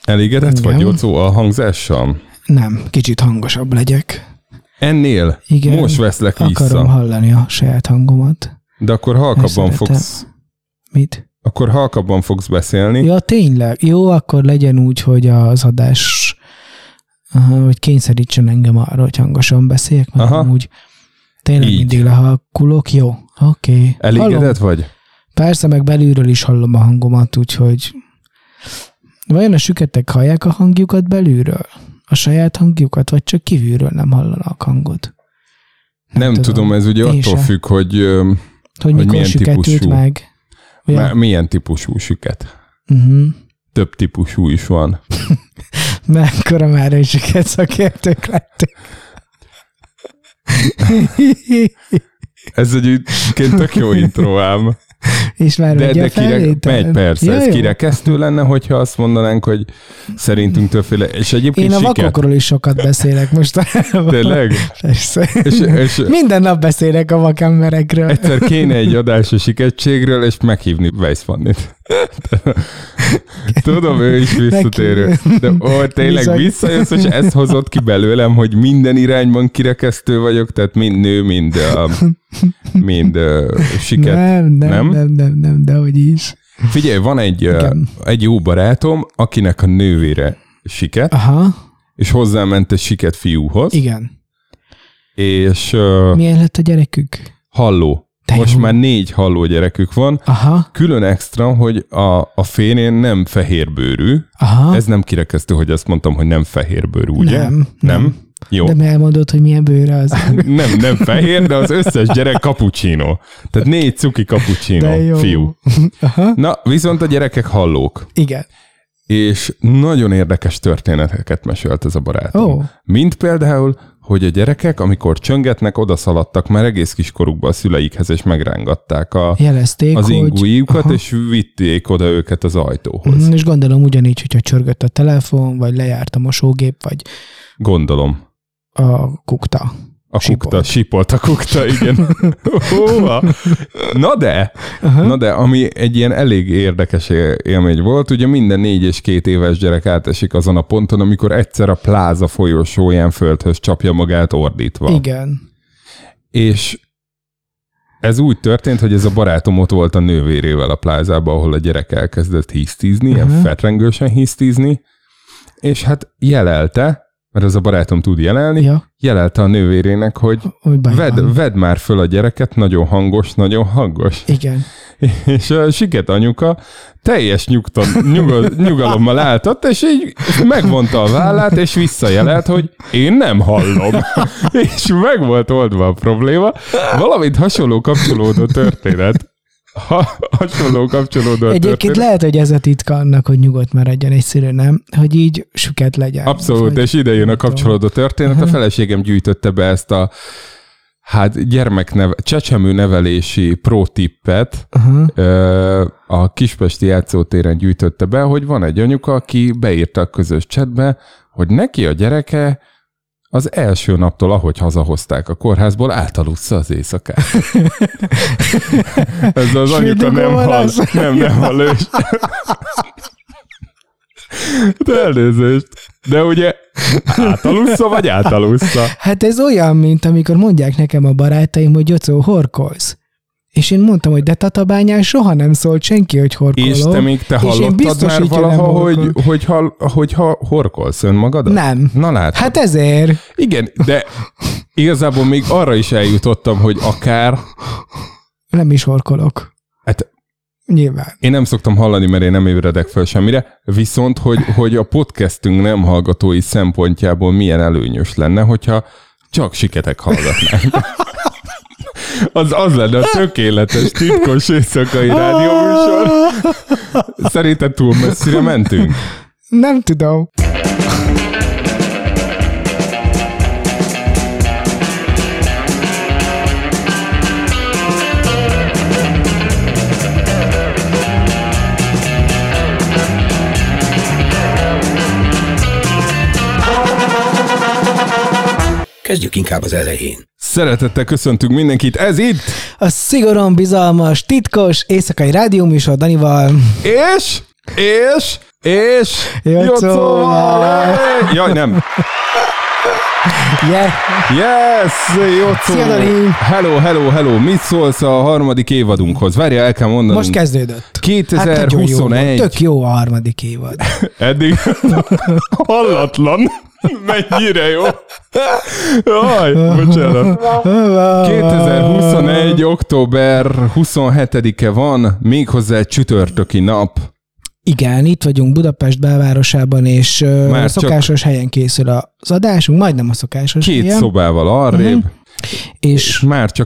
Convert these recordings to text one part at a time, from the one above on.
Elégedett vagy, Jocó, a hangzással? Nem, kicsit hangosabb legyek. Ennél? Igen, most veszlek vissza. Akarom hallani a saját hangomat. De akkor halkabban fogsz... Mit? Akkor halkabban fogsz beszélni. Ja, tényleg. Jó, akkor legyen úgy, hogy az adás... hogy kényszerítsen engem arra, hogy hangosan beszéljek, mert amúgy tényleg így. Mindig lehalkulok. Jó, oké. Elégedett vagy? Persze, meg belülről is hallom a hangomat, úgyhogy... Vajon a süketek hallják a hangjukat belülről? A saját hangjukat, vagy csak kívülről nem hallanak hangot? Nem tudom, ez ugye attól függ, hogy milyen típusú. Meg. Milyen típusú süket. Több típusú is van. Mekkora már egy süket szakértők lettek. Ez egyébként tök jó intro ám. És már de megy persze, ja, ez kirekesztő lenne, hogyha azt mondanánk, hogy szerintünk többféle, és egyébként én a vakokról is sokat beszélek mostanában. Tényleg? Persze. És minden nap beszélek a vakemberekről. Egyszer kéne egy adás a siketségről, és meghívni Weiss Fannit. Tudom, ő is visszatérő. De tényleg visszajössz, és ezt hozott ki belőlem, hogy minden irányban kirekesztő vagyok, tehát mind nő, mind siket. Nem, de hogy is. Figyelj, van egy jó barátom, akinek a nővére siket, és hozzáment egy siket fiúhoz. Igen. És... milyen lett a gyerekük? Halló. Most már 4 halló gyerekük van. Külön extra, hogy a férjén nem fehérbőrű. Ez nem kirekesztő, hogy azt mondtam, hogy nem fehérbőrű, ugye? Nem? Jó. De elmondod, hogy milyen bőre az. nem fehér, de az összes gyerek cappuccino. Tehát 4 cuki cappuccino fiú. Na, viszont a gyerekek hallók. Igen. És nagyon érdekes történeteket mesélt ez a barátom. Mint például, hogy a gyerekek, amikor csöngetnek, odaszaladtak már egész kiskorukban a szüleikhez, és megrángatták az ingújukat, és vitték oda őket az ajtóhoz. És gondolom ugyanígy, hogyha csörgött a telefon, vagy lejárt a mosógép, vagy... Gondolom. A kukta. Sipolt a kukta, igen. Na de, ami egy ilyen elég érdekes élmény volt, ugye minden 4 és 2 éves gyerek átesik azon a ponton, amikor egyszer a pláza folyosóján földhöz csapja magát ordítva. Igen. És ez úgy történt, hogy ez a barátom ott volt a nővérével a plázában, ahol a gyerek elkezdett hisztizni, ilyen fetrengősen hisztizni, és hát jelelte, mert ez a barátom tud jelelni, jelelte a nővérének, hogy vedd már föl a gyereket, nagyon hangos. Igen. És a siket anyuka teljes nyugalommal álltott, és így megvonta a vállát, és visszajelelt, hogy én nem hallom. És meg volt oldva a probléma. Valamint hasonló kapcsolódó történet. Egyébként lehet, hogy ez a titka annak, hogy nyugodt maradjon egy szülő, nem? Hogy így süket legyen. Abszolút, és ide jön a kapcsolódó történet. A feleségem gyűjtötte be ezt a csecsemő nevelési pro-tippet. A Kispesti játszótéren gyűjtötte be, hogy van egy anyuka, aki beírta a közös chatbe, hogy neki a gyereke az első naptól, ahogy hazahozták a kórházból, átalussza az éjszakát. Ez az anyuka nem hall ős. De elnézést. De ugye átalussza, vagy átalussza? Hát ez olyan, mint amikor mondják nekem a barátaim, hogy Jocó, horkolsz. És én mondtam, hogy de Tatabányán soha nem szólt senki, hogy horkolok. És te még hallottad már valaha, hogy horkolsz önmagadat? Nem. Na látod. Hát ezért. Igen, de igazából még arra is eljutottam, hogy akár... Nem is horkolok. Hát nyilván. Én nem szoktam hallani, mert én nem ébredek fel semmire, viszont, hogy a podcastünk nem hallgatói szempontjából milyen előnyös lenne, hogyha csak siketek hallgatnánk. Az lenne a tökéletes, titkos éjszakai rádióműsor. Szerinted túl messzire mentünk? Nem tudom. Kezdjük inkább az elején. Szeretettel köszöntünk mindenkit, ez itt a szigorúan bizalmas, titkos éjszakai rádióműsor Danival. És És Jocóval! Jaj, nem. Yeah. Yes! Jocó! Szia, Dani! Hello! Mit szólsz a harmadik évadunkhoz? Várjál, el kell mondanunk. Most kezdődött. 2021. Hát tök jó a harmadik évad. Eddig hallatlan. Mennyire jó. Jaj, bocsánat. 2021. október 27-e van, méghozzá egy csütörtöki nap. Igen, itt vagyunk Budapest belvárosában, és szokásos helyen készül az adásunk, majdnem a szokásos Két helyen. szobával arrébb, és már csak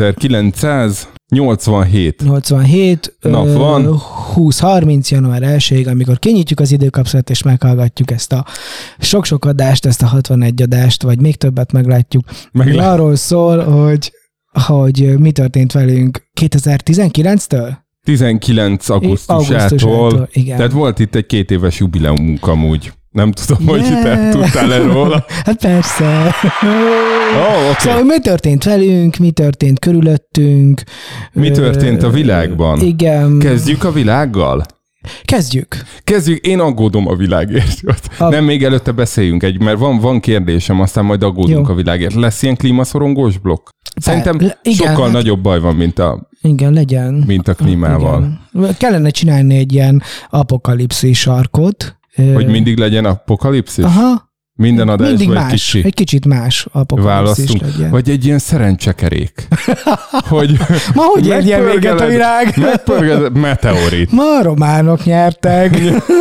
2987 nap van. 20-30 január 1-ig, amikor kinyitjuk az időkapszulat, és meghallgatjuk ezt a sok-sok adást, ezt a 61 adást, vagy még többet meglátjuk. Arról szól, hogy mi történt velünk 2019-től? 19 augusztusától. Igen. Tehát volt itt egy 2 éves jubileumunk amúgy. Nem tudom, hogy te tudtál erről róla. Hát persze. Okay. Szóval mi történt velünk, mi történt körülöttünk. Mi történt a világban? Igen. Kezdjük a világgal? Kezdjük. Én aggódom a világért. Nem, még előtte beszéljünk mert van kérdésem, aztán majd aggódunk a világért. Lesz ilyen klímaszorongós blokk? Szerintem sokkal nagyobb baj van, mint a klímával. Igen. Kellene csinálni egy ilyen apokalipszis sarkot. Hogy mindig legyen apokalipszis? Aha. Minden adásban egy kicsit más apokalipszis legyen. Vagy egy ilyen szerencsekerék. Hogy ma hogy érjen véget a világ? Megpörged meteorit. Ma a románok nyertek.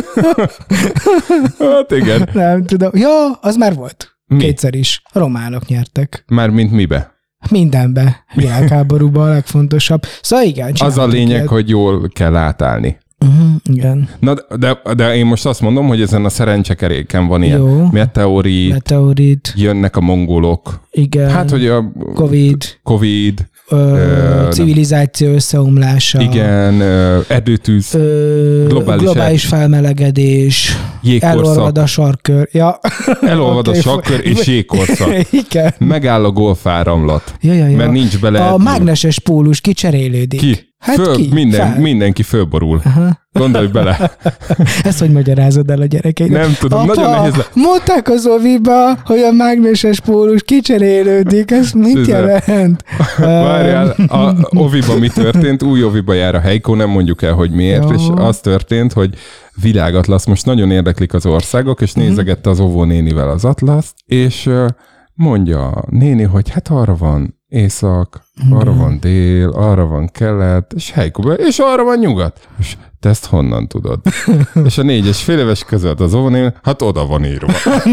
Hát igen. Nem tudom. Ja, az már volt. Kétszer is. A románok nyertek. Mármint mibe? Mindenbe. Világháborúban a legfontosabb. Szóval igen. Az a lényeg, hogy jól kell átállni. Igen. Na, de én most azt mondom, hogy ezen a szerencsekeréken van ilyen meteorit, jönnek a mongolok. Igen. Hát, hogy a Covid. Civilizáció összeomlása. Igen, erdőtűz, globális felmelegedés, elolvad a sarkkör. Ja. Elolvad a sarkkör és jégkorszak. Igen. Megáll a golfáramlat, mert nincs bele. A mágneses pólus kicserélődik. Ki? Hát mindenki fölborul. Aha. Gondolj bele. Ezt hogy magyarázod el a gyerekeidnek? Nem tudom, Apa, nagyon nehéz. Mondták az oviba, hogy a mágneses pólus kicserélődik. Ez mit jelent? Várjál, a oviba mi történt? Új oviba jár a Heiko, nem mondjuk el, hogy miért, és az történt, hogy világatlasz, most nagyon érdeklik az országok, és nézegette az óvónénivel az atlaszt, és mondja a néni, hogy hát arra van észak, arra van dél, arra van kelet, és Heiko, és arra van nyugat. És te ezt honnan tudod? És a 4 és fél éves között az óvónéni, hát oda van írva.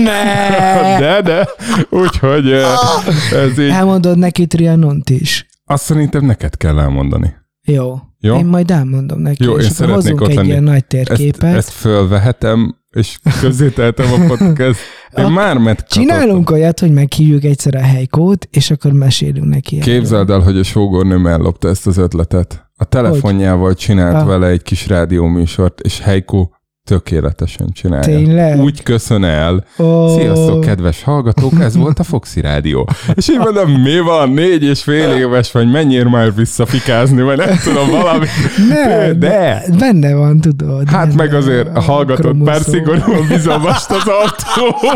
De, úgyhogy ez így... Elmondod neki Trianont is? Azt szerintem neked kell elmondani. Jó? Én majd elmondom neki. Jó, én szeretnék ott lenni. Egy ilyen nagy térképet. Ezt fölvehetem, és közzételtem a podcast. Én már csinálunk olyat, hogy meghívjuk egyszer a Heikót, és akkor mesélünk neki. Képzeld el, hogy a sógornőm ellopta ezt az ötletet. A telefonjával csinált vele egy kis rádióműsort, és Heiko tökéletesen csinálja. Tényleg? Úgy köszön el. Sziasztok, kedves hallgatók, ez volt a Foxy Rádió. És így mondom, mi van? 4 és fél éves vagy, menjél már visszafikázni, vagy nem tudom, valami. De. Benne van, tudod. Hát meg azért hallgatott pár szigorúan bizalmast az autóba.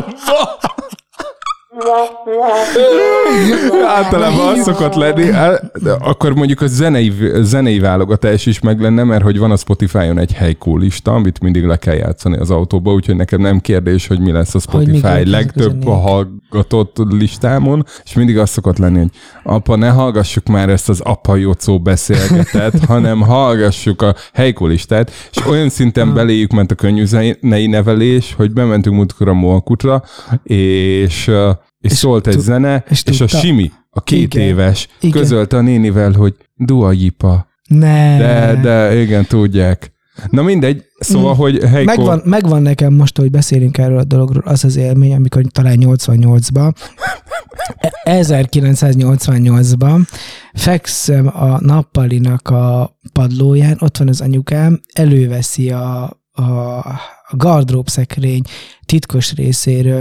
Általában az szokott lenni, de akkor mondjuk a zenei válogatás is meg lenne, mert hogy van a Spotify-on egy Heiko lista, amit mindig le kell játszani az autóba, úgyhogy nekem nem kérdés, hogy mi lesz a Spotify legtöbb a hallgatott listámon, és mindig az szokott lenni, hogy apa, ne hallgassuk már ezt az apa Jocó beszélgetet, hanem hallgassuk a Heiko listát, és olyan szinten beléjük ment a könnyű zenei nevelés, hogy bementünk múltkor a Molkutra, és szólt egy zene, és a Simi, a 2 éves, közölte a nénivel, hogy Dua Lipa. De igen, tudják. Na mindegy, szóval, hogy Heiko... Megvan nekem most, hogy beszélünk erről a dologról, az az élmény, amikor talán 1988-ban fekszem a nappalinak a padlóján, ott van az anyukám, előveszi a gardróbszekrény titkos részéről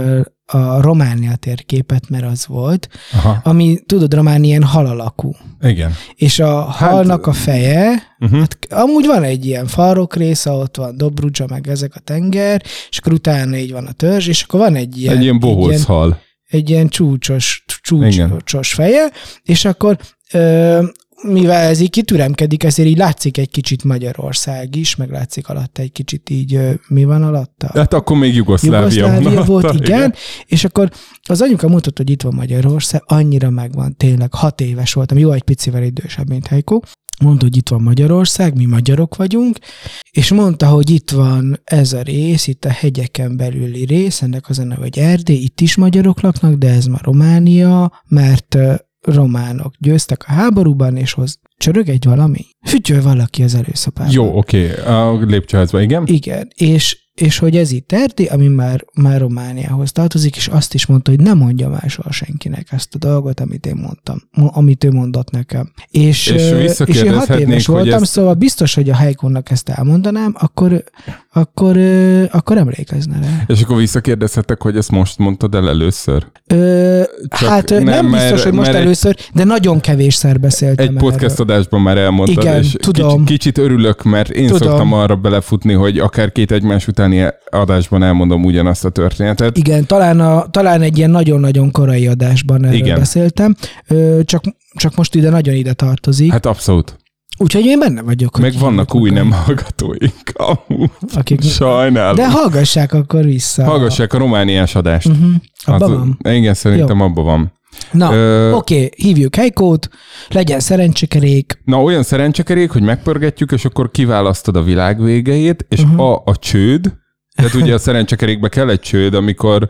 a Románia térképet, mert az volt, ami, tudod, Románia ilyen hal alakú. Igen. És a halnak a feje, hát amúgy van egy ilyen farokrész, ott van Dobrudzsa, meg ezek a tenger, és akkor utána így van a törzs, és akkor van egy ilyen bohóc hal. Egy ilyen csúcsos feje, és akkor mivel ez így kitüremkedik, ezért így látszik egy kicsit Magyarország is, meg látszik alatta egy kicsit így, mi van alatta? Hát akkor még Jugoszlávia volt, igen. És akkor az anyuka mutatott, hogy itt van Magyarország, annyira megvan, tényleg 6 éves voltam, jó, egy picivel idősebb, mint Heiko. Mondta, hogy itt van Magyarország, mi magyarok vagyunk, és mondta, hogy itt van ez a rész, itt a hegyeken belüli rész, ennek az a neve, hogy Erdély, itt is magyarok laknak, de ez már Románia, mert románok győztek a háborúban, és csörög egy valami? Fütyöl valaki az előszobában. Jó, oké. A lépcsőházban, igen? Igen, és hogy ez itt Erdély, ami már Romániához tartozik, és azt is mondta, hogy ne mondja már soha senkinek ezt a dolgot, amit én mondtam, amit ő mondott nekem. És én 6 éves voltam, szóval biztos, hogy a Heikónak ezt elmondanám, akkor emlékezne rá. És akkor visszakérdezhetek, hogy ezt most mondtad el először? Hát nem biztos, hogy most először, de nagyon kevésszer beszéltem. Egy podcast adásban már elmondtad, igen, és tudom. Kicsit örülök, mert én szoktam arra belefutni, hogy akár 2 egymás utáni adásban elmondom ugyanazt a történetet. Igen, talán egy ilyen nagyon-nagyon korai adásban erről beszéltem, csak most ide tartozik. Hát abszolút. Úgyhogy én benne vagyok. Meg vannak új nem hallgatóink, akik sajnálom. De hallgassák akkor vissza. Hallgassák a romániás adást. Abban van. Igen, szerintem abban van. Na, oké, hívjuk Heikót, legyen szerencsekerék. Na, olyan szerencsekerék, hogy megpörgetjük, és akkor kiválasztod a világ végeit, és a csőd, tehát ugye a szerencsekerékbe kell egy csőd, amikor...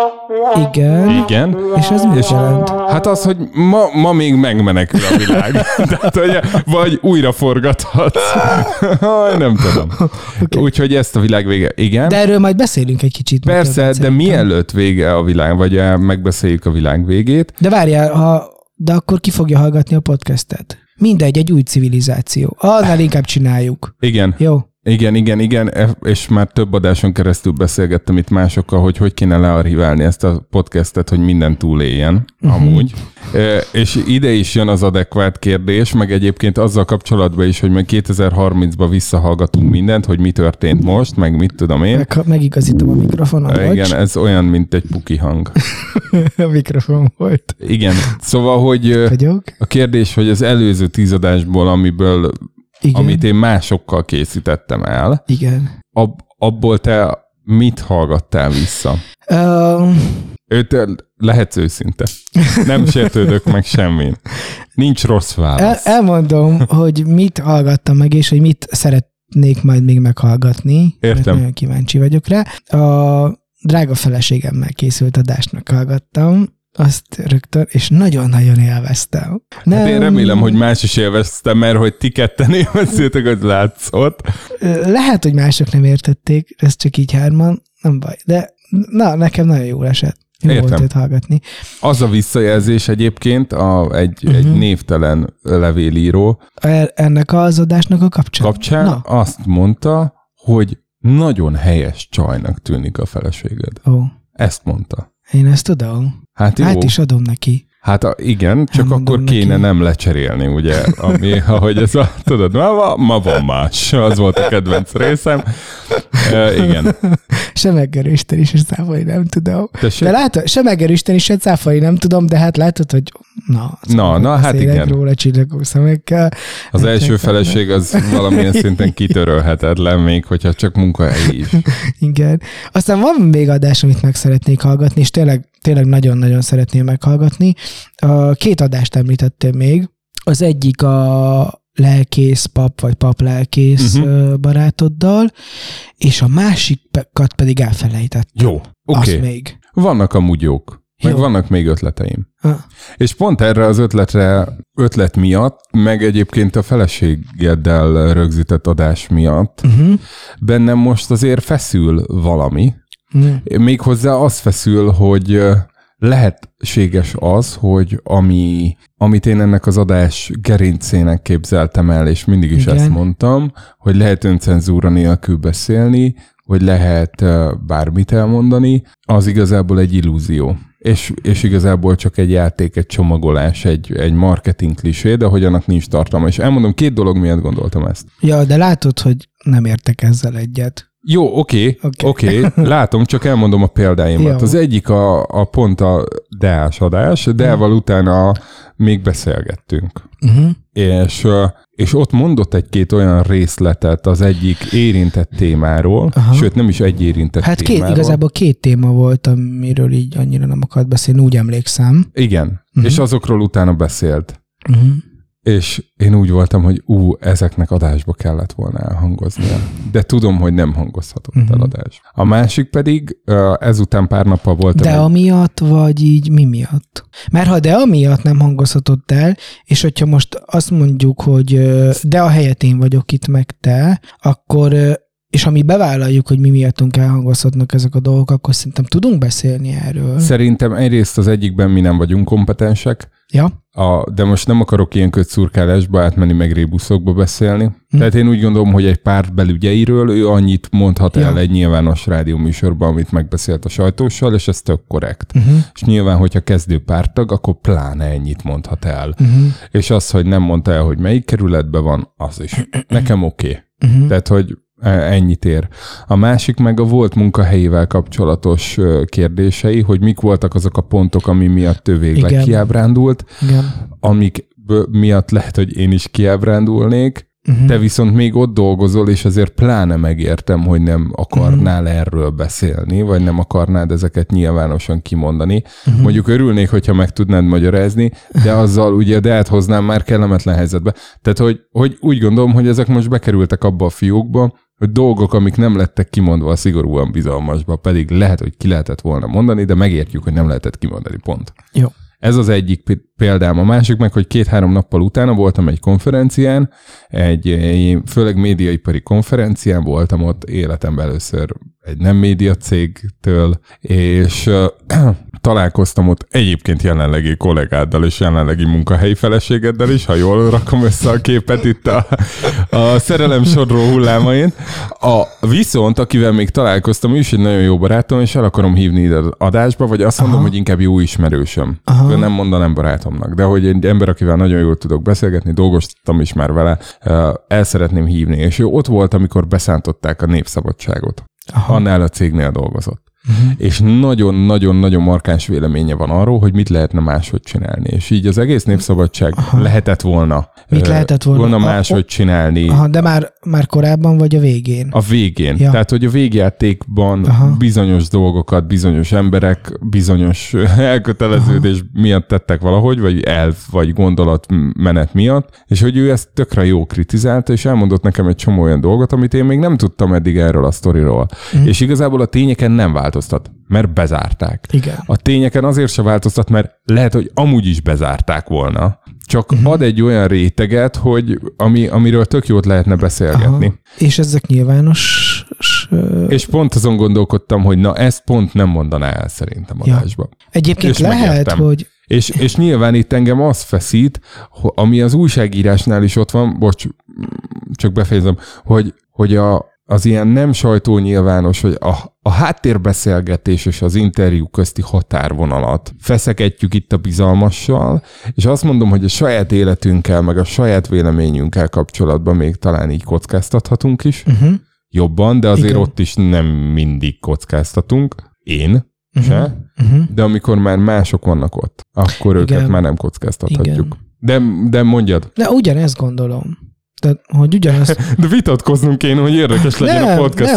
Igen. És ez mit jelent? Hát az, hogy ma még megmenekül a világ. Tehát, hogy vagy újra forgathatsz. Nem tudom. Okay. Úgyhogy ezt a világ vége, igen. De erről majd beszélünk egy kicsit. Persze, de mielőtt vége a világ, vagy megbeszéljük a világ végét. De várjál, de akkor ki fogja hallgatni a podcastet? Mindegy, egy új civilizáció. Annál inkább csináljuk. Igen. Jó. Igen, és már több adáson keresztül beszélgettem itt másokkal, hogy kéne learchiválni ezt a podcastet, hogy minden túléljen, amúgy. És ide is jön az adekvát kérdés, meg egyébként azzal kapcsolatban is, hogy meg 2030-ba visszahallgatunk mindent, hogy mi történt most, meg mit tudom én. Megigazítom a mikrofonon. Igen, ez olyan, mint egy puki hang. A mikrofon volt. Igen, szóval, hogy a kérdés, hogy az előző 10 adásból, amit én másokkal készítettem el. Igen. Abból te mit hallgattál vissza? Őt lehetsz őszinte. Nem sértődök meg semmin. Nincs rossz válasz. Elmondom, hogy mit hallgattam meg, és hogy mit szeretnék majd még meghallgatni. Értem. Nagyon kíváncsi vagyok rá. A drága feleségemmel készült adásnak hallgattam, azt rögtön, és nagyon-nagyon élveztem. Hát én remélem, hogy más is élveztem, mert hogy ti ketten élveztétek, az látszott. Lehet, hogy mások nem értették, ez csak így 3-an, nem baj. De nekem nagyon jól esett. Jó volt őt hallgatni. Az a visszajelzés egyébként egy névtelen levélíró. Ennek az adásnak a kapcsán azt mondta, hogy nagyon helyes csajnak tűnik a feleséged. Ezt mondta. Én ezt tudom. Hát jó. Át is adom neki. Hát igen, csak elmondom akkor kéne neki. Nem lecserélni, ugye, ahogy ez tudod, ma van más. Az volt a kedvenc részem. Igen. Se meggerősten is, cáfolni nem tudom. De látod, se meggerősten is, se cáfolni nem tudom, de hát látod, hogy hát igen. Róla csillagó szemekkel. Az első feleség az valamilyen szinten kitörölhetetlen, még hogyha csak munkahelyi is. Igen. Aztán van még adás, amit meg szeretnék hallgatni, és tényleg nagyon-nagyon szeretném meghallgatni. 2 adást említettél még. Az egyik a lelkész pap, vagy pap-lelkész barátoddal, és a másikat pedig elfelejtettem. Jó, oké. Még. Vannak amúgy jók. Meg vannak még ötleteim. És pont erre az ötlet miatt, meg egyébként a feleségeddel rögzített adás miatt bennem most azért feszül valami. Méghozzá az feszül, hogy lehetséges az, hogy amit én ennek az adás gerincének képzeltem el, és mindig is ezt mondtam, hogy lehet öncenzúra nélkül beszélni, hogy lehet bármit elmondani, az igazából egy illúzió. És igazából csak egy játék, egy csomagolás, egy marketing klisé, de hogy annak nincs tartalma. És elmondom, 2 dolog miatt gondoltam ezt. Ja, de látod, hogy nem értek ezzel egyet. Jó, oké, látom, csak elmondom a példáimat. Jó. Az egyik a pont a Deás adás, Deával utána még beszélgettünk. És ott mondott 1-2 olyan részletet az egyik érintett témáról, sőt nem is egy érintett témáról. Hát igazából 2 téma volt, amiről így annyira nem akart beszélni, úgy emlékszem. Igen, és azokról utána beszélt. És én úgy voltam, hogy ezeknek adásba kellett volna elhangoznia. De tudom, hogy nem hangozhatott el adásba. A másik pedig ezután pár nappal voltam. De amiatt, vagy így mi miatt? Mert ha de amiatt nem hangozhatott el, és hogyha most azt mondjuk, hogy de a helyet én vagyok itt, meg te, akkor, és ha mi bevállaljuk, hogy mi miattunk elhangozhatnak ezek a dolgok, akkor szerintem tudunk beszélni erről. Szerintem egyrészt az egyikben mi nem vagyunk kompetensek, ja. De most nem akarok ilyen kötszurkálásba átmenni, meg rébuszokba beszélni. Tehát én úgy gondolom, hogy egy párt belügyeiről ő annyit mondhat el egy nyilvános rádióműsorban, amit megbeszélt a sajtóssal, és ez tök korrekt. És nyilván, hogyha kezdő párttag, akkor pláne ennyit mondhat el. És az, hogy nem mondta el, hogy melyik kerületben van, az is. Nekem oké. Tehát, hogy ennyit ér. A másik meg a volt munkahelyével kapcsolatos kérdései, hogy mik voltak azok a pontok, ami miatt ő végleg kiábrándult, amik miatt lehet, hogy én is kiábrándulnék, te viszont még ott dolgozol, és azért pláne megértem, hogy nem akarnál erről beszélni, vagy nem akarnád ezeket nyilvánosan kimondani. Mondjuk örülnék, hogyha meg tudnád magyarázni, de azzal ugye Deát hoznám már kellemetlen helyzetbe. Tehát, hogy úgy gondolom, hogy ezek most bekerültek abba a fiókba, hogy dolgok, amik nem lettek kimondva a szigorúan bizalmasba, pedig lehet, hogy ki lehetett volna mondani, de megértjük, hogy nem lehetett kimondani, pont. Jó. Ez az egyik példám. A másik meg, hogy 2-3 nappal utána voltam egy konferencián, főleg médiaipari konferencián voltam ott életemben először egy nem média cégtől, és találkoztam ott egyébként jelenlegi kollégáddal és jelenlegi munkahelyi feleségeddel is, ha jól rakom össze a képet itt a szerelem sodró hullámain. Viszont, akivel még találkoztam, ő is egy nagyon jó barátom, és el akarom hívni ide az adásba, vagy azt mondom, hogy inkább jó ismerősöm. Nem mondanám barátomnak, de hogy egy ember, akivel nagyon jól tudok beszélgetni, dolgoztam is már vele, el szeretném hívni. És ő ott volt, amikor beszántották a Népszabadságot. Annál a cégnél dolgozott. És nagyon-nagyon-nagyon markáns véleménye van arról, hogy mit lehetne máshogy csinálni. És így az egész Népszabadság lehetett volna. Mit lehetett volna máshogy csinálni. De már korábban vagy a végén? A végén. Ja. Tehát, hogy a végjátékban bizonyos dolgokat, bizonyos emberek, bizonyos elköteleződés miatt tettek valahogy, vagy elv, vagy gondolatmenet miatt, és hogy ő ezt tökre jó kritizálta, és elmondott nekem egy csomó olyan dolgot, amit én még nem tudtam eddig erről a sztoriról. És igazából a tényeken nem változtat, mert bezárták. Igen. A tényeken azért se változtat, mert lehet, hogy amúgy is bezárták volna. Csak ad egy olyan réteget, hogy amiről tök jót lehetne beszélgetni. És ezek nyilvános... És pont azon gondolkodtam, hogy na ezt pont nem mondaná el szerintem adásba. Egyébként és lehet, megértem. Hogy... És nyilván itt engem az feszít, ami az újságírásnál is ott van, csak befejezem, hogy az ilyen nem sajtónyilvános, hogy a háttérbeszélgetés és az interjú közti határvonalat feszegetjük itt a bizalmassal, és azt mondom, hogy a saját életünkkel, meg a saját véleményünkkel kapcsolatban még talán így kockáztathatunk is, jobban, de azért ott is nem mindig kockáztatunk. Én se, de amikor már mások vannak ott, akkor őket már nem kockáztathatjuk. De mondjad. De ugyanezt gondolom. Tehát, hogy ugyanezt... De vitatkoznunk kéne, hogy érdekes legyen a podcast,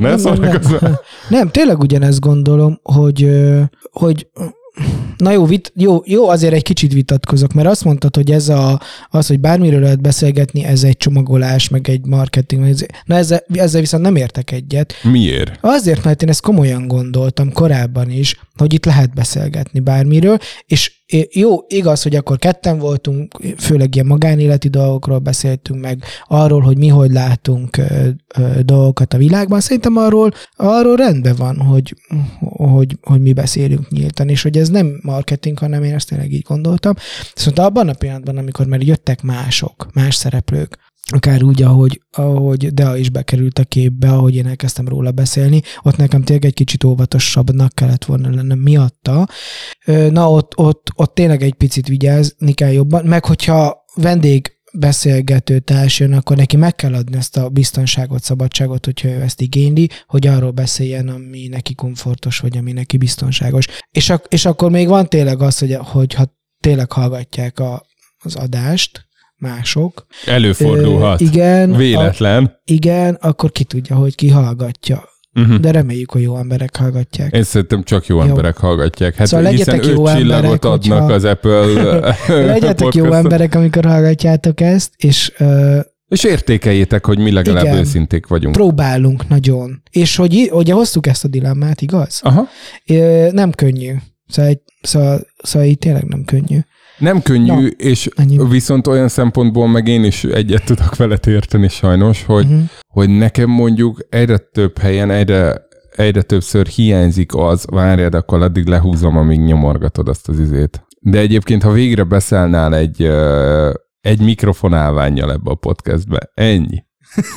nem, tényleg ugyanezt gondolom, hogy na jó, azért egy kicsit vitatkozok, mert azt mondtad, hogy az, hogy bármiről lehet beszélgetni, ez egy csomagolás, meg egy marketing. Na ezzel viszont nem értek egyet. Miért? Azért, mert én ezt komolyan gondoltam korábban is, hogy itt lehet beszélgetni bármiről, és jó, igaz, hogy akkor ketten voltunk, főleg ilyen magánéleti dolgokról beszéltünk meg, arról, hogy mi hogy látunk dolgokat a világban. Szerintem arról rendben van, hogy mi beszélünk nyíltan, és hogy ez nem marketing, hanem én ezt tényleg így gondoltam. Viszont abban a pillanatban, amikor már jöttek más szereplők, akár úgy, ahogy Dea is bekerült a képbe, ahogy én elkezdtem róla beszélni, ott nekem tényleg egy kicsit óvatosabbnak kellett volna lennem miatta. Na, ott tényleg egy picit vigyázni kell jobban, meg hogyha vendég beszélgető társ jön, akkor neki meg kell adni ezt a biztonságot, szabadságot, hogyha ő ezt igényli, hogy arról beszéljen, ami neki komfortos, vagy ami neki biztonságos. És akkor még van tényleg az, hogy ha tényleg hallgatják az adást, mások. Előfordulhat. Igen. Véletlen. Igen, akkor ki tudja, hogy ki hallgatja. De reméljük, hogy jó emberek hallgatják. Én szerintem csak jó emberek hallgatják. Hát szóval hiszen 5 csillagot adnak az Apple legyetek jó emberek, amikor hallgatjátok ezt, és értékeljétek, hogy mi legalább igen, őszinték vagyunk. Próbálunk nagyon. És hogy hoztuk ezt a dilemmát, igaz? Aha. Nem könnyű. Szóval így tényleg nem könnyű. Nem könnyű, és viszont olyan szempontból meg én is egyet tudok veled érteni sajnos, hogy nekem mondjuk egyre több helyen, egyre többször hiányzik az, várjad, akkor addig lehúzom, amíg nyomorgatod azt az izét. De egyébként, ha végre beszállnál egy mikrofonálvánnyal ebbe a podcastbe, ennyi.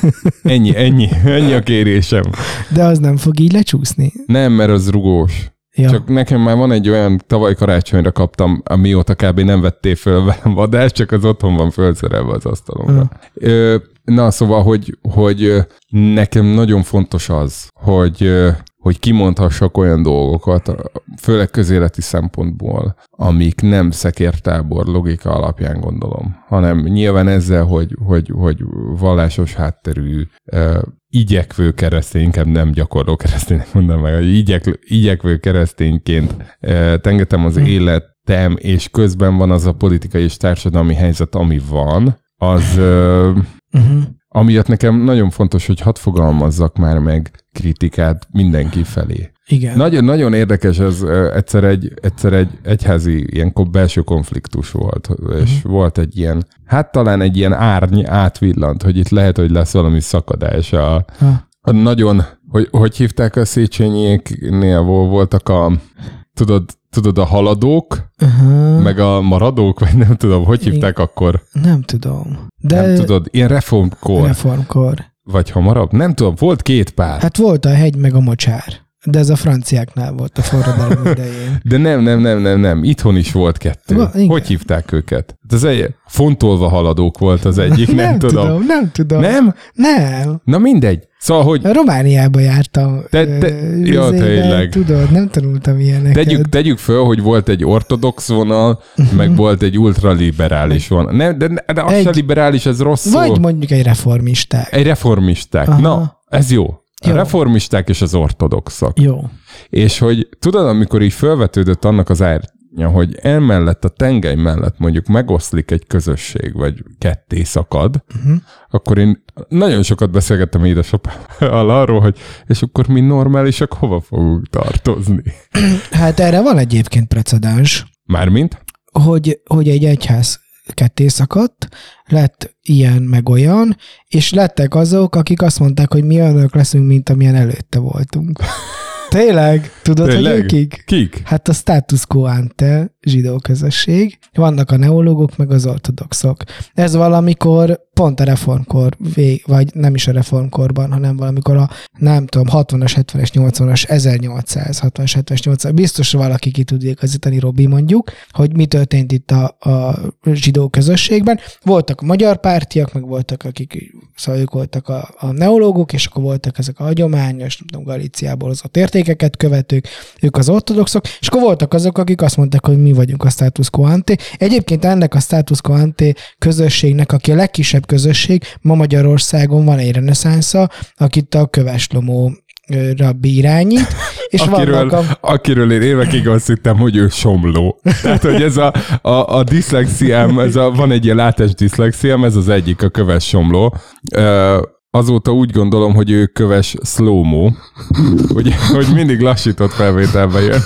Ennyi a kérésem. De az nem fog így lecsúszni? Nem, mert az rugós. Ja. Csak nekem már van egy olyan, tavaly karácsonyra kaptam, amióta kb. Nem vettél föl velem vadást, csak az otthon van fölszerelve az asztalomra. Na, szóval, hogy nekem nagyon fontos az, hogy kimondhassak olyan dolgokat, főleg közéleti szempontból, amik nem szekértábor logika alapján gondolom, hanem nyilván ezzel, hogy vallásos hátterű, igyekvő keresztény, inkább nem gyakorló kereszténynek mondom meg, hogy igyekvő keresztényként tengetem az életem, és közben van az a politikai és társadalmi helyzet, ami van, az amiatt nekem nagyon fontos, hogy hadd fogalmazzak már meg kritikát mindenki felé. Igen. Nagyon érdekes, ez egyszer egy egyházi ilyen belső konfliktus volt, és volt egy ilyen, hát talán egy ilyen árny átvillant, hogy itt lehet, hogy lesz valami szakadás. A nagyon, hogy hívták a Széchenyiéknél voltak tudod, a haladók, meg a maradók, vagy nem tudom, hogy hívták akkor? Nem tudom. Nem tudod, ilyen reformkor. Vagy hamarabb? Nem tudom, volt 2 pár. Hát volt a hegy meg a mocsár. De ez a franciáknál volt a forradalom idején. De nem. Itthon is volt 2. Hogy hívták őket? Ez egy fontolva haladók volt az egyik, nem tudom. Nem tudom. Nem? Nem. Na mindegy. Szóval, hogy... Romániába jártam. Ja, tényleg. Tudod, nem tanultam ilyeneket. Tegyük föl, hogy volt egy ortodox vonal, meg volt egy ultraliberális vonal. De az se liberális, ez rossz szó. Vagy mondjuk egy reformisták. Egy reformisták. Aha. Na, ez jó. A reformisták és az ortodoxok. Jó. És hogy tudod, amikor így felvetődött annak az árnya, hogy emellett a tengely mellett mondjuk megoszlik egy közösség, vagy ketté szakad, akkor én nagyon sokat beszélgettem édesapával arról, hogy és akkor mi normálisak hova fogunk tartozni? Hát erre van egyébként precedens. Mármint? Hogy egy egyház ketté szakadt, lett ilyen meg olyan, és lettek azok, akik azt mondták, hogy mi olyanok leszünk, mint amilyen előtte voltunk. Tényleg? Tudod, hogy ők Kik? Hát a status quo ante zsidó közösség. Vannak a neológok, meg az ortodoxok. Ez valamikor pont a reformkor, vagy nem is a reformkorban, hanem valamikor a, nem tudom, 60-as, 70-es, 80-as, 1860-as, 70-es, 80-as, biztos valaki ki tud igazítani, Robi mondjuk, hogy mi történt itt a zsidó közösségben. Voltak a magyar pártiak, meg voltak, akik, szóval ők voltak a neológok, és akkor voltak ezek a hagyományos, nem tudom, Galíciából hozott értékeket követők, ők az ortodoxok, és akkor voltak azok, akik azt mondták, hogy mi vagyunk a status quo ante. Egyébként ennek a status quo ante közösségnek, aki a legkisebb közösség, ma Magyarországon van egy reneszánsza, akit a Köves Lomó rabbi irányít, és akiről én évekig azt hittem, hogy ő somló. Tehát, hogy ez a diszlexiám, van egy ilyen látás diszlexiám, ez az egyik, a Köves somló. Azóta úgy gondolom, hogy ő Köves slow-mo, hogy mindig lassított felvételbe jön.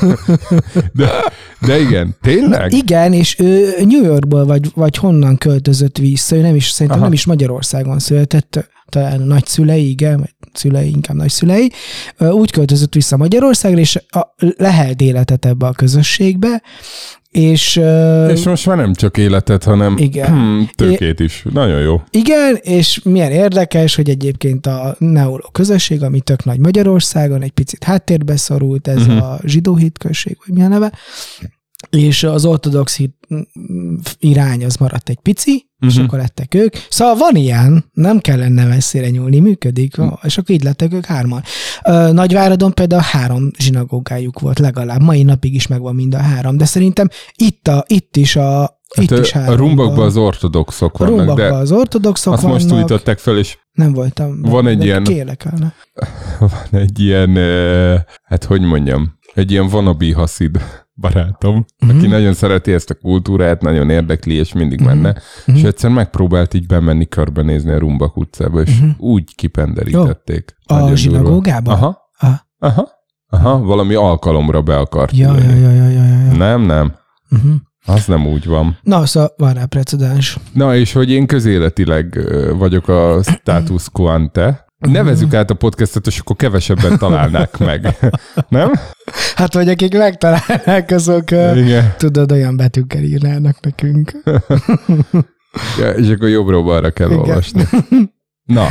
De igen, tényleg? Igen, és ő New Yorkból vagy honnan költözött vissza, ő szerintem nem is Magyarországon született. talán nagyszülei, igen, vagy szülei, inkább nagyszülei, úgy költözött vissza Magyarországra, és lehelt életet ebbe a közösségbe, és most már nem csak életet, hanem tőkét is. Nagyon jó. Igen, és milyen érdekes, hogy egyébként a neuro közösség, ami tök nagy Magyarországon, egy picit háttérbe szorult, ez a zsidó hitközség, vagy mi a neve, és az ortodox irány az maradt egy pici, és akkor lettek ők. Szóval van ilyen, nem kellene messzire nyúlni, működik, és akkor így lettek ők 3-an. Nagyváradon például 3 zsinagógájuk volt legalább, mai napig is megvan mind a 3, de szerintem itt is a a Rumbakban az ortodoxok vannak. A Rumbakban az ortodoxok azt vannak. Most újították fel, és nem voltam. Van egy ilyen... Kélekelne. Van egy ilyen, hát hogy mondjam, egy ilyen wannabe haszid barátom, aki nagyon szereti ezt a kultúrát, nagyon érdekli, és mindig menne, és egyszer megpróbált így bemenni, körbenézni a Rumbak utcába, és úgy kipenderítették. A zsinagógába? Aha, valami alkalomra be akart jönni. Nem. Az nem úgy van. Na, szóval van rá precedens. Na, és hogy én közéletileg vagyok a status quo ante, nevezzük át a podcastot, és akkor kevesebben találnák meg. Nem? Hát, vagy akik megtalálnák, azok tudod, olyan betűkkel írnának nekünk. És akkor jobbról-balra kell olvasni. Na,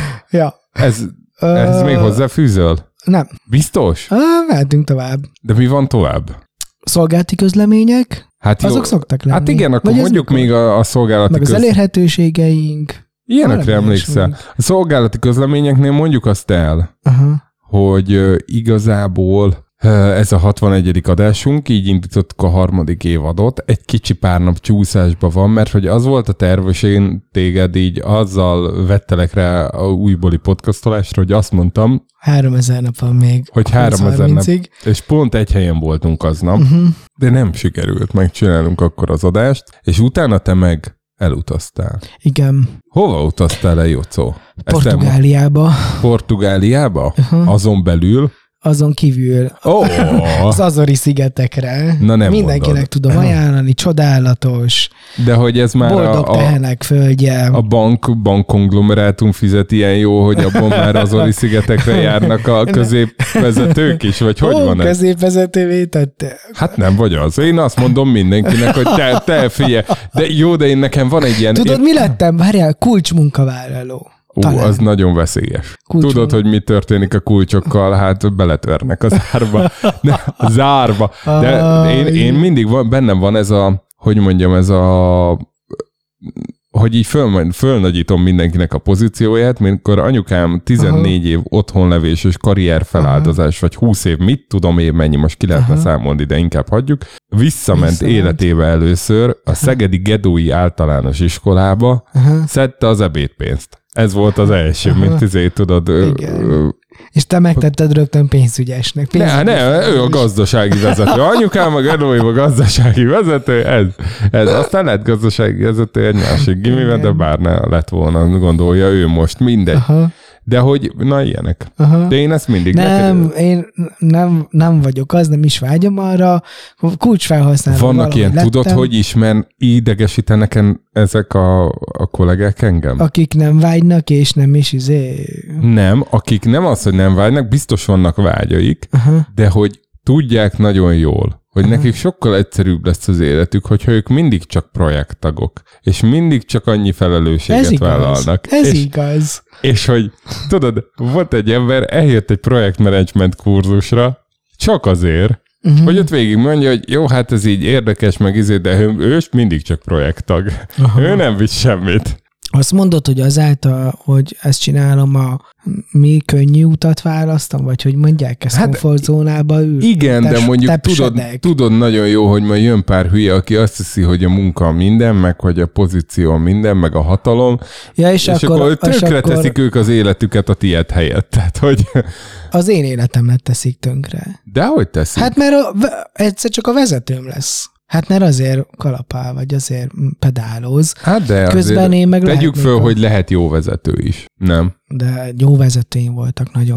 ez még hozzáfűzöl? Nem. Biztos? Mehetünk tovább. De mi van tovább? Szolgálati közlemények? Hát azok szoktak lenni. Hát igen, akkor mondjuk még a szolgálati meg az elérhetőségeink. Ilyenekre emlékszel. A szolgálati közleményeknél mondjuk azt el, hogy igazából ez a 61. adásunk, így indítottuk a 3. évadot, egy kicsi pár nap csúszásban van, mert hogy az volt a terv, és én téged így azzal vettelek rá a újbóli podcastolásra, hogy azt mondtam, 3000 nap van még. Hogy 3000 nap, és pont egy helyen voltunk aznap, de nem sikerült megcsinálnunk akkor az adást, és utána te meg elutaztál. Igen. Hova utaztál el, Jocó? Portugáliába. Portugáliába? Azon belül? Azon kívül az Azori-szigetekre. Na nem mindenkinek mondod. Tudom ajánlani, csodálatos. De hogy ez már boldog tehenek földje. A bankkonglomerátum fizet ilyen jó, hogy abban már Azori-szigetekre járnak a középvezetők is, vagy hogy van ez? Középvezetővé tette. Hát nem vagy az. Én azt mondom mindenkinek, hogy te figyelj. De jó, de én nekem van egy ilyen... Tudod, mi lettem? Várjál, kulcsmunkavállaló. Az nagyon veszélyes. Tudod, hogy mi történik a kulcsokkal? Hát beletörnek az zárba. De én mindig bennem van ez a, hogy mondjam, ez a, hogy így fölnagyítom mindenkinek a pozícióját, mikor anyukám 14 év otthonlevés és karrierfeláldozás, vagy 20 év, mit tudom én mennyi, most ki lehetne számolni, de inkább hagyjuk, visszament életébe először a Szegedi Gedói Általános Iskolába, szedte az ebédpénzt. Ez volt az első, mint tudod. És te megtetted rögtön pénzügyesnek. Ne, ő a gazdasági vezető. Anyukám a Gedóiba gazdasági vezető, ez. Aztán lett gazdasági vezető egy másik gimiben, de bár ne lett volna, gondolja ő most, mindegy. De hogy, na ilyenek. De én ezt mindig... Én nem vagyok az, nem is vágyom arra. Kulcsfelhasználó. Vannak ilyen, tudod, hogy idegesítenek ezek a kollégák engem? Akik nem vágynak, és nem is Nem, akik nem az, hogy nem vágynak, biztos vannak vágyaik, de hogy tudják nagyon jól, hogy nekik sokkal egyszerűbb lesz az életük, hogyha ők mindig csak projekttagok, és mindig csak annyi felelősséget vállalnak. Ez igaz. És hogy, tudod, volt egy ember, eljött egy projektmenedzsment kurzusra, csak azért, hogy ott végig mondja, hogy jó, hát ez így érdekes, meg de ő mindig csak projekttag. Ő nem visz semmit. Azt mondod, hogy azáltal, hogy ezt csinálom, mi könnyű utat választom, vagy hogy mondják, ezt komfortzónába ül? Igen, de mondjuk tudod nagyon jó, hogy majd jön pár hülye, aki azt hiszi, hogy a munka minden, meg hogy a pozíció minden, meg a hatalom, és akkor tönkre teszik ők az életüket a tiéd helyett. Tehát, hogy... Az én életemet teszik tönkre. Dehogy teszik? Hát mert egyszer csak a vezetőm lesz. Hát mert azért kalapál, vagy azért pedálóz. Hát de közben én meg tegyük föl, hogy lehet jó vezető is, nem? De jó vezetőim voltak nagyon.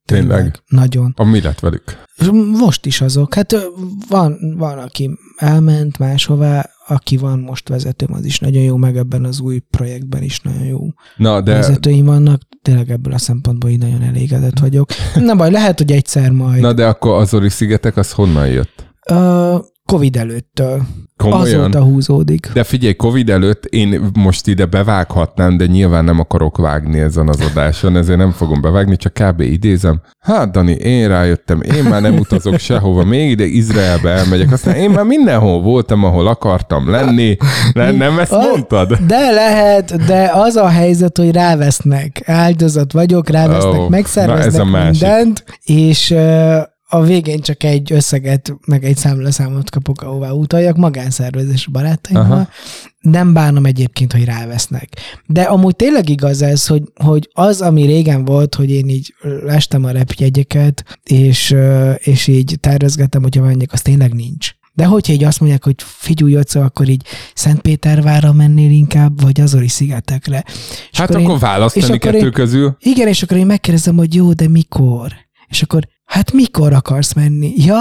Tényleg? Nagyon. Mi lett velük? Most is azok. Hát van aki elment máshová, aki van most vezetőm, az is nagyon jó, meg ebben az új projektben is nagyon jó vezetőim vannak. Tényleg ebből a szempontból így nagyon elégedett vagyok. Nem baj, lehet, hogy egyszer majd. Na de akkor Azori-szigetek, az honnan jött? Covid előttől. Komolyan? Azóta húzódik. De figyelj, Covid előtt én most ide bevághatnám, de nyilván nem akarok vágni ezen az adáson, ezért nem fogom bevágni, csak kb. Idézem. Hát Dani, én rájöttem, én már nem utazok sehova, még ide Izraelbe elmegyek, aztán én már mindenhol voltam, ahol akartam lenni. Nem ezt mondtad? De lehet, de az a helyzet, hogy rávesznek. Áldozat vagyok, rávesznek, megszerveznek mindent, és a végén csak egy összeget, meg egy számlaszámot kapok, ahová utaljak, magánszervezés barátaimmal. Aha. Nem bánom egyébként, hogy rávesznek. De amúgy tényleg igaz ez, hogy az, ami régen volt, hogy én így lestem a repjegyeket, és így tervezgettem, hogyha menjek, az tényleg nincs. De hogyha így azt mondják, hogy figyelj, Jocó, akkor így Szentpétervárra mennél inkább, vagy Azori-szigetekre. És hát akkor választani kettő közül. Igen, és akkor én megkérdezem, hogy jó, de mikor? És akkor hát mikor akarsz menni? Ja,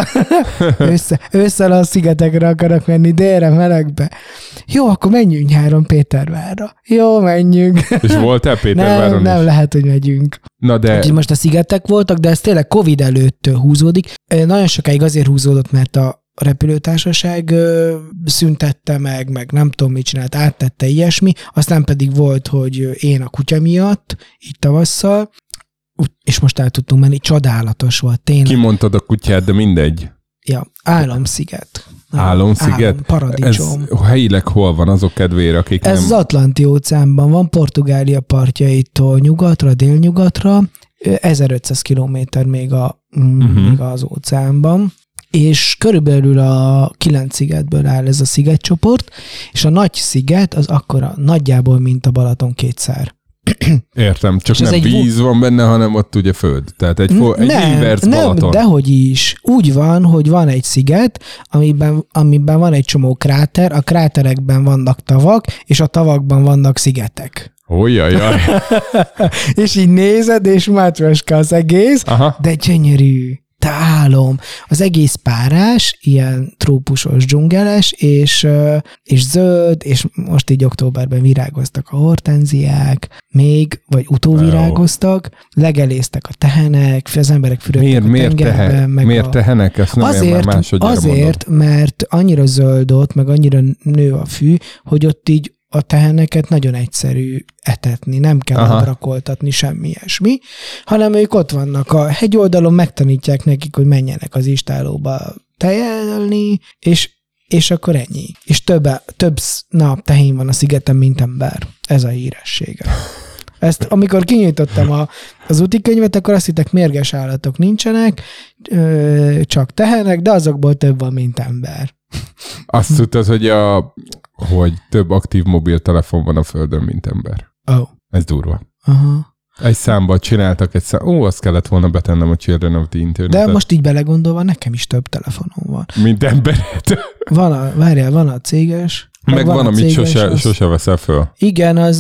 ősszel a szigetekre akarok menni, délre, melegbe. Jó, akkor menjünk nyáron Pétervárra. Jó, menjünk. És voltál Péterváron is? Nem lehet, hogy megyünk. Na de... Úgyhogy most a szigetek voltak, de ez tényleg Covid előtt húzódik. Nagyon sokáig azért húzódott, mert a repülőtársaság szüntette meg nem tudom mit csinált, áttette ilyesmi, aztán pedig volt, hogy én a kutya miatt, így tavasszal, és most el tudtunk menni, csodálatos volt, tényleg. Kimondtad a kutyát, de mindegy. Ja, Álomsziget. Álomsziget? Paradicsom. Ez helyileg hol van azok kedvére, akik ez nem... az Atlanti-óceánban van, Portugália partjaitól nyugatra, délnyugatra, 1500 kilométer még az óceánban, és körülbelül a 9 szigetből áll ez a szigetcsoport, és a nagy sziget az akkora nagyjából, mint a Balaton kétszer. Értem, csak nem víz van benne, hanem ott ugye föld. Tehát egy inverse Balaton. Nem, dehogy is. Úgy van, hogy van egy sziget, amiben van egy csomó kráter, a kráterekben vannak tavak, és a tavakban vannak szigetek. Jaj. És így nézed, és mátroska az egész, aha. De gyönyörű. Álom. Az egész párás, ilyen trópusos dzsungeles, és zöld, és most így októberben virágoztak a hortenziák, vagy utóvirágoztak, legeléztek a tehenek, az emberek fürödtek a tengerben. Miért tehenek? Ezt nem azért, mert annyira zöldott, meg annyira nő a fű, hogy ott így a teheneket nagyon egyszerű etetni, nem kell abrakoltatni semmi ilyesmi, hanem ők ott vannak a hegyoldalon, megtanítják nekik, hogy menjenek az istálóba tejelni, és akkor ennyi. És több tehén van a szigeten, mint ember. Ez a híressége. Ezt, amikor kinyitottam az útikönyvet, akkor azt hittek, mérges állatok nincsenek, csak tehenek, de azokból több van, mint ember. Azt tudtad, hogy több aktív mobiltelefon van a Földön, mint ember. Ez durva. Aha. Egy számban csináltak azt kellett volna betennem a Children of the Internet. De most így belegondolva, nekem is több telefonom van. Mint embered. Van a céges. Meg van, amit sose veszel föl. Igen.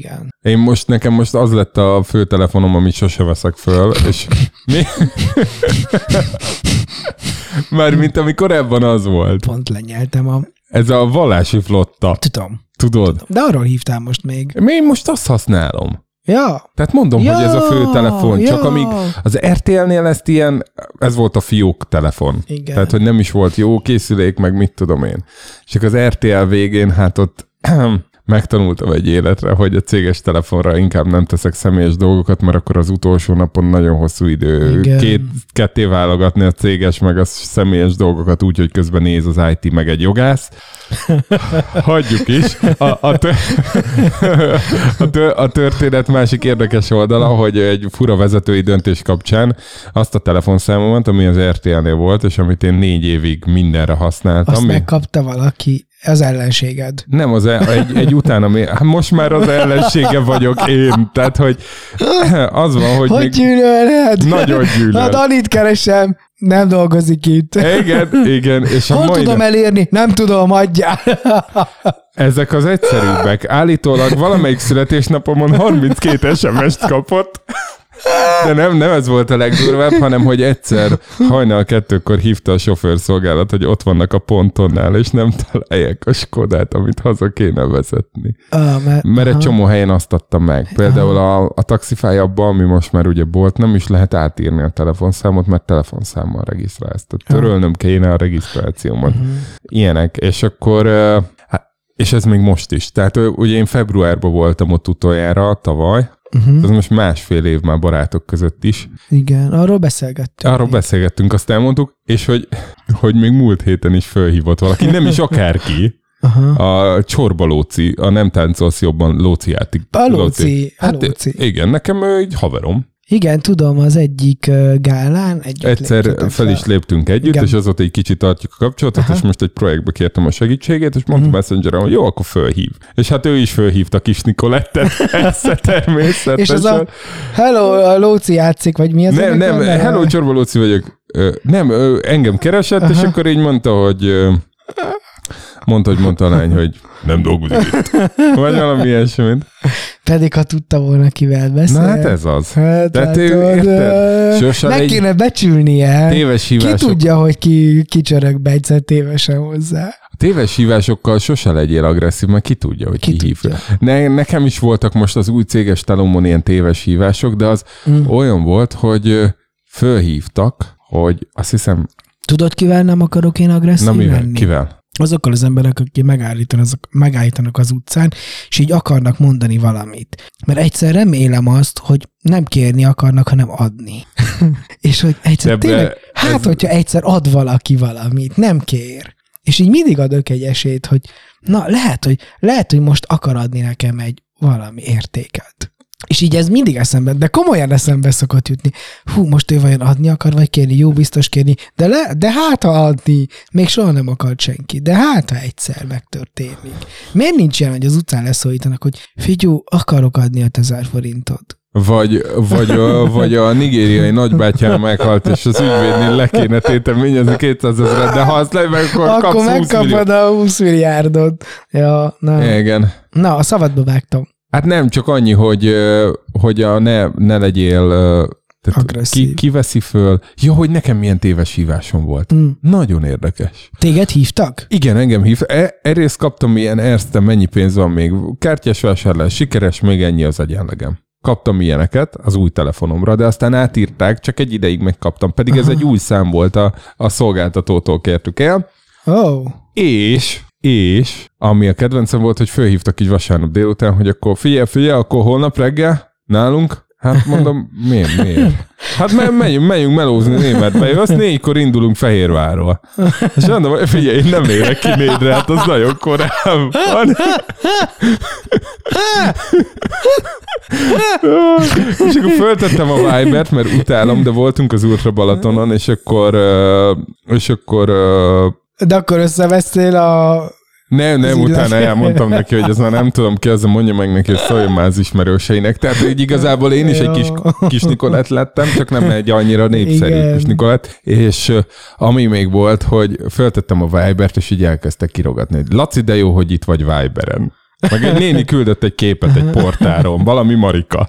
Nekem most az lett a főtelefonom, amit sose veszek föl, és mi? Mármint ami korábban az volt. Pont lenyeltem Ez a vallási flotta. Tudom. Tudod? De arról hívtál most még. Én most azt használom. Ja. Tehát mondom, hogy ez a fő telefon. Csak amíg az RTL-nél ez volt a fiók telefon. Igen. Tehát, hogy nem is volt jó készülék, meg mit tudom én. Csak az RTL végén, hát ott megtanultam egy életre, hogy a céges telefonra inkább nem teszek személyes dolgokat, mert akkor az utolsó napon nagyon hosszú idő. Ketté válogatni a céges meg a személyes dolgokat úgy, hogy közben néz az IT meg egy jogász. Hagyjuk is. A történet másik érdekes oldala, hogy egy fura vezetői döntés kapcsán azt a telefonszámomat, ami az RTL-nél volt, és amit én 4 évig mindenre használtam. Azt megkapta valaki, az ellenséged. Nem, egy utána, most már az ellensége vagyok én. Tehát, hogy az van, hogy még gyűlölhet? Nagyon gyűlöl. Na, Danit keresem. Nem dolgozik itt. Igen. És hol tudom elérni? Nem tudom, adjál. Ezek az egyszerűbbek. Állítólag valamelyik születésnapomon 32 SMS-t kapott. De nem ez volt a legdurvább, hanem hogy egyszer hajnal 2-kor hívta a sofőrszolgálat, hogy ott vannak a pontonnál, és nem találják a Skodát, amit haza kéne vezetni. Mert egy csomó helyen azt adta meg. Például a Taxify abban, ami most már ugye bolt, nem is lehet átírni a telefonszámot, mert telefonszámmal regisztrálsz. Törölnöm kéne a regisztrációmat. Ilyenek. És akkor... és ez még most is. Tehát ugye én februárban voltam ott utoljára, tavaly, ez most 1,5 év már barátok között is. Igen, arról beszélgettünk. Azt elmondtuk, és hogy még múlt héten is fölhívott valaki, nem is akárki, a Csorba Lóci, a Nem táncolsz jobban Lóci játék. A Lóci. Igen, nekem ő egy haverom. Igen, tudom, az egyik gálán egyszer fel is léptünk együtt, igen. És azóta egy kicsit tartjuk a kapcsolatot, és most egy projektbe kértem a segítségét, és mondtam Messengeren, hogy jó, akkor fölhív. És hát ő is fölhívta kis Nikolettet, ezt természetesen. És az a Hello, a Lóci játszik, vagy mi az? Nem, Hello, Csorba Lóci vagyok. Nem, engem keresett, és akkor így mondta, hogy mondta a lány, hogy nem dolgozik itt. Vagy valami ilyesmit. Pedig ha tudta volna, kivel beszél. Na hát ez az. Tehát meg kéne becsülnie. Téves hívások. Ki tudja, hogy ki csörög be egyszer tévesen hozzá. A téves hívásokkal sose legyél agresszív, mert ki tudja, hogy ki hív. Nekem is voltak most az új céges telomon ilyen téves hívások, de az olyan volt, hogy fölhívtak, hogy azt hiszem... Tudod, kivel nem akarok én agresszív lenni? Kivel? Azokkal az emberek, akik megállítanak az utcán, és így akarnak mondani valamit. Mert egyszer remélem azt, hogy nem kérni akarnak, hanem adni. És hogy egyszer tényleg, hogyha egyszer ad valaki valamit, nem kér. És így mindig adok egy esélyt, hogy na, lehet, hogy most akar adni nekem egy valami értéket. És így ez mindig eszembe, de komolyan eszembe szokott jutni. Most ő vajon adni akar, vagy kérni? Jó, biztos kérni. De hát, ha adni, még soha nem akart senki. De hát, ha egyszer megtörténik. Miért nincs ilyen, hogy az utcán leszólítanak, hogy figyú, akarok adni 5000 forintot? Vagy a nigériai nagybátyám meghalt, és az ügyvédnél le kéne téteményezni 200 000, de ha azt le, akkor megkapod a 20 milliárdot. Ja, na. Igen. Na, a szabadba vágtam. Hát nem, csak annyi, hogy ne legyél ki veszi föl. Ja, hogy nekem milyen téves hívásom volt. Nagyon érdekes. Téged hívtak? Igen, engem hívtak. Egyrészt kaptam ilyen Erztem, mennyi pénz van még. Kártyás vásárlás, sikeres, még ennyi az egyenlegem. Kaptam ilyeneket az új telefonomra, de aztán átírták, csak egy ideig megkaptam. Pedig ez egy új szám volt, a szolgáltatótól kértük el. Oh. És ami a kedvencem volt, hogy fölhívtak így vasárnap délután, hogy akkor figyelj, akkor holnap reggel nálunk. Hát mondom, miért? Hát menjünk melózni Németbe, jössz, 4-kor indulunk Fehérvárról. És mondom, figyelj, én nem érek ki 4-re, hát az nagyon korán van. És akkor föltettem a Vibert, mert utálom, de voltunk az Ultra Balatonon, és akkor de akkor összevesztél a... Nem, utána elmondtam neki, hogy ez már nem tudom ki, az mondja meg neki, hogy szóljon már az ismerőseinek. Tehát így igazából én is egy kis Nikolett lettem, csak nem egy annyira népszerű kis Nikolett. És ami még volt, hogy föltettem a Vibert, és így elkezdtek kirogatni, hogy Laci, de jó, hogy itt vagy Viberen. Meg egy néni küldött egy képet egy portáron, valami Marika.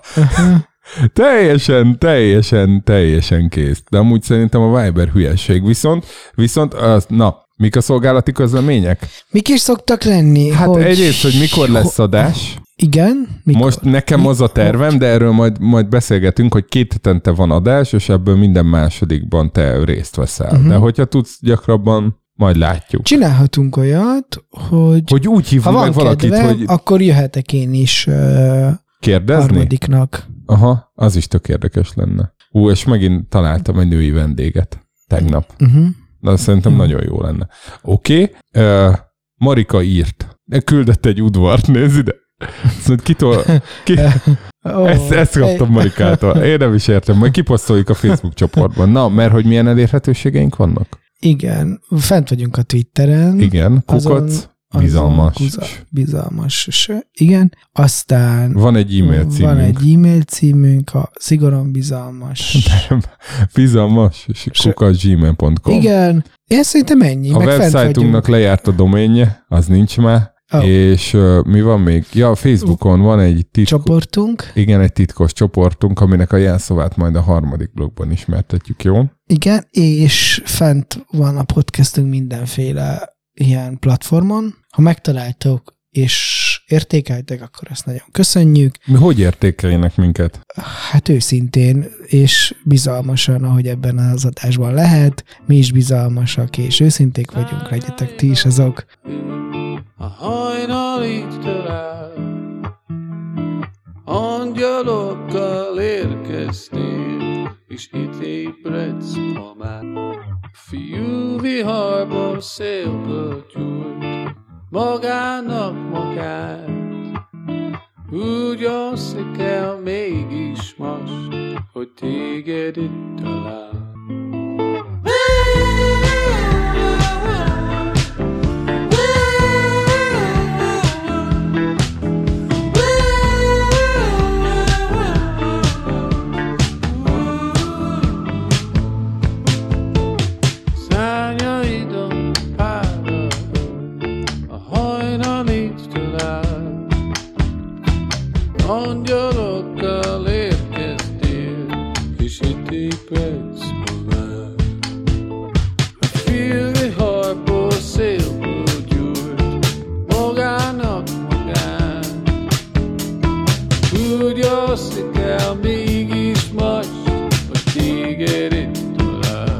Teljesen kész. De amúgy szerintem a Viber hülyesség. Viszont mik a szolgálati közlemények? Mik is szoktak lenni? Hát egyrészt, hogy mikor lesz adás. Igen? Mikor? Most nekem az a tervem, de erről majd beszélgetünk, hogy 2 hetente van adás, és ebből minden másodikban te részt veszel. De hogyha tudsz gyakrabban, majd látjuk. Csinálhatunk olyat, hogy úgy hívunk meg valakit, kedvem, hogy... akkor jöhetek én is kérdezni? Harmadiknak. Aha, az is tök érdekes lenne. És megint találtam egy női vendéget tegnap. De szerintem nagyon jó lenne. Oké. Marika írt. Küldött egy udvart, nézd ide. Ezt kaptam Marikától. Én nem is értem. Majd kiposztoljuk a Facebook csoportban. Na, mert hogy milyen elérhetőségeink vannak? Igen. Fent vagyunk a Twitteren. Igen. Kukac. Bizalmas. Igen. Aztán van egy e-mail címünk. A szigorúan bizalmas. Nem. Bizalmas. kukac@gmail.com. Igen. Én szerintem ennyi. A websájtunknak lejárt a doménje, az nincs már. És mi van még? Ja, a Facebookon van egy csoportunk. Igen, egy titkos csoportunk, aminek a jelszavát majd a 3. blogban ismertetjük, jó? Igen, és fent van a podcastünk mindenféle ilyen platformon. Ha megtaláltok és értékeltek, akkor ezt nagyon köszönjük. Mi hogy értékeljenek minket? Hát őszintén és bizalmasan, ahogy ebben az adásban lehet. Mi is bizalmasak és őszinték vagyunk, legyetek ti is azok. A hajnal így talál, angyalokkal érkeztél, és itt ébredsz ma már. Fiú viharban szélből gyújt, magának magát, úgy alszik el mégis most, hogy téged itt talál. Angyalokkal érkeztél, és itt ébredsz ma már. A félviharból szélből gyújt, magának magát, úgy alszik el mégis most, hogy téged itt talál.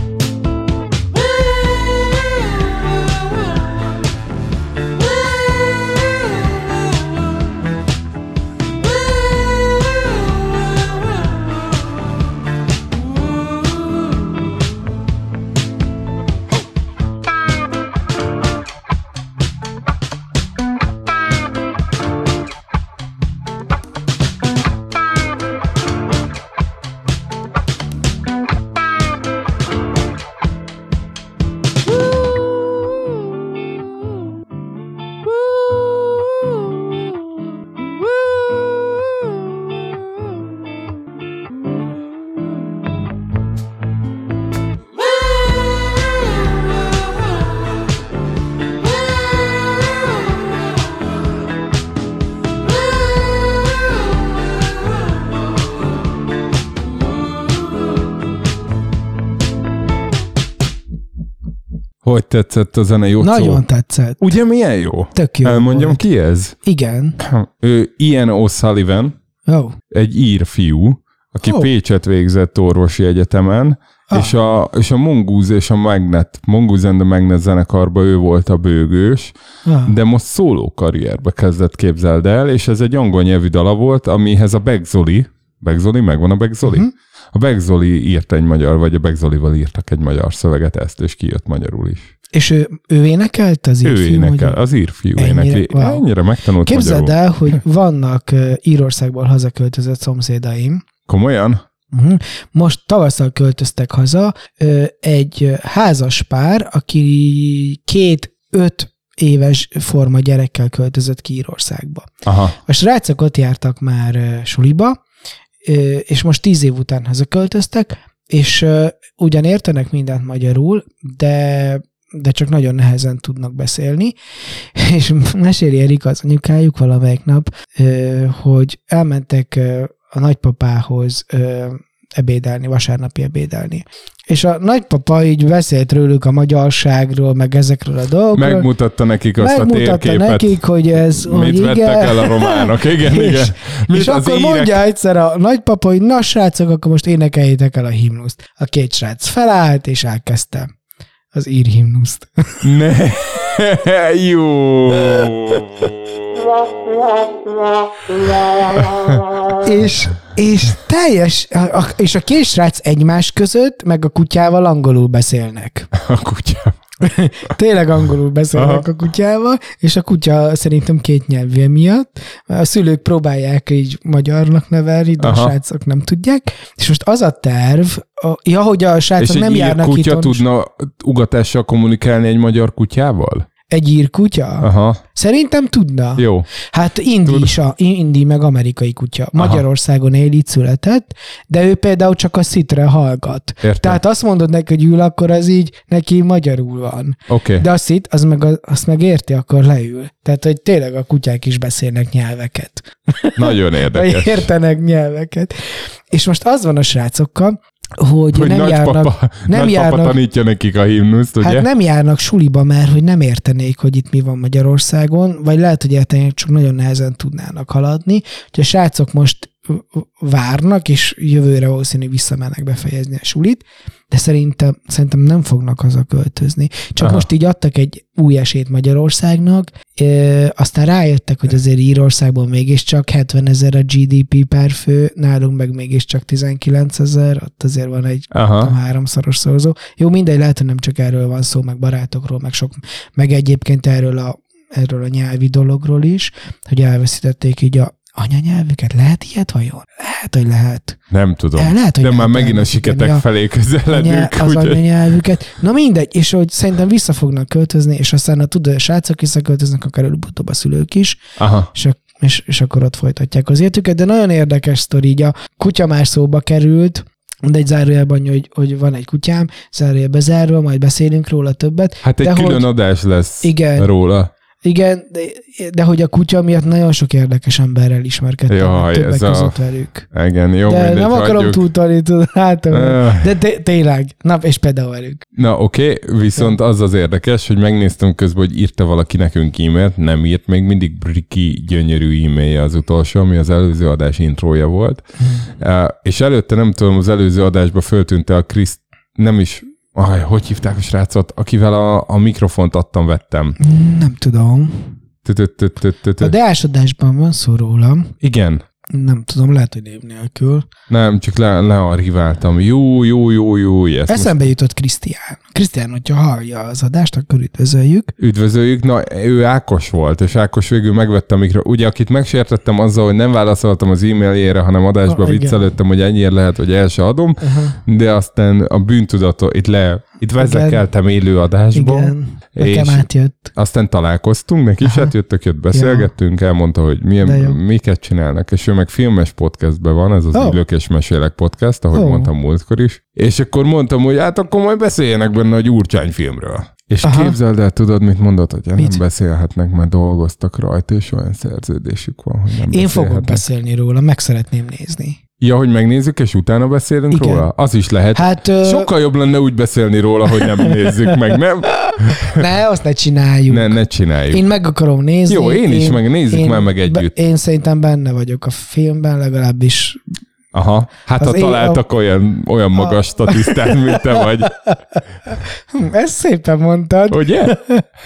Hogy tetszett a zene, Jocó? Nagyon tetszett. Ugye milyen jó? Tök jó. Elmondjam, volt. ki ez? Igen. Ő Ian O'Sullivan, egy ír fiú, aki Pécset végzett orvosi egyetemen, és a Mongoose és a Magnet, Mongoose and the Magnet zenekarban ő volt a bőgős, de most szóló karrierbe kezdett, képzeld el, és ez egy angol nyelvű dala volt, amihez a Begzoli, megvan a Begzoli? A Begzoli írt egy magyar, vagy a Begzolival írtak egy magyar szöveget, ezt, és kijött magyarul is. És ő énekelt az írfiú? Ő énekel, az írfiú énekli. Ennyire megtanult Képzeld magyarul. el, hogy vannak Írországból hazaköltözött szomszédaim. Komolyan? Most tavasszal költöztek haza egy házas pár, aki 2-5 éves forma gyerekkel költözött ki Írországba. Aha. A srácok ott jártak már suliba, és most 10 év után hazaköltöztek, és ugyan értenek mindent magyarul, de csak nagyon nehezen tudnak beszélni, és meséli Erika az anyukájuk valamelyik nap, hogy elmentek a nagypapához ebédelni, vasárnapi ebédelni. És a nagypapa így beszélt róluk a magyarságról, meg ezekről a dolgokról. Megmutatta nekik azt a térképet. Megmutatta nekik, hogy ez... Mit vettek el a románok, igen. És akkor mondja egyszer a nagypapa, hogy na srácok, akkor most énekeljétek el a himnuszt. A 2 srác felállt, és elkezdte az ír himnuszt. Ne, jó! és teljes, és a 2 srác egymás között, meg a kutyával angolul beszélnek. A kutyával. Tényleg angolul beszélnek a kutyával, és a kutya szerintem 2 nyelvű miatt. A szülők próbálják így magyarnak nevelni, de a srácok nem tudják. És most az a terv, hogy a srácok nem járnak itt. És egy kutya tudna ugatással kommunikálni egy magyar kutyával? Egy írkutya? Aha. Szerintem tudna. Jó. Hát indi meg amerikai kutya. Magyarországon él, itt született, de ő például csak a szitre hallgat. Értem. Tehát azt mondod neki, hogy ül, akkor az így neki magyarul van. Okay. De a szit, azt meg érti, akkor leül. Tehát, hogy tényleg a kutyák is beszélnek nyelveket. Nagyon érdekes. Vagy értenek nyelveket. És most az van a srácokkal, hogy nem járnak, tanítja nekik a himnuszt, ugye? Hát nem járnak suliba, mert hogy nem értenék, hogy itt mi van Magyarországon, vagy lehet, hogy értenék, csak nagyon nehezen tudnának haladni. Úgyhogy a srácok most várnak, és jövőre valószínűleg visszamennek befejezni a sulit, de szerintem nem fognak hazaköltözni. Csak most így adtak egy új esélyt Magyarországnak, aztán rájöttek, hogy azért Írországban mégiscsak 70 000 a GDP per fő, nálunk meg mégiscsak 19 000, ott azért van egy háromszoros szorzó. Jó, mindegy, lehet, hogy nem csak erről van szó, meg barátokról, meg egyébként erről a nyelvi dologról is, hogy elveszítették így a anyanyelvüket. Lehet ilyet vajon? Lehet, hogy lehet. Nem tudom. Lehet, de már megint a siketek felé közeledünk. Az anyanyelvüket. Na mindegy, és hogy szerintem vissza fognak költözni, és aztán a srácok visszaköltöznek, akár előbb-utóbb a szülők is. Aha. És akkor ott folytatják az életüket. De nagyon érdekes sztori, így a kutya már szóba került, de egy zárójelben, hogy van egy kutyám, zárójelbe zárva, majd beszélünk róla többet. Hát egy külön adás lesz róla. Igen, de hogy a kutya miatt nagyon sok érdekes emberrel ismerkedtem, többek között velük. Igen, jó, de nem akarom túltani, de tényleg, és például velük. Na oké, viszont az az érdekes, hogy megnéztem közben, hogy írta valaki nekünk e-mailt, nem írt, még mindig Briki gyönyörű e-mailje az utolsó, ami az előző adás intrója volt. És előtte nem tudom, az előző adásban föltűnte a Kriszt, nem is... hogy hívták a srácot, akivel a mikrofont vettem? Nem tudom. A deásodásban van szó rólam. Igen. Nem tudom, lehet, hogy név nélkül. Nem, csak learchiváltam. Jó. Eszembe jutott Krisztián. Krisztián, hogyha hallja az adást, akkor üdvözöljük. Üdvözöljük. Na, ő Ákos volt, és Ákos végül megvette a mikrofont. Ugye, akit megsértettem azzal, hogy nem válaszoltam az e-mailjére, hanem adásba viccelődtem, hogy ennyire lehet, hogy el se adom, de aztán a bűntudatot itt vezekeltem élő adásba. Igen, nekem átjött. Aztán találkoztunk, neki is átjöttök, beszélgettünk, elmondta, hogy miket csinálnak, és ő meg filmes podcastben van, ez az Ülök és Mesélek podcast, ahogy mondtam múltkor is. És akkor mondtam, hogy hát akkor majd beszéljenek benne a Gyurcsány filmről. És képzeld el, tudod, mit mondott, hogy nem beszélhetnek, mert dolgoztak rajta, és olyan szerződésük van, hogy nem Én fogok beszélni róla, meg szeretném nézni. Ja, hogy megnézzük, és utána beszélünk róla? Az is lehet. Hát, sokkal jobb lenne úgy beszélni róla, hogy nem nézzük meg, nem? Ne, azt ne csináljuk. Ne csináljuk. Én meg akarom nézni. Jó, én is nézzük már meg együtt. Én szerintem benne vagyok a filmben, legalábbis. Aha, hát ha találtak olyan magas statisztát, mint te vagy. Ezt szépen mondtad. Ugye?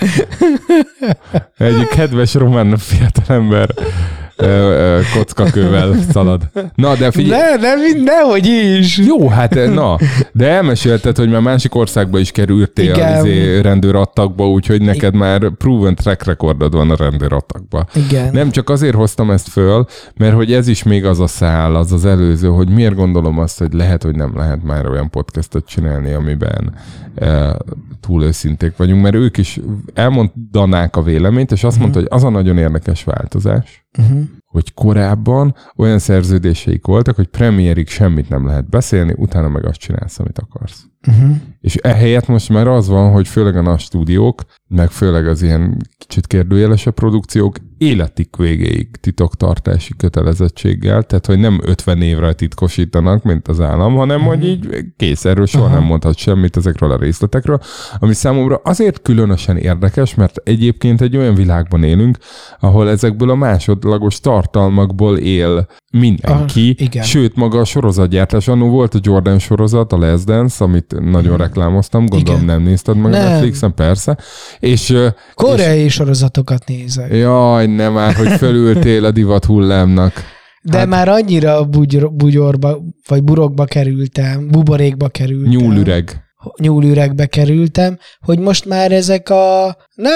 Egy kedves román fiatalember kockakővel szalad. Na, de figyelj. Nehogy is. Jó, hát de elmesélted, hogy már másik országba is kerültél rendőrattakba, úgyhogy neked már proven track recordod van a rendőrattakba. Igen. Nem csak azért hoztam ezt föl, mert hogy ez is még az a szál, az előző, hogy miért gondolom azt, hogy lehet, hogy nem lehet már olyan podcastot csinálni, amiben túl őszinték vagyunk, mert ők is elmondanák a véleményt, és azt mondta, hogy az a nagyon érdekes változás, hogy korábban olyan szerződéseik voltak, hogy premierig semmit nem lehet beszélni, utána meg azt csinálsz, amit akarsz. És ehelyett most már az van, hogy főleg a nagy stúdiók, meg főleg az ilyen kicsit kérdőjelesebb produkciók életik végéig titoktartási kötelezettséggel, tehát hogy nem 50 évre titkosítanak, mint az állam, hanem hogy így kész, erről soha nem mondhat semmit ezekről a részletekről, ami számomra azért különösen érdekes, mert egyébként egy olyan világban élünk, ahol ezekből a másodlagos tartalmakból él mindenki, sőt maga a sorozatgyártás. Annó volt a Jordan sorozat, a Last Dance, amit nagyon reklámoztam, gondolom nem nézted meg a Netflixen, persze. És koreai sorozatokat nézek. Jaj, nem már, hogy fölültél a divat hullámnak. De már annyira bugyorba, vagy burokba kerültem, buborékba kerültem. Nyúlüregbe kerültem, hogy most már ezek a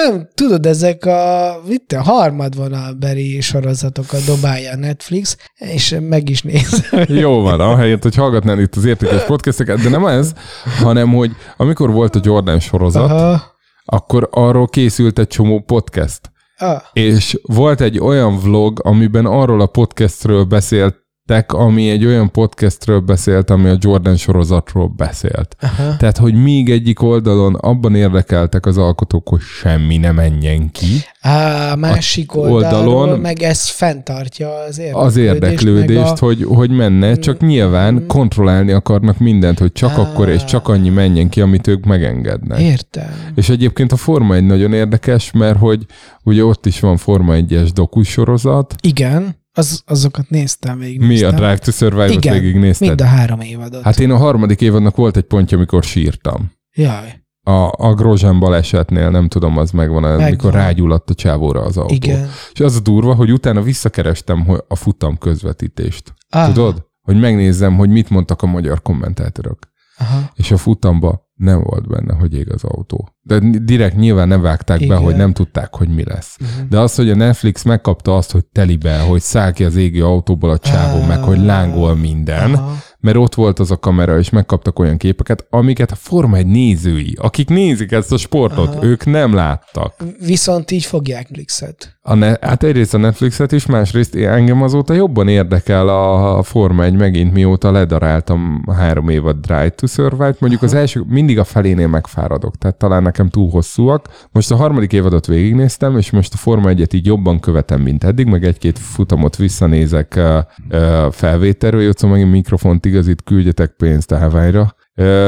harmadvonalbeli sorozatokat dobálja a Netflix, és meg is nézem. Jó van, ahelyett, hogy hallgatnál itt az értékes podcasteket, de nem ez, hanem, hogy amikor volt a Jordan sorozat, akkor arról készült egy csomó podcast. És volt egy olyan vlog, amiben arról a podcastről beszéltek, ami egy olyan podcastről beszélt, ami a Jordan sorozatról beszélt. Aha. Tehát, hogy még egyik oldalon abban érdekeltek az alkotók, hogy semmi ne menjen ki. Másik oldalon meg ez fenntartja az érdeklődést, hogy menne, csak nyilván kontrollálni akarnak mindent, hogy csak akkor és csak annyi menjen ki, amit ők megengednek. Értem. És egyébként a Forma 1 nagyon érdekes, mert hogy ugye ott is van Forma 1-es dokusorozat. Igen. Azokat néztem, végignéztem. Mi a Drive to Survive-ot végignézted? Mind a 3 évadot. Hát én a 3. évadnak volt egy pontja, amikor sírtam. Jaj. A Grosjean balesetnél, nem tudom, az megvan, amikor rágyulladt a csávóra az autó. Igen. És az a durva, hogy utána visszakerestem a futam közvetítést. Tudod? Hogy megnézzem, hogy mit mondtak a magyar kommentátorok. Aha. És a futamba nem volt benne, hogy ég az autó. De direkt nyilván nem vágták be, hogy nem tudták, hogy mi lesz. De az, hogy a Netflix megkapta azt, hogy telibe, hogy száll ki az égő autóból a csávó, meg hogy lángol minden, mert ott volt az a kamera, és megkaptak olyan képeket, amiket a Forma 1 nézői, akik nézik ezt a sportot, ők nem láttak. Viszont így fogják Netflixet. Hát egyrészt a Netflixet is, másrészt engem azóta jobban érdekel a Forma 1 megint, mióta ledaráltam 3 évad Drive to Survive-t. Mondjuk az első, mindig a felénél megfáradok, tehát talán nekem túl hosszúak. Most a 3. évadot végignéztem, és most a Forma 1-et így jobban követem, mint eddig, meg egy-két futamot visszanézek felvételről, jötszom megint mikrofont igazít, küldjetek pénzt a Hawaii-ra.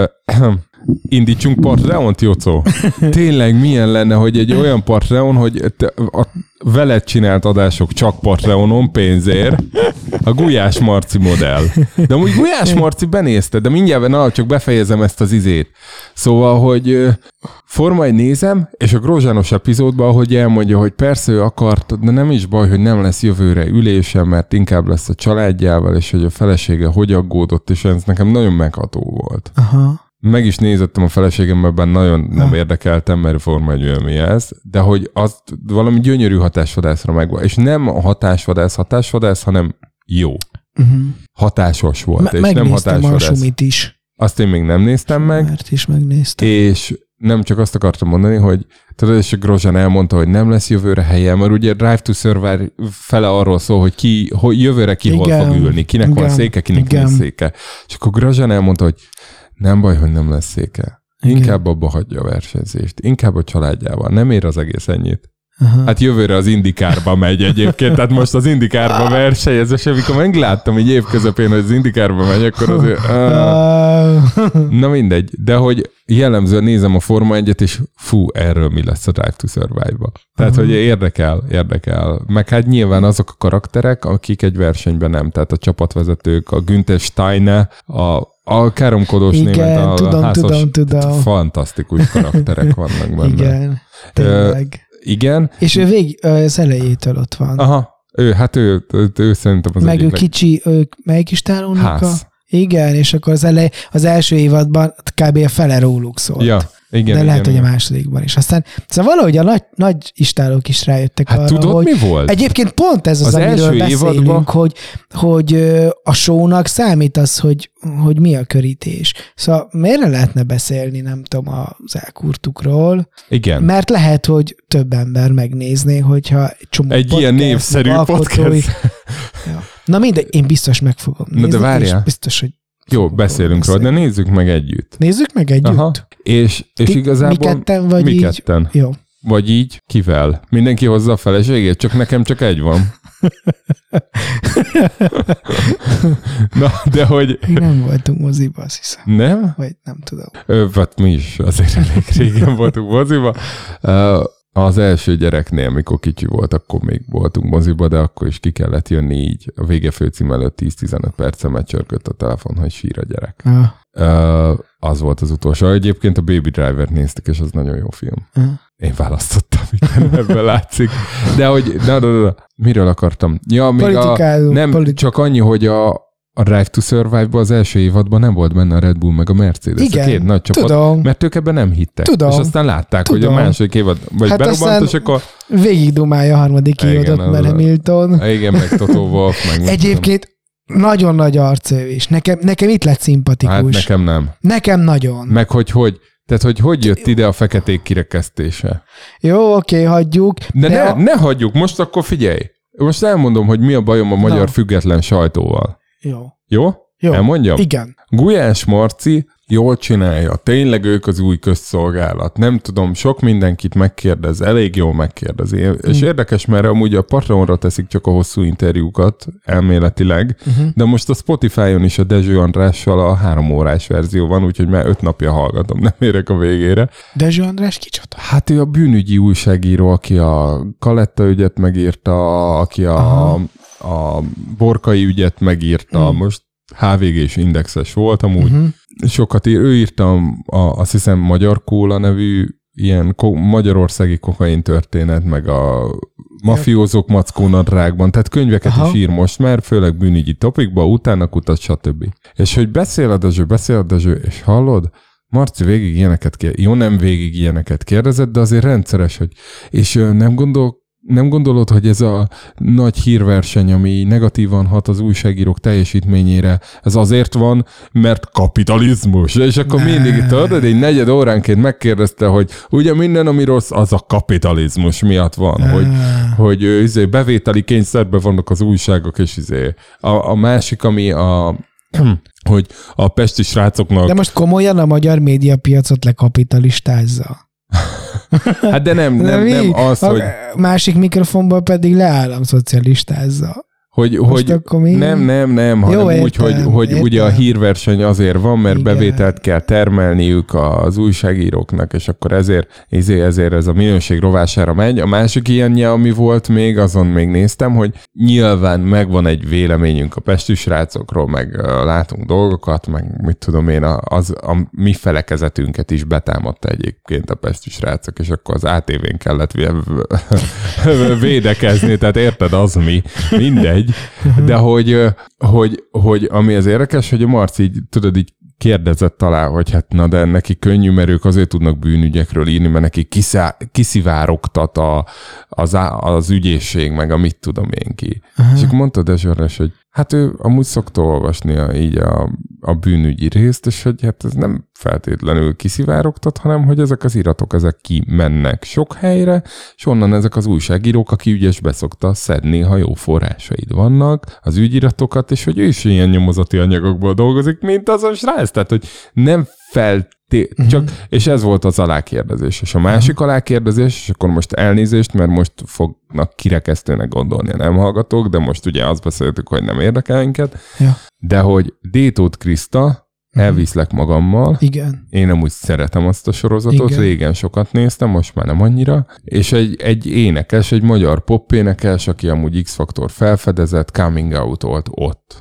Indítsunk Patreont, Jocó? Tényleg milyen lenne, hogy egy olyan Patreon, hogy a veled csinált adások csak Patreonon pénzért, a Gulyás Marci modell. De amúgy Gulyás Marci benézte, de mindjárt csak befejezem ezt az izét. Szóval, hogy Forma 1 nézem, és a Grosjeanos epizódban, ahogy elmondja, hogy persze ő akart, de nem is baj, hogy nem lesz jövőre ülésem, mert inkább lesz a családjával, és hogy a felesége hogy aggódott, és ez nekem nagyon megható volt. Aha. Meg is nézettem a feleségemmel, bár nagyon nem érdekeltem, mert Forma 1 olyan mi ez, de hogy az valami gyönyörű hatásvadászra megvan. És nem a hatásvadász, hanem jó. Hatásos volt. És nem hatásvadász. A Sumit is. Azt én még nem néztem meg. Mert is megnéztem. És nem csak azt akartam mondani, hogy tudod, és a Grosjean elmondta, hogy nem lesz jövőre helye, mert ugye Drive to Survive fele arról szól, hogy jövőre ki hol fog ülni, kinek van széke, kinek nincs széke. És akkor Grosjean elmondta, hogy nem baj, hogy nem lesz széke. Inkább abba hagyja a versenyzést. Inkább a családjával. Nem ér az egész ennyit. Aha. Hát jövőre az IndyCarba megy egyébként, tehát most az IndyCarba versenyez, és amikor megláttam így év közepén, hogy az IndyCarba megy, akkor azért... Na mindegy, de hogy jellemzően nézem a Forma 1-et, és erről mi lesz a Drive to Survive-ba. Tehát, hogy érdekel. Meg hát nyilván azok a karakterek, akik egy versenyben nem. Tehát a csapatvezetők, a Günther Steiner, a káromkodós német, a házas, tudom. Fantasztikus karakterek vannak benne. Igen, tényleg. Igen. És ő az elejétől ott van. Aha, ő szerintem az meg ő kicsi, melyik is tálónak Igen, és akkor az első évadban kb. A fele róluk szólt. Ja, igen. De lehet, hogy a másodikban is. Aztán szóval valahogy a nagy istálók is rájöttek arra, tudod, hogy mi volt? Egyébként pont ez az amiről beszélünk, hogy a shownak számít az, hogy mi a körítés. Szóval miért lehetne beszélni, nem tudom, az elkurtukról? Igen. Mert lehet, hogy több ember megnézné, hogyha egy ilyen névszerű podcast. Ja. Na mindegy, én biztos meg fogom nézni. Na de várjál. Biztos, hogy jó, beszélünk róla, de nézzük meg együtt. Nézzük meg együtt? Aha. És igazából... Mi ketten, vagy mi ketten. Jó. Vagy így, kivel? Mindenki hozza a feleségét, csak nekem csak egy van. Na, de hogy... Nem voltunk moziba, azt hiszem. Nem? Vagy nem tudom. Hát mi is azért elég régen voltunk moziba. Az első gyereknél, mikor kicsi volt, akkor még voltunk moziba, de akkor is ki kellett jönni így. A vége főcím előtt 10-15 percen megcsörgött a telefon, hogy sír a gyerek. Az volt az utolsó. Egyébként a Baby Driver-t néztük, és az nagyon jó film. Én választottam, igen, ebben látszik. De hogy, miről akartam? Ja, még csak annyi, hogy a Drive to Survive-ban az első évadban nem volt benne a Red Bull meg a Mercedes. Igen, a két nagy csapat, tudom. Mert ők ebben nem hittek. Tudom. És aztán látták, hogy a második évad vagy berobbant, és akkor... végig dumálja a harmadik évadot, mert Hamilton. Igen, meg Toto Wolff. Meg egyébként nagyon nagy arc ő is. Nekem itt lett szimpatikus. Hát nekem nem. Nekem nagyon. Meg hogy Tehát, hogy jött ide a feketék kirekesztése? Jó, oké, hagyjuk. De ne hagyjuk, most akkor figyelj. Most elmondom, hogy mi a bajom a magyar független sajtóval. Jó. Jó? Elmondjam? Igen. Gulyás Marci jól csinálja. Tényleg ők az új közszolgálat. Nem tudom, sok mindenkit megkérdez, elég jól megkérdezi. És érdekes, mert amúgy a Patreonra teszik csak a hosszú interjúkat, elméletileg, de most a Spotify-on is a Dezső Andrással a 3 órás verzió van, úgyhogy már 5 napja hallgatom, nem érek a végére. Dezső András kicsoda? Hát ő a bűnügyi újságíró, aki a Kaletta ügyet megírta, aki a Borkai ügyet megírta, most HVG-s indexes volt amúgy. Sokat ő írta azt hiszem Magyar Kóla nevű ilyen magyarországi kokain történet, meg a mafiózók mackónadrágban, tehát könyveket is ír most már, főleg bűnügyi topikba, utána kutat, stb. És hogy beszél a Dezső, és hallod? Marci végig ilyeneket jó, nem végig ilyeneket kérdezett, de azért rendszeres, hogy és nem gondolod, hogy ez a nagy hírverseny, ami negatívan hat az újságírók teljesítményére, ez azért van, mert kapitalizmus. És akkor mindig, tudod, egy 4 óránként megkérdezte, hogy ugye minden, ami rossz, az a kapitalizmus miatt van, hogy bevételi kényszerben vannak az újságok, és a másik, ami hogy a pesti srácoknak... De most komolyan a magyar médiapiacot lekapitalistázzal. Hát de nem az, hogy... Másik mikrofonban pedig leállamszocialistázza. Hogy nem, hanem úgy, hogy ugye a hírverseny azért van, mert bevételt kell termelniük az újságíróknak, és akkor ezért ez a minőség rovására megy. A másik ilyenje, ami volt még, azon még néztem, hogy nyilván megvan egy véleményünk a pesti srácokról, meg látunk dolgokat, meg mit tudom én, a mi felekezetünket is betámadta egyébként a pesti srácok, és akkor az ATV-n kellett védekezni, tehát érted, az mi, mindegy. De hogy ami az érdekes, hogy a Marci így, tudod, így kérdezett talán, hogy hát na de neki könnyű, mert ők azért tudnak bűnügyekről írni, mert neki kiszivárogtat az ügyészség, meg a mit tudom én ki. És akkor mondta Dezső András, hogy hát ő amúgy szokta olvasni így a bűnügyi részt, és hogy hát ez nem feltétlenül kiszivárogtat, hanem hogy ezek az iratok, ezek kimennek sok helyre, és onnan ezek az újságírók, aki ügyes beszokta szedni, ha jó forrásaid vannak, az ügyiratokat, és hogy ő is ilyen nyomozati anyagokból dolgozik, mint az a srác. Tehát, hogy nem csak, és ez volt az alákérdezés. És a másik alákérdezés, és akkor most elnézést, mert most fognak kirekesztőnek gondolni a nem hallgatók, de most ugye azt beszéltük, hogy nem érdekel minket, de hogy Détóth Kriszta, elviszlek magammal. Igen. Én amúgy szeretem azt a sorozatot, régen sokat néztem, most már nem annyira. És egy énekes, egy magyar pop-énekes, aki amúgy X-faktor felfedezett, coming out volt ott.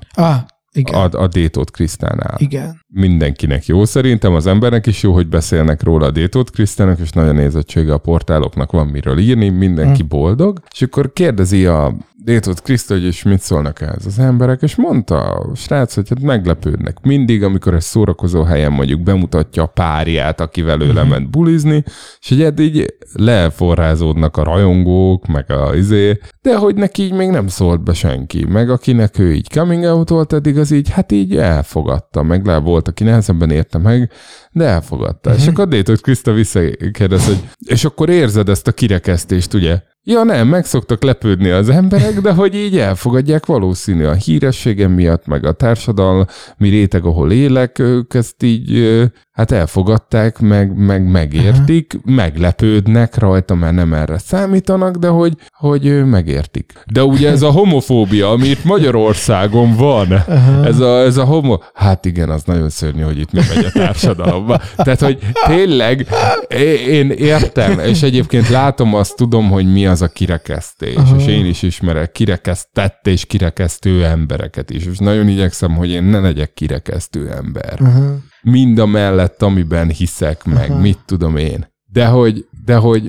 A Détóth Krisztánál. Igen. Mindenkinek jó szerintem, az embernek is jó, hogy beszélnek róla a Détóth Krisztának, és nagy a nézettsége a portáloknak, van miről írni, mindenki boldog. És akkor kérdezi a Détóth Kriszta, hogy és mit szólnak ehhez az emberek, és mondta a srác, hogy hát meglepődnek mindig, amikor egy szórakozó helyen mondjuk bemutatja a párját, akivel ő lement bulizni, és hogy így leforrázódnak a rajongók, meg de hogy neki így még nem szólt be senki, meg akinek ő így coming out volt eddig, az így, hát így elfogadta, meg volt, aki nehezebben érte meg, de elfogadta. És akkor Détóth Kriszta visszakérdez, hogy és akkor érzed ezt a kirekesztést, ugye? Ja nem, meg szoktak lepődni az emberek, de hogy így elfogadják, valószínű a hírességem miatt, meg a társadalmi réteg, ahol élek, ők ezt így hát elfogadták, meg megértik, meglepődnek rajta, mert nem erre számítanak, de hogy megértik. De ugye ez a homofóbia, ami itt Magyarországon van, ez a homo... Hát igen, az nagyon szörnyű, hogy itt mi megy a társadalomban. Tehát, hogy tényleg én értem, és egyébként látom, azt tudom, hogy mi az a kirekesztés, és én is ismerek kirekesztett és kirekesztő embereket is, és nagyon igyekszem, hogy én ne legyek kirekesztő ember. Mind a mellett, amiben hiszek, meg mit tudom én. De hogy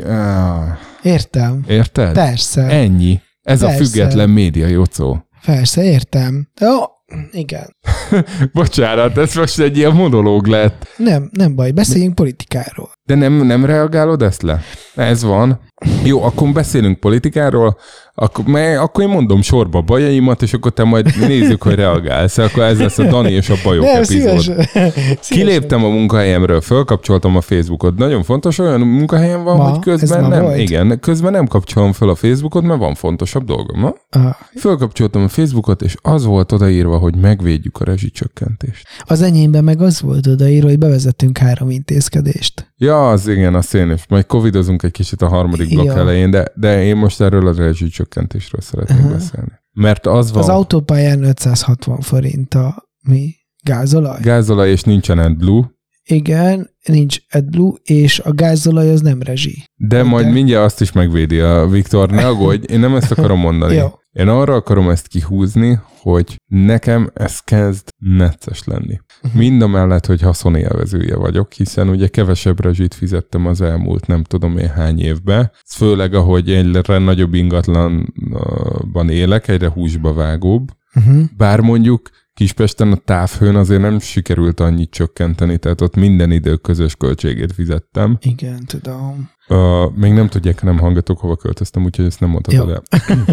értem. Érted? Persze. Ennyi. Ez persze. A független média, Jocó. Persze, értem. Igen. Bocsánat, ez most egy ilyen monológ lett. Nem baj, beszéljünk politikáról. De nem reagálod ezt le? Ez van. Jó, akkor beszélünk politikáról, akkor én mondom sorba bajaimat, és akkor te majd nézzük, hogy reagálsz. Akkor ez lesz a Dani és a bajok epizód. Kiléptem a munkahelyemről, fölkapcsoltam a Facebookot. Nagyon fontos, olyan munkahelyen van, hogy közben nem. Volt? Igen, közben nem kapcsolom föl a Facebookot, mert van fontosabb dolgom. Fölkapcsoltam a Facebookot, és az volt odaírva, hogy megvédjük a rezsicsökkentést. Az enyémben meg az volt odaírva, hogy bevezettünk 3 intézkedést. Ja, az igen, azt én is. Majd covidozunk egy kicsit a harmadik blokk elején, de én most erről a rezsicsökkentésről szeretnék beszélni. Mert az van... Az autópályán 560 forint a gázolaj? Gázolaj, és nincsen AdBlue. Igen, nincs AdBlue, és a gázolaj az nem rezsi. De majd mindjárt azt is megvédi a Viktor, ne aggódj, én nem ezt akarom mondani. Jó. Én arra akarom ezt kihúzni, hogy nekem ez kezd necces lenni. Mindamellett, hogy haszonélvezője vagyok, hiszen ugye kevesebb rezsit fizettem az elmúlt nem tudom én hány évben. Főleg, ahogy egyre nagyobb ingatlanban élek, egyre húsba vágóbb. Bár mondjuk Kispesten a távhőn azért nem sikerült annyit csökkenteni, tehát ott minden idő közös költségét fizettem. Igen, tudom. Még nem tudják, nem hallgatok, hova költöztem, úgyhogy ezt nem mondhatod el.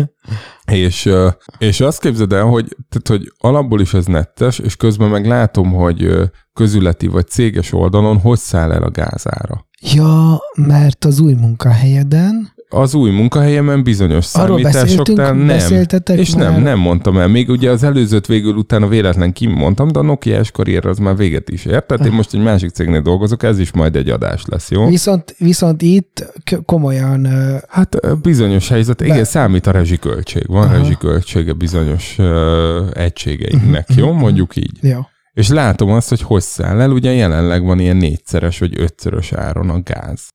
És azt képzeld el, hogy alapból is ez nettes, és közben meg látom, hogy közületi vagy céges oldalon hogy száll el a gázára. Ja, mert az új munkahelyeden... Az új munkahelyemen bizonyos számításoknál nem. És nem mondtam el. Még ugye az előzőt végül utána véletlen kimondtam, de a Nokia-s karrier az már véget is ért. Tehát én most egy másik cégnél dolgozok, ez is majd egy adás lesz, jó? Viszont itt komolyan... Hát bizonyos helyzet, igen, számít a rezsiköltség. Van rezsiköltsége bizonyos egységeinknek, jó? Mondjuk így. Jó. És látom azt, hogy száll el, ugye jelenleg van ilyen 4-szeres vagy 5-szörös áron a gáz.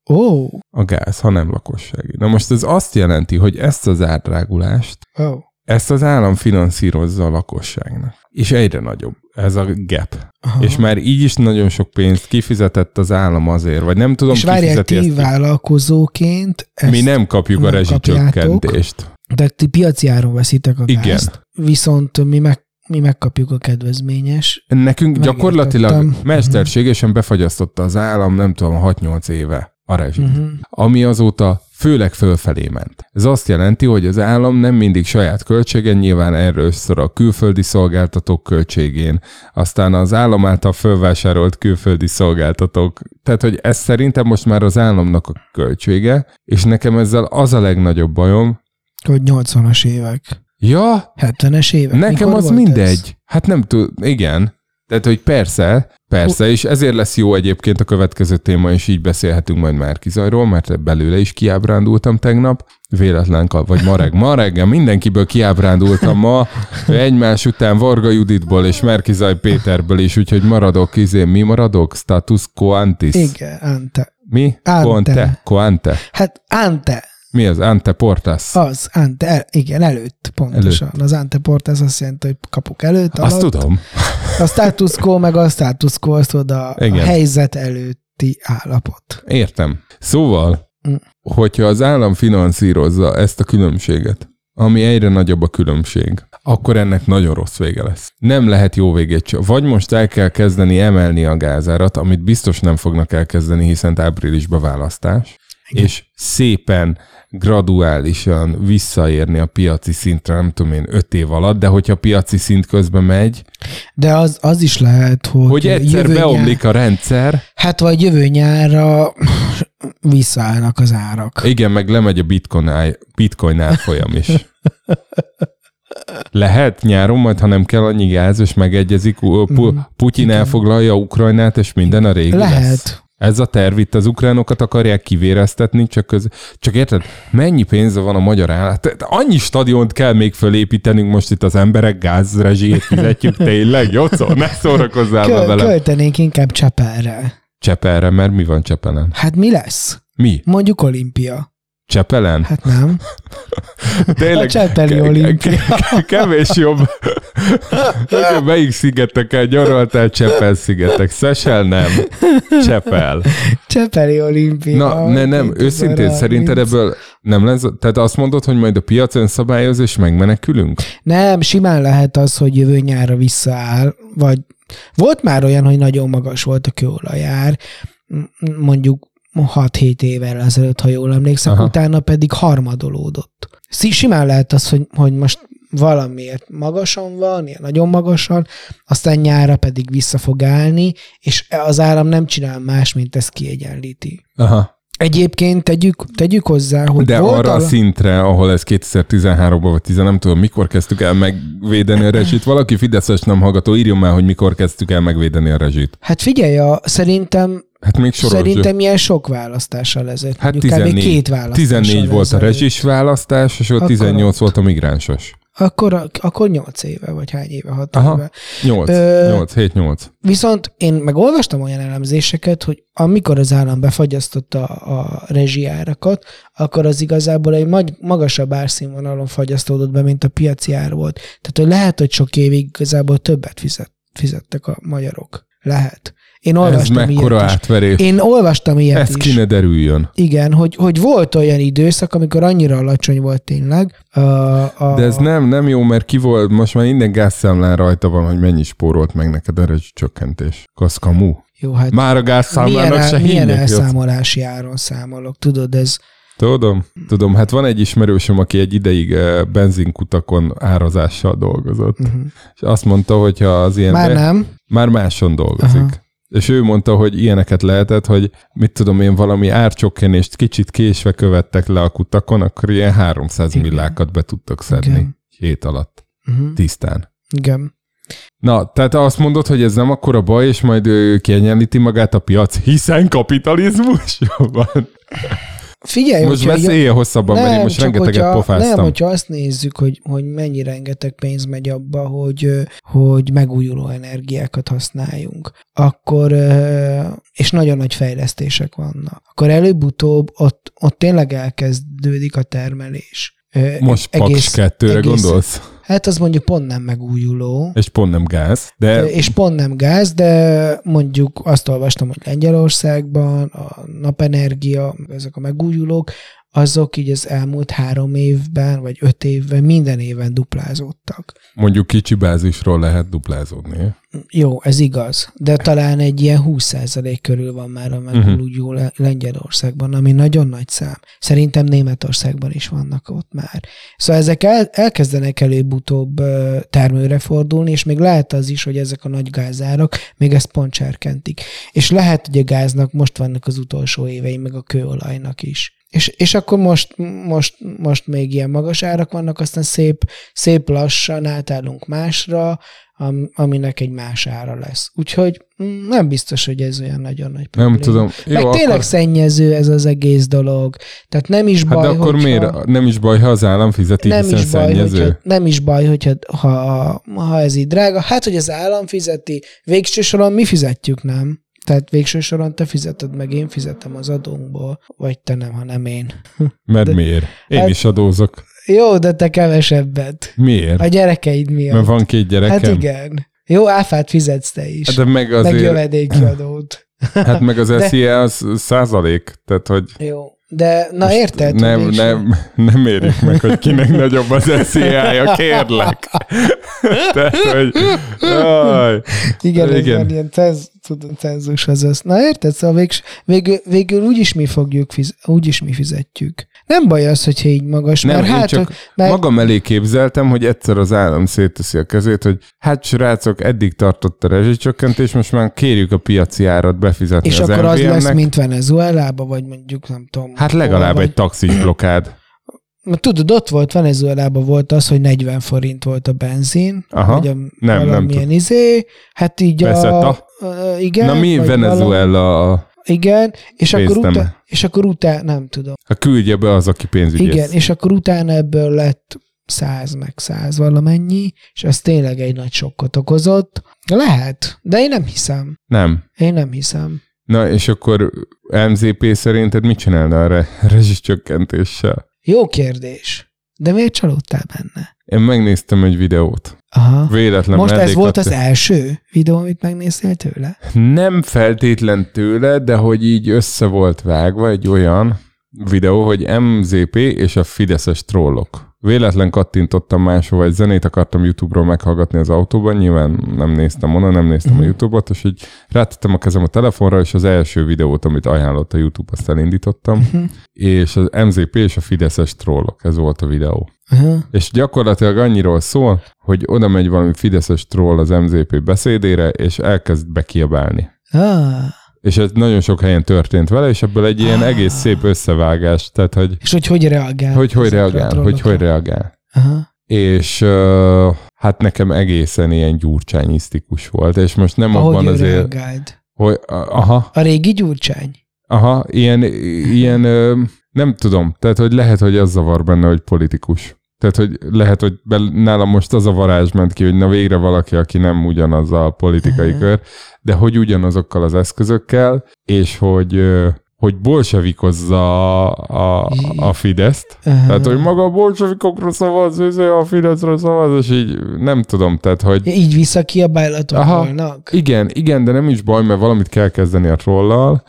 A gáz, ha nem lakossági. Na most ez azt jelenti, hogy ezt az árdrágulást, ezt az állam finanszírozza a lakosságnak. És egyre nagyobb ez a gap. És már így is nagyon sok pénzt kifizetett az állam azért, vagy nem tudom, és várják, ti vállalkozóként mi nem kapjuk a rezsicsökkentést. De ti piaci áron veszitek a gázt. Igen. Viszont mi megkapjuk a kedvezményes. Nekünk gyakorlatilag mesterségesen befagyasztotta az állam, nem tudom, 6-8 éve a rezsit. Ami azóta főleg fölfelé ment. Ez azt jelenti, hogy az állam nem mindig saját költségen, nyilván először a külföldi szolgáltatók költségén, aztán az állam által fölvásárolt külföldi szolgáltatók. Tehát, hogy ez szerintem most már az államnak a költsége, és nekem ezzel az a legnagyobb bajom, hogy 80-as évek. Ja. 70-es évek. Nekem mikor az mindegy. Ez? Hát nem tud, igen. Tehát, hogy persze, és ezért lesz jó egyébként a következő téma, és így beszélhetünk majd Márki-Zajról, mert belőle is kiábrándultam tegnap, véletlen, vagy ma reggel mindenkiből kiábrándultam ma, egymás után Varga Juditból és Márki-Zaj Péterből is, úgyhogy maradok, mi maradok? Status quo antis. Igen, ante. Mi? Ante. Hát ante. Mi az? Anteportas? Az, igen, előtt, pontosan. Előtt. Az anteportas azt jelenti, hogy kapuk előtt, alatt. Azt tudom. A status quo, meg a status quo, azt oda a helyzet előtti állapot. Értem. Szóval, hogyha az állam finanszírozza ezt a különbséget, ami egyre nagyobb a különbség, akkor ennek nagyon rossz vége lesz. Nem lehet jó végét csak. Vagy most el kell kezdeni emelni a gázárat, amit biztos nem fognak elkezdeni, hiszen áprilisban választás. Igen. És szépen, graduálisan visszaérni a piaci szintre, nem tudom én, 5 év alatt, de hogyha a piaci szint közben megy... De az is lehet, hogy egyszer beomlik a rendszer. Hát vagy jövő nyárra visszaállnak az árak. Igen, meg lemegy a bitcoin árfolyam is. Lehet nyáron majd, ha nem kell annyi gáz, és megegyezik, Putyin elfoglalja Ukrajnát, és minden a régi lesz. Ez a terv, itt az ukránokat akarják kivéreztetni, csak érted, mennyi pénze van a magyar állat? Annyi stadiont kell még fölépítenünk, most itt az emberek gázrezsijét fizetjük, tényleg, Jocó? Ne szórakozzál vele. Költenénk inkább Csepelre. Csepelre, mert mi van Csepelen? Hát mi lesz? Mi? Mondjuk olimpia. Csepelen? Hát nem. Tényleg, a Csepeli olimpia. Kevés jobb. Melyik szigeteken nyaraltál? Csepel-szigetek. Szesel nem. Csepel. Csepeli olimpia. Na, nem. Őszintén szerinted ebből nem lesz? Tehát azt mondod, hogy majd a piac önszabályoz, és megmenekülünk? Nem, simán lehet az, hogy jövő nyárra visszaáll, vagy volt már olyan, hogy nagyon magas volt a kőolajár, mondjuk 6-7 évvel ezelőtt, ha jól emlékszem, utána pedig harmadolódott. Simán lehet az, hogy most valamiért magasan van, ilyen nagyon magasan, aztán nyára pedig vissza fog állni, és az állam nem csinál más, mint ezt kiegyenlíti. Aha. Egyébként tegyük hozzá, hogy de arra a szintre, ahol ez 2013-ban vagy 10, nem tudom, mikor kezdtük el megvédeni a rezsit. Valaki fideszes nem hallgató, írjon már, hogy mikor kezdtük el megvédeni a rezsit. Hát figyelj, szerintem ilyen sok választással ezelőtt. Hát 14, 14 volt a rezsis választás, és ott 18 volt a migránsos. Akkor 8 éve, vagy hány éve, 6 éve. 7-8. Viszont én meg olvastam olyan elemzéseket, hogy amikor az állam befagyasztotta a rezsiárakat, akkor az igazából egy magasabb árszínvonalon fagyasztódott be, mint a piaci ár volt. Tehát, hogy lehet, hogy sok évig igazából többet fizettek a magyarok. Lehet. Én olvastam ez mekkora átverés. Én olvastam ilyet ez is. Ki ne derüljön. Igen, hogy volt olyan időszak, amikor annyira alacsony volt tényleg. De ez nem jó, mert ki volt, most már minden gázszámlán rajta van, hogy mennyi spórolt meg neked a rezsicsökkentés. Kaszkamu. Jó, hát már a gázszámlának se hívják. Milyen elszámolási áron számolok, tudod, ez... Tudom, hát van egy ismerősöm, aki egy ideig benzinkutakon árazással dolgozott. És azt mondta, hogy ha az ilyen... Már máson dolgozik. Aha. És ő mondta, hogy ilyeneket lehetett, hogy mit tudom én, valami árcsökkenést kicsit késve követtek le a kutakon, akkor ilyen 300 millákat be tudtak szedni hét alatt. Tisztán. Igen. Na, tehát azt mondod, hogy ez nem akkora baj, és majd ő kiegyenlíti magát a piac, hiszen kapitalizmus van. Figyelj, most beszélje hosszabban, mert én most rengeteget pofáztam. Nem, hogyha azt nézzük, hogy mennyi rengeteg pénz megy abba, hogy megújuló energiákat használjunk, akkor, és nagyon nagy fejlesztések vannak, akkor előbb-utóbb ott tényleg elkezdődik a termelés. Most Paks 2-re gondolsz? Hát az mondjuk pont nem megújuló. És pont nem gáz. És pont nem gáz, de mondjuk azt olvastam, hogy Lengyelországban a napenergia, ezek a megújulók, azok így az elmúlt 3 évben, vagy 5 évben minden éven duplázódtak. Mondjuk kicsi bázisról lehet duplázódni. Jó, ez igaz, de talán egy ilyen 20% körül van már a megújuló Lengyelországban, ami nagyon nagy szám. Szerintem Németországban is vannak ott már. Szóval ezek elkezdenek előbb-utóbb termőre fordulni, és még lehet az is, hogy ezek a nagy gázárak még ezt pont serkentik. És lehet, hogy a gáznak most vannak az utolsó évei, meg a kőolajnak is. És akkor most még ilyen magas árak vannak, aztán szép lassan átállunk másra, aminek egy más ára lesz. Úgyhogy nem biztos, hogy ez olyan nagyon nagy probléma. Nem tudom. Meg jó, tényleg szennyező ez az egész dolog. Tehát nem is baj, de akkor miért? Nem is baj, ha az állam fizeti, hiszen szennyező? Nem is baj, ha ez így drága. Hát, hogy az állam fizeti, végső soron mi fizetjük, nem? Tehát végső soron te fizeted meg, én fizetem az adónkból, vagy te nem, hanem én. Mert miért? Én is adózok. Jó, de te kevesebbet. Miért? A gyerekeid miatt. Mert van 2 gyerekem. Hát igen. Jó, áfát fizetsz te is. De meg jövedéki adót. Hát meg az SZIA az %, tehát hogy... Jó. De, na érted? Nem érjük meg, hogy kinek nagyobb az SZIA-ja, kérlek. Tehát, hogy... Igen, ez van ilyen cenzus az. Na érted? Szóval végül úgyis mi fizetjük. Nem baj az, hogyha így magas. Nem, én csak magam elé képzeltem, hogy egyszer az állam szétteszi a kezét, hogy hát srácok, eddig tartott a rezsicsökkentés, most már kérjük a piaci árat befizetni és az akkor MVM-nek. az lesz, mint Venezuelában, vagy mondjuk nem tudom. Hát legalább egy taxis blokkád. Tudod, ott volt, Venezuelában volt az, hogy 40 forint volt a benzin. Aha, vagy nem tudom. Hát így igen. Na mi Venezuela igen, és akkor utána, nem tudom. Küldje be az, aki pénzügyész. Igen, és akkor utána ebből lett 100 meg 100 valamennyi, és az tényleg egy nagy sokkot okozott. Lehet, de én nem hiszem. Nem. Én nem hiszem. Na, és akkor MZP szerinted mit csinálna a rezsicsökkentéssel? Jó kérdés. De miért csalódtál benne? Én megnéztem egy videót. Aha. Véletlen most ez volt az első videó, amit megnéztél tőle? Nem feltétlen tőle, de hogy így össze volt vágva egy olyan videó, hogy MZP és a fideszes trollok. véletlen kattintottam máshova, egy zenét akartam YouTube-ról meghallgatni az autóban, nyilván nem néztem onnan, nem néztem a YouTube-ot, és így rátettem a kezem a telefonra, és az első videót, amit ajánlott a YouTube, azt elindítottam, és az MZP és a fideszes trollok, ez volt a videó. És gyakorlatilag annyiról szól, hogy oda megy valami fideszes troll az MZP beszédére, és elkezd bekiabálni. És ez nagyon sok helyen történt vele, és ebből egy ilyen egész szép összevágás. Tehát, hogy hogy reagál? Hogy reagál. És hát nekem egészen ilyen gyurcsányisztikus volt, és most nem abban azért... reagált? Hogy, A régi Gyurcsány? Ilyen nem tudom, tehát, hogy lehet, hogy az zavar benne, hogy politikus. Tehát, hogy lehet, hogy nálam most az a varázs ment ki, hogy na végre valaki, aki nem ugyanaz a politikai kör, de hogy ugyanazokkal az eszközökkel, és hogy bolsevikozza a Fideszt. Tehát, hogy maga a bolsevikokra szavaz, a Fideszre szavaz, és így nem tudom, tehát, hogy... Így visszakiabállatok volnak? Igen, de nem is baj, mert valamit kell kezdeni a trollal,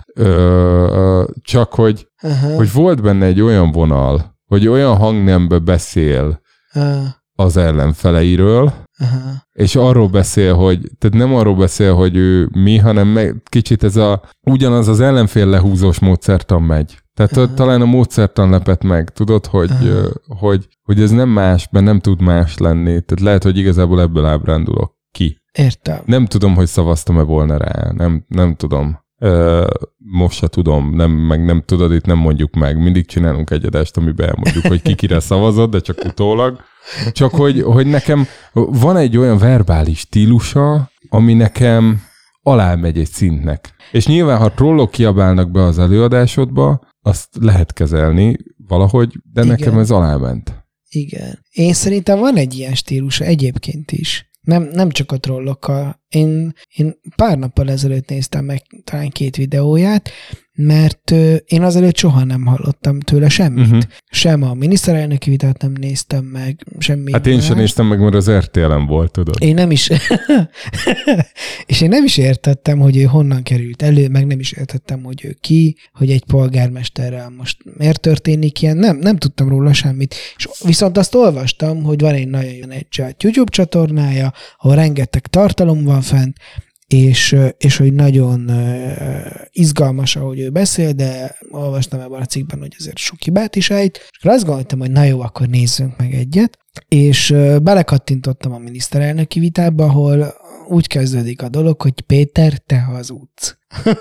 csak hogy volt benne egy olyan vonal, hogy olyan hangnembe beszél az ellenfeleiről, és arról beszél, tehát nem arról beszél, hogy ő mi, hanem kicsit ugyanaz az ellenfél lehúzós módszertan megy. Tehát talán a módszertan lepett meg, tudod, hogy ez nem más, mert nem tud más lenni. Tehát lehet, hogy igazából ebből ábrándulok ki. Értem. Nem tudom, hogy szavaztam-e volna rá. Nem tudom. Most se tudom, nem tudod, itt nem mondjuk meg. Mindig csinálunk egy adást, amiben elmondjuk, hogy kire szavazott, de csak utólag. Csak hogy nekem van egy olyan verbális stílusa, ami nekem alámegy egy szintnek. És nyilván, ha trollok kiabálnak be az előadásodba, azt lehet kezelni valahogy, de igen. Nekem ez aláment. Igen. Én szerintem van egy ilyen stílusa egyébként is. Nem csak a trollokkal. Én pár nappal ezelőtt néztem meg talán 2 videóját, mert én azelőtt soha nem hallottam tőle semmit. Sem a miniszterelnöki vitát nem néztem meg, semmi. Hát én sem néztem meg, mert az RTL-en volt, tudod. Én nem is. És én nem is értettem, hogy ő honnan került elő, meg nem is értettem, hogy ő ki, hogy egy polgármesterrel most miért történik ilyen. Nem tudtam róla semmit. És viszont azt olvastam, hogy van egy nagyon egy YouTube csatornája, ahol rengeteg tartalom van fent, és hogy nagyon izgalmas, ahogy ő beszél, de olvastam ebben a cikkben, hogy azért sok hibát is ejt, és akkor azt gondoltam, hogy na jó, akkor nézzünk meg egyet, és belekattintottam a miniszterelnöki vitába, ahol úgy kezdődik a dolog, hogy Péter, te hazudsz.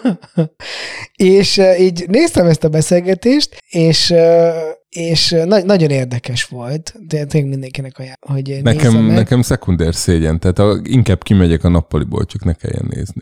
És így néztem ezt a beszélgetést, és nagyon érdekes volt. Tényleg mindenkinek hogy nekem szekundér szégyen, tehát inkább kimegyek a nappaliból, csak ne kelljen nézni.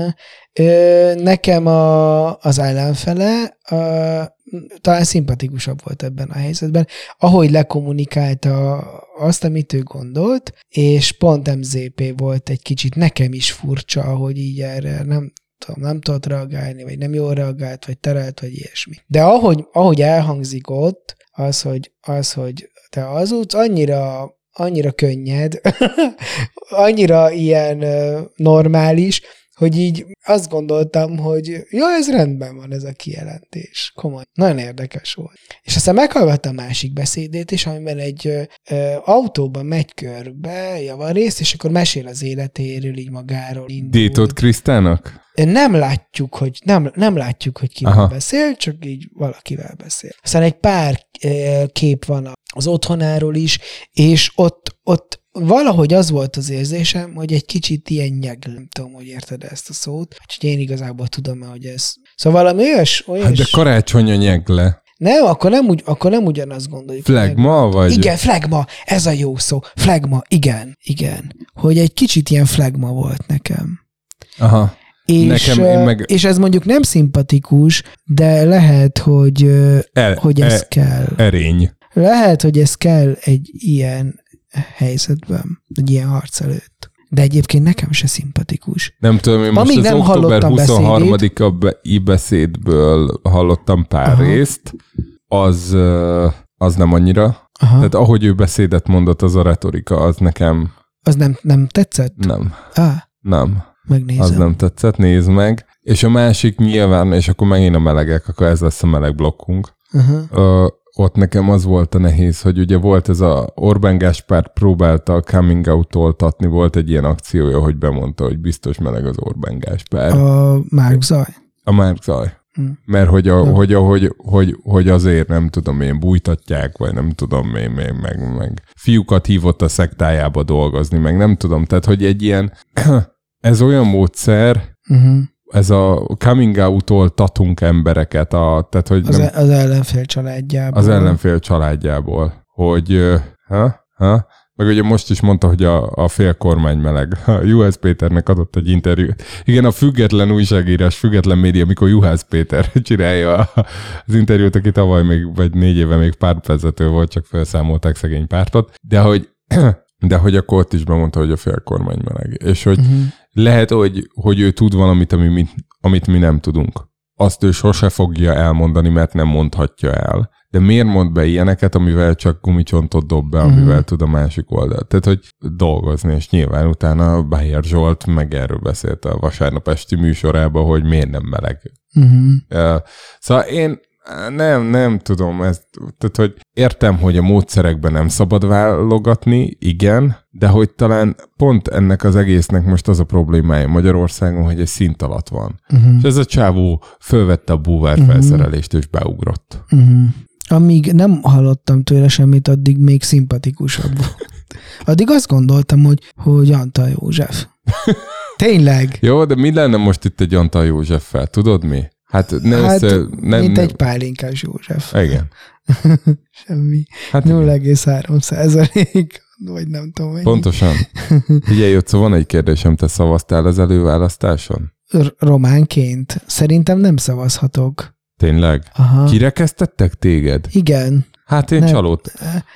Nekem az ellenfele talán szimpatikusabb volt ebben a helyzetben, ahogy lekommunikálta azt, amit ő gondolt, és pont MZP volt egy kicsit nekem is furcsa, ahogy így erre nem tudott reagálni, vagy nem jól reagált, vagy terelt, vagy ilyesmi. De ahogy elhangzik ott, az, hogy te hazudsz, annyira könnyed, annyira ilyen normális, hogy így azt gondoltam, hogy ez rendben van ez a kijelentés. Komoly. Nagyon érdekes volt. És aztán meghallgattam a másik beszédét is, amiben egy autóban megy körbe javarészt, és akkor mesél az életéről, így magáról. Détót Krisztának? Nem látjuk, hogy kivel beszél, csak így valakivel beszél. Aztán egy pár kép van az otthonáról is, és ott valahogy az volt az érzésem, hogy egy kicsit ilyen nyegle, nem tudom, hogy érted ezt a szót, úgyhogy én igazából tudom, hogy ez... Szóval valami olyas... Hát de karácsony a nyegle. Nem, akkor nem ugyanazt gondoljuk. Flagma, vagy? Igen, flagma, ez a jó szó. Flagma, igen. Hogy egy kicsit ilyen flagma volt nekem. Aha. És ez mondjuk nem szimpatikus, de lehet, hogy ez kell. Erény. Lehet, hogy ez kell egy ilyen helyzetben, egy ilyen harc előtt. De egyébként nekem se szimpatikus. Nem tudom, én most az október 23-ai beszédből hallottam pár részt, az nem annyira. Aha. Tehát ahogy ő beszédet mondott, az a retorika, az nekem... Az nem tetszett? Nem. Nem. Megnézem. Az nem tetszett, nézd meg. És a másik nyilván, és akkor megint a melegek, akkor ez lesz a meleg blokkunk. Ott nekem az volt a nehéz, hogy ugye volt ez a Orbán Gáspár próbálta a coming out-oltatni, volt egy ilyen akciója, hogy bemondta, hogy biztos meleg az Orbán Gáspár. A Márk Zaj. A Márk Zaj. Mert hogy azért nem tudom én bújtatják, vagy nem tudom én meg fiúkat hívott a szektájába dolgozni, meg nem tudom, tehát hogy egy ilyen ez olyan módszer, ez a coming out-tól tatunk embereket, tehát hogy az ellenfél családjából. Az ellenfél családjából, hogy meg ugye most is mondta, hogy a fél kormány meleg. Juhász Péternek adott egy interjút. Igen, a független újságírás, független média, mikor Juhász Péter csinálja az interjút, aki tavaly még, vagy 4 éve még pártvezető volt, csak felszámolták szegény pártot, de hogy akkor ott is bemondta, hogy a fél kormány meleg. És hogy lehet, hogy ő tud valamit, amit mi nem tudunk. Azt ő sose fogja elmondani, mert nem mondhatja el. De miért mond be ilyeneket, amivel csak gumicsontot dob be, amivel tud a másik oldal? Tehát, hogy dolgozni, és nyilván utána Bájer Zsolt meg erről beszélt a vasárnap esti műsorában, hogy miért nem meleg. Szóval én nem tudom ezt, tehát, hogy értem, hogy a módszerekben nem szabad válogatni, igen, de hogy talán pont ennek az egésznek most az a problémája Magyarországon, hogy egy szint alatt van. És ez a csávó fölvette a búvár felszerelést, és beugrott. Amíg nem hallottam tőle semmit, addig még szimpatikusabb volt. Addig azt gondoltam, hogy Antal József. Tényleg. Jó, de mi lenne most itt egy Antal Józseffel? Tudod mi? Mint egy Pálinkás József. Igen. Semmi. 0,3%, vagy nem tudom mennyi. Pontosan. Figyelj, Jocó, van egy kérdésem, te szavaztál az előválasztáson? Románként. Szerintem nem szavazhatok. Tényleg? Aha. Kirekesztettek téged? Igen. Hát én csalódtam.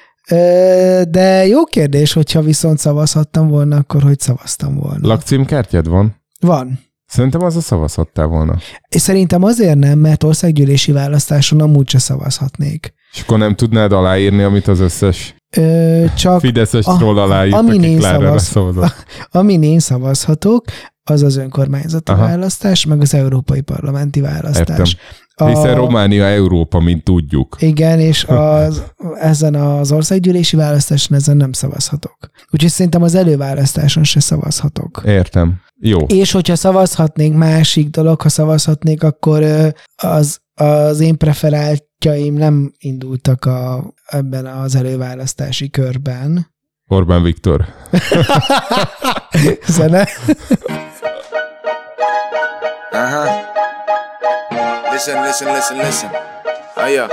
De jó kérdés, hogyha viszont szavazhattam volna, akkor hogy szavaztam volna? Lakcímkártyád van? Van. Szerintem az a szavazhattál volna. És szerintem azért nem, mert országgyűlési választáson amúgy se szavazhatnék. És akkor nem tudnád aláírni, amit az összes csak fideszes troll aláírt, akik Klárára szavazott. Amin én szavazhatok, az az önkormányzati választás, meg az európai parlamenti választás. Hiszen Románia Európa, mint tudjuk. Igen, és ezen az országgyűlési választáson ezen nem szavazhatok. Úgyhogy szerintem az előválasztáson se szavazhatok. Értem. Jó. És hogyha szavazhatnék, másik dolog, ha szavazhatnék, akkor az én preferáltjaim nem indultak ebben az előválasztási körben. Orbán Viktor. Zene. Listen. Oh, yeah.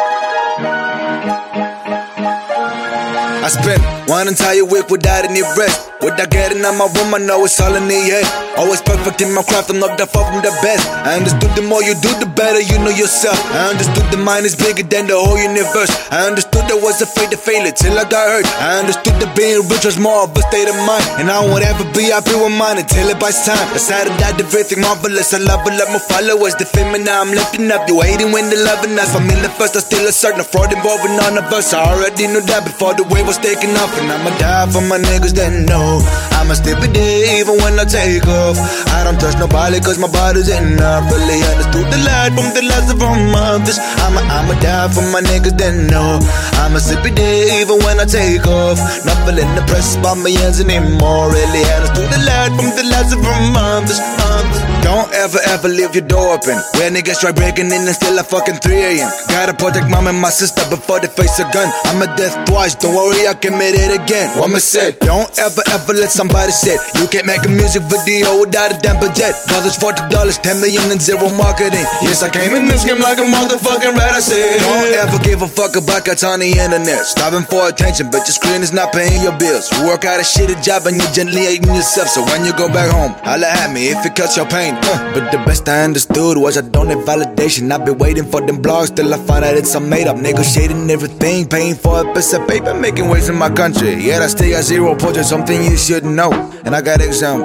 I spent one entire week without any rest. Without getting out my room, I know it's all in the head. Always perfect in my craft, I'm not that far from the best. I understood the more you do, the better you know yourself. I understood the mind is bigger than the whole universe. I understood I was afraid to fail it till I got hurt. I understood that being rich was more of a state of mind. And I won't ever be happy with mine until it buys time. Decided that everything marvelous, I love it, let my followers defend me. Now I'm lifting up, you hating when the loving us. Familiar first, I still a certain fraud involving none of us. I already knew that before the wave was taking off. And I'ma die for my niggas that know I'ma still be there even when I take off. I don't trust nobody cause my body's enough. Really understood the light from the last of all mothers. I'ma die for my niggas that know I'ma still be there even when I take off. Not feeling depressed by my ends anymore. Really understood the light from the last of all mothers. Don't ever leave your door open. Where niggas try breaking in and still a fucking 3 a.m. Gotta protect mom and my sister before they face a gun. I'm a death twice, don't worry, I commit it again. Woman said, don't ever let somebody say you can't make a music video without a damn budget. Dollars, $40, $10 million and zero marketing. Yes, I came in this game like a motherfucking rat, I said. Don't ever give a fuck about cuts on the internet. Starving for attention, but your screen is not paying your bills. You work out a shitty job and you're gently hating yourself. So when you go back home, holla at me if it cuts your pain. But the best I understood was I don't need validation. I've been waiting for them blogs till I find out it's a made up. Negotiating everything, paying for a piece of paper, making waves in my country. Yet I still got zero projects, something you should know. And I got examples.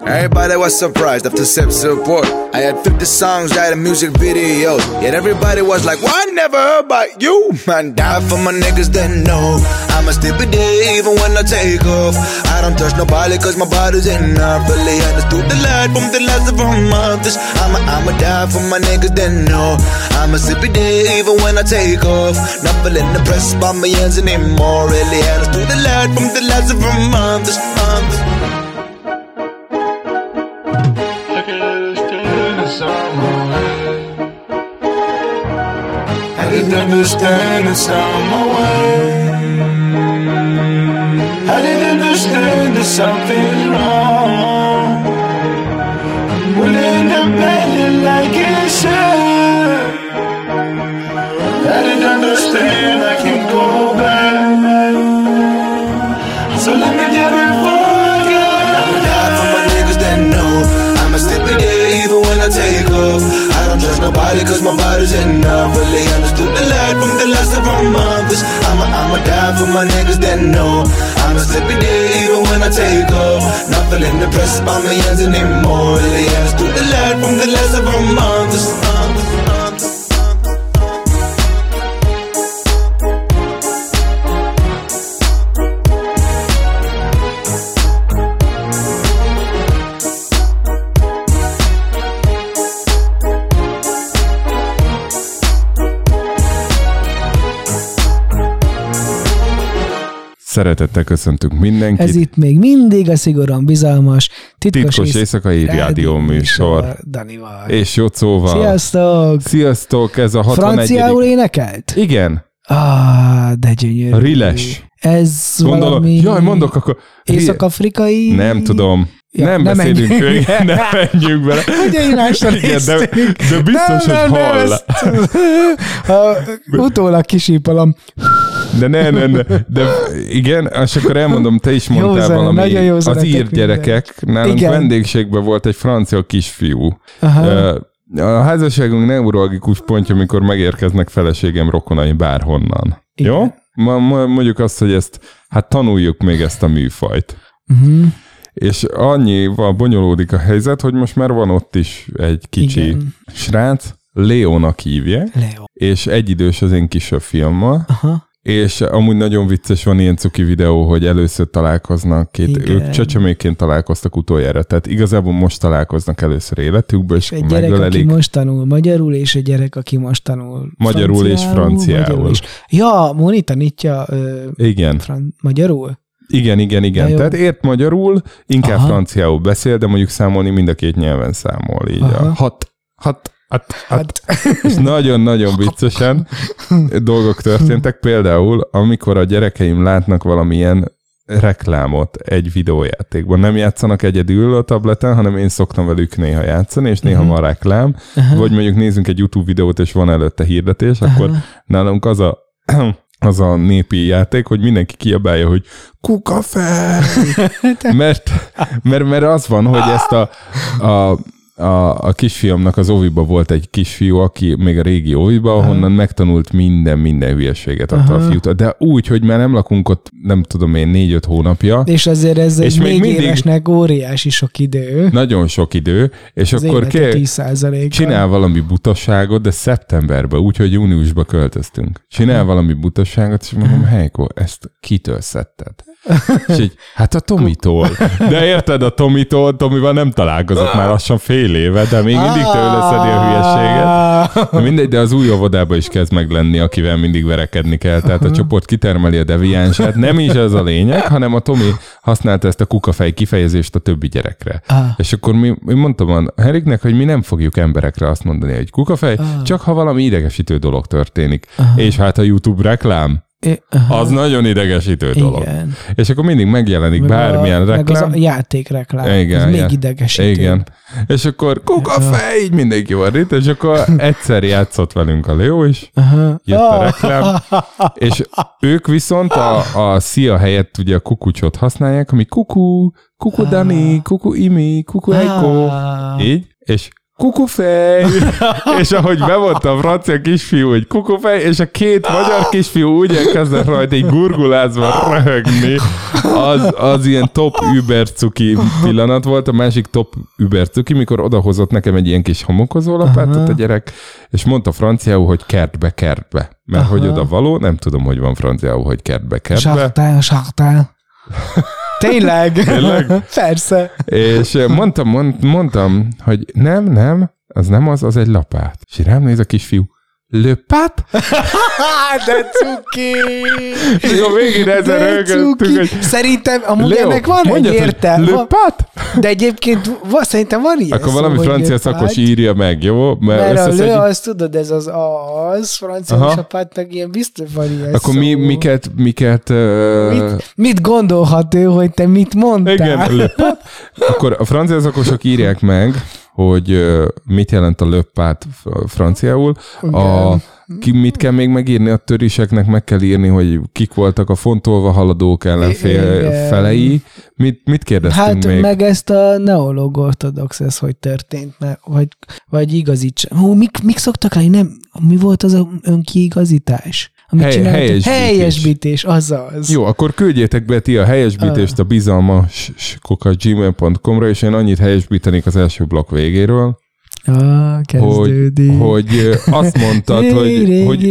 Everybody was surprised after Sep support. I had 50 songs, I had music videos. Yet everybody was like, well, I never heard about you. Man, die for my niggas that know I'ma still be there even when I take off. I don't trust nobody cause my body's enough. Really understood the light from the last of our mothers. I'ma die for my niggas that know I'ma still be there even when I take off. Not feeling depressed by my ends anymore. Really understood the light from the last of our mothers. I didn't understand it's on my way. I didn't understand that something's wrong. We'll end up playing like it's said. I didn't understand I can't go back. So let me get before I go. I'ma die for my niggas that know I'ma still be there even when I take off. I don't trust nobody cause my body's enough. Really understood the light from the last of our mothers. I'ma die for my niggas that know I'ma still be there even when I take off. Not feeling depressed by my ends anymore. Really understood the light from the last of our mothers. Szeretettel köszöntünk mindenkit. Ez itt még mindig a szigorúan bizalmas, titkos éjszakai rádió műsor. Danival. És Jocóval. Sziasztok! Sziasztok, ez a 61. Franciául énekelt? Igen. De gyönyörű. Riles. Ez gondolom, valami... Jaj, mondok akkor... Észak-afrikai... Nem tudom. Ja, nem beszélünk őket, nem menjünk bele. Ugye írásra néztünk. De biztos, hogy hall. Utólag kisípolom. De de igen, és akkor elmondom, te is mondtál zene, valami. Az ír minden. gyerekek, nálunk igen. Vendégségben volt egy francia kisfiú. A házasságunk neuralgikus pontja, amikor megérkeznek feleségem rokonai bárhonnan. Igen. Jó? Mondjuk azt, hogy ezt, hát tanuljuk még ezt a műfajt. És annyival bonyolódik a helyzet, hogy most már van ott is egy kicsi srác, Leónak hívják, és egyidős az én kisebb fiammal, és amúgy nagyon vicces, van ilyen cuki videó, hogy először találkoznak, ők csecsemékként találkoztak utoljára, tehát igazából most találkoznak először életükből, és egy gyerek, aki most tanul magyarul, és egy gyerek, aki most tanul magyarul és franciául. Ja, Moni tanítja igen. Magyarul? Igen. Tehát ért magyarul, inkább franciául beszél, de mondjuk számolni mind a két nyelven számol. Így és nagyon-nagyon viccesen dolgok történtek. Például, amikor a gyerekeim látnak valamilyen reklámot egy videójátékban. Nem játszanak egyedül a tableten, hanem én szoktam velük néha játszani, és néha van reklám. Vagy mondjuk nézzünk egy YouTube videót, és van előtte hirdetés, akkor nálunk az a népi játék, hogy mindenki kiabálja, hogy kukafej! mert az van, hogy ezt a kisfiamnak az óviba volt egy kisfiú, aki még a régi óviba, ahonnan megtanult minden hülyeséget attól a fiútól. De úgy, hogy már nem lakunk ott, nem tudom én, 4-5 hónapja. És azért ez és egy 4 évesnek óriási sok idő. Nagyon sok idő. És az akkor csinál valami butasságot, de szeptemberben, úgyhogy júniusba költöztünk. Csinál valami butasságot, és mondom, Heiko, ezt kitől szedted? És így, hát a Tomitól. De érted, a Tomival nem találkozott már lassan fél éve, de még mindig tőle szedi a hülyeséget. De mindegy, de az új óvodába is kezd meg lenni, akivel mindig verekedni kell. Tehát a csoport kitermeli a deviánsát. Nem is ez a lényeg, hanem a Tomi használta ezt a kukafej kifejezést a többi gyerekre. És akkor mi mondtam a Heriknek, hogy mi nem fogjuk emberekre azt mondani, hogy kukafej, csak ha valami idegesítő dolog történik. És hát a YouTube reklám, az nagyon idegesítő dolog. Igen. És akkor mindig megjelenik meg bármilyen reklám. Meg az a játékreklám. Igen, ez még idegesítő. Igen. És akkor kukafej, így mindenki van itt, és akkor egyszer játszott velünk a Leo is, jött a reklám, és ők viszont a szia helyett ugye a kukucsot használják, ami kuku Dani, kuku Imi, kuku Eiko, így, és kukufej, és ahogy bemondta a francia kisfiú, hogy kukufej, és a két magyar kisfiú úgy elkezdett rajta egy gurgulázva röhögni, az ilyen top übercuki pillanat volt, a másik top übercuki, mikor odahozott nekem egy ilyen kis homokozó lapátot a gyerek, és mondta franciául, hogy kertbe. Mert hogy oda való, nem tudom, hogy van franciául, hogy kertbe. Sartál. Tényleg? Persze. És mondtam, hogy nem, az nem az egy lapát. És rám néz a kisfiú, löpát? De cuki! És a végén ezzel rögöttünk, hogy... Szerintem amúgy ennek van egy értelme. Löpát? De egyébként szerintem van ilyen. Akkor valami francia szakos írja meg, jó? Mert a lő, azt tudod, ez az francia sapát, meg ilyen biztos van ilyen. Akkor miket mit gondolhat ő, hogy te mit mondtál? Igen, löpát. Akkor a francia szakosok írják meg, hogy mit jelent a löppát franciául. Mit kell még megírni a töriseknek? Meg kell írni, hogy kik voltak a fontolva haladók ellenfelei. Mit kérdeztünk még? Hát meg ezt a neológ ortodox, ez hogy történt, vagy igazíts. Mik szoktak lenni? Nem, mi volt az a önkiigazítás? Helyesbítés, azaz. Jó, akkor küldjétek be ti a helyesbítést a bizalmas@gmail.com-ra, és én annyit helyesbítenék az első blokk végéről, hogy azt mondtad, hogy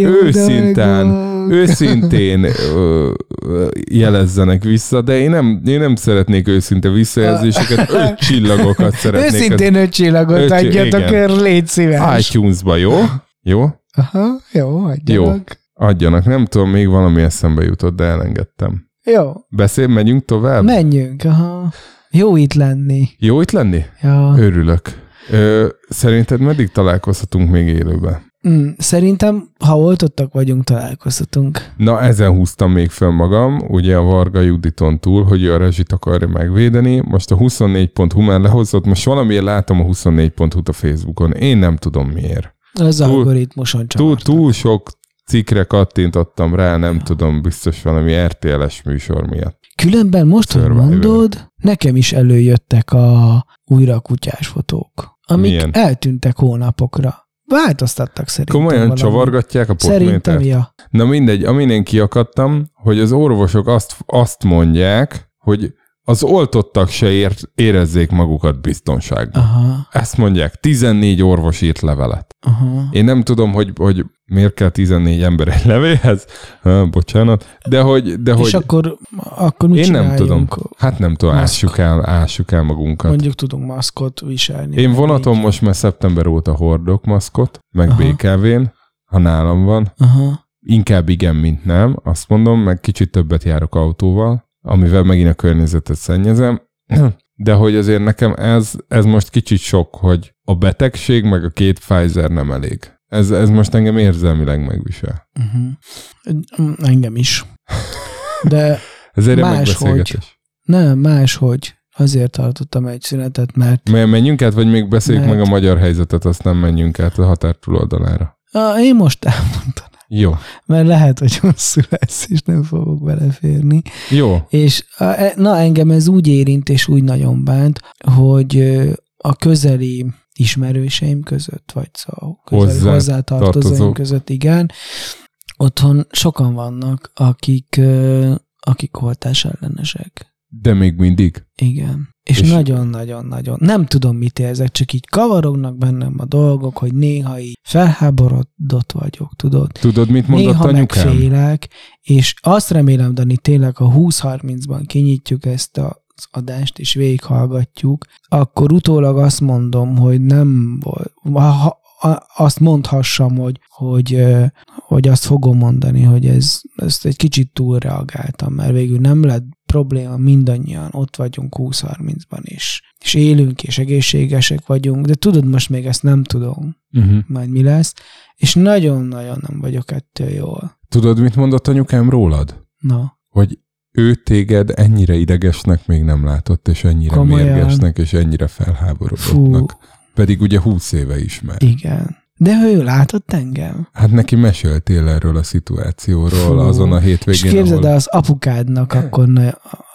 őszintén jelezzenek vissza, de én nem szeretnék őszinte visszajelzéseket, 5 csillagokat szeretnék. Őszintén 5 csillagot adjatok, légy szíves. iTunes-ba, jó? Aha, jó, adjanak. Adjanak, nem tudom, még valami eszembe jutott, de elengedtem. Jó. Menjünk tovább? Menjünk, aha. Jó itt lenni. Jó itt lenni? Ja. Örülök. Szerinted meddig találkozhatunk még élőben? Szerintem, ha oltottak vagyunk, találkozhatunk. Na, ezen húztam még fel magam, ugye a Varga Juditon túl, hogy a rezsit akarja megvédeni. Most a 24.hu már lehozott, most valamiért látom a 24.hu-t a Facebookon. Én nem tudom miért. Az algoritmuson csavartak. Túl sok cikkre kattintottam rá, nem tudom, biztos valami RTL-es műsor miatt. Különben most, hogy mondod, nekem is előjöttek a újra kutyás fotók, amik eltűntek hónapokra. Változtattak szerintem. Komolyan csavargatják a potmétert? Szerintem, ja. Na mindegy, amin én kiakadtam, hogy az orvosok azt mondják, hogy az oltottak se érezzék magukat biztonságban. Aha. Ezt mondják. 14 orvos írt levelet. Aha. Én nem tudom, hogy miért kell 14 ember egy levélhez. Bocsánat. De hogy... És akkor mit én csináljunk? Nem tudom. Hát nem tudom, ássuk el magunkat. Mondjuk tudunk maszkot viselni. Én vonaton most már szeptember óta hordok maszkot, meg BKV-n, ha nálam van. Aha. Inkább igen, mint nem. Azt mondom, meg kicsit többet járok autóval, amivel megint a környezetet szennyezem, de hogy azért nekem ez most kicsit sok, hogy a betegség meg a 2 Pfizer nem elég. Ez most engem érzelmileg megvisel. Engem is. De máshogy. Azért tartottam egy szünetet, mert... Menjünk át, vagy még beszéljük meg a magyar helyzetet, aztán menjünk át a határ túloldalára. Én most elmondtam. Jó. Mert lehet, hogy hosszú lesz, és nem fogok beleférni. Jó. És engem ez úgy érint, és úgy nagyon bánt, hogy a közeli ismerőseim között, vagy szóval hozzátartozóim között, igen, otthon sokan vannak, akik oltás ellenesek. De még mindig? Igen. És nagyon-nagyon-nagyon. Nem tudom, mit érzek, csak így kavarognak bennem a dolgok, hogy néha így felháborodott vagyok, tudod? Tudod, mit mondott néha anyukám? Néha megfélek, és azt remélem, Dani, tényleg a 20-30-ban kinyitjuk ezt az adást, és végighallgatjuk, akkor utólag azt mondom, hogy nem volt, azt mondhassam, hogy azt fogom mondani, hogy ezt egy kicsit túlreagáltam, mert végül nem lett probléma, mindannyian ott vagyunk 20-30-ban is. És élünk, és egészségesek vagyunk, de tudod, most még ezt nem tudom, majd mi lesz, és nagyon-nagyon nem vagyok ettől jól. Tudod, mit mondott anyukám rólad? Na. Hogy ő téged ennyire idegesnek még nem látott, és ennyire komolyan mérgesnek, és ennyire felháborodottnak. Pedig ugye 20 éve ismer. Igen. De ő látott engem? Hát neki meséltél erről a szituációról azon a hétvégén. És képzeld, az apukádnak akkor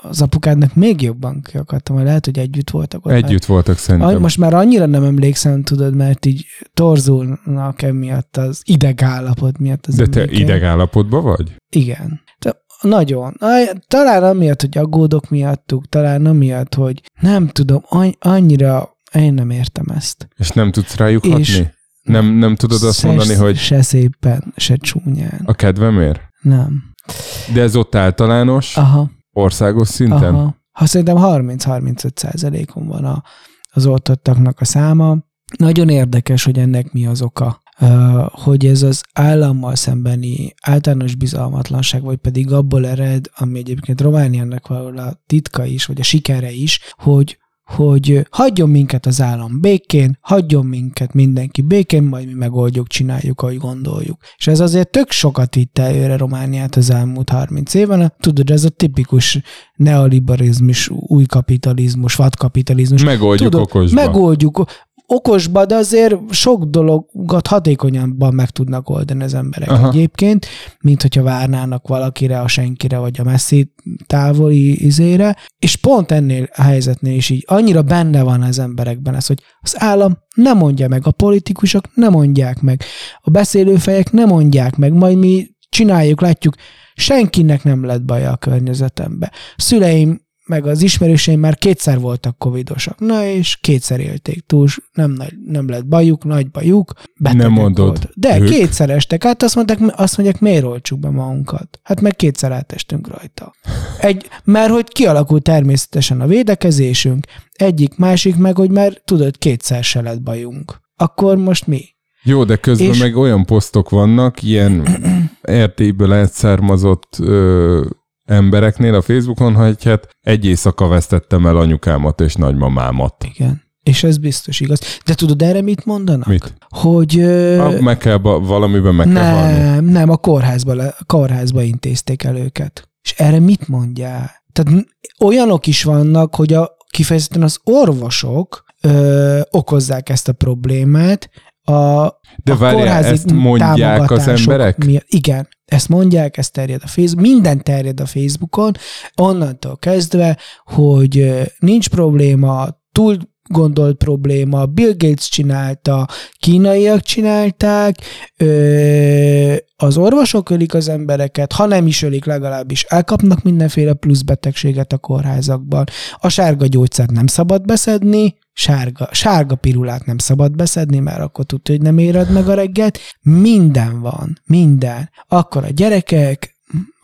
az apukádnak még jobban kiakadtam, vagy lehet, hogy együtt voltak ott. Együtt voltak szerintem. Most már annyira nem emlékszem, tudod, mert így torzulnak emiatt az idegállapot miatt. Az de te idegállapotban vagy? Igen. Nagyon. Talán amiatt, hogy aggódok miattuk, talán amiatt, hogy nem tudom, annyira én nem értem ezt. És nem tudsz rájuk hatni? Nem tudod azt mondani, hogy... Se szépen, se csúnyán. A kedvemért? Nem. De ez ott általános? Aha. Országos szinten? Aha. Ha szerintem 30-35%-on van az oltottaknak a száma. Nagyon érdekes, hogy ennek mi az oka. Hogy ez az állammal szembeni általános bizalmatlanság, vagy pedig abból ered, ami egyébként Romániának valahol a titka is, vagy a sikere is, hogy hagyjon minket az állam békén, hagyjon minket mindenki békén, majd mi megoldjuk, csináljuk, ahogy gondoljuk. És ez azért tök sokat vitt előre Romániát az elmúlt 30 éven. Tudod, ez a tipikus neoliberalizmus, új kapitalizmus, vadkapitalizmus. Megoldjuk okosba. Megoldjuk okosba, de azért sok dologot hatékonyabban meg tudnak oldani az emberek egyébként, mint hogyha várnának valakire, a senkire, vagy a messzi távoli izére, és pont ennél a helyzetnél is így annyira benne van az emberekben ez, hogy az állam nem mondja meg, a politikusok nem mondják meg, a beszélőfejek nem mondják meg, majd mi csináljuk, látjuk, senkinek nem lett baja a környezetembe. Szüleim meg az ismerőseim már 2-szer voltak covidosak. Na és 2-szer élték túl, nem lett bajuk, nagy bajuk, betegek nem mondod. Volt. De 2-szer estek át, azt mondják, miért oltsuk be magunkat? Hát meg 2-szer átestünk rajta. Mert hogy kialakult természetesen a védekezésünk, másik meg, hogy már tudod, 2-szer se lett bajunk. Akkor most mi? Jó, de közben meg olyan posztok vannak, ilyen Erdélyből elszármazott embereknél a Facebookon, hogy hát egy éjszaka vesztettem el anyukámat és nagymamámat. Igen. És ez biztos igaz. De tudod, erre mit mondanak? Mit? Hogy... valamiben meg kell halni. Nem, a kórházba intézték el őket. És erre mit mondjál? Tehát olyanok is vannak, hogy kifejezetten az orvosok okozzák ezt a problémát, de várjál, ezt mondják az emberek? Igen, ezt mondják, ez terjed a Facebook, minden terjed a Facebookon, onnantól kezdve, hogy nincs probléma, túl gondolt probléma, Bill Gates csinálta, kínaiak csinálták, az orvosok ölik az embereket, ha nem is ölik, legalábbis elkapnak mindenféle plusz betegséget a kórházakban. A sárga gyógyszert nem szabad beszedni, sárga pirulát nem szabad beszedni, mert akkor tudja, hogy nem éred meg a reggelt. Minden van, minden. Akkor a gyerekek,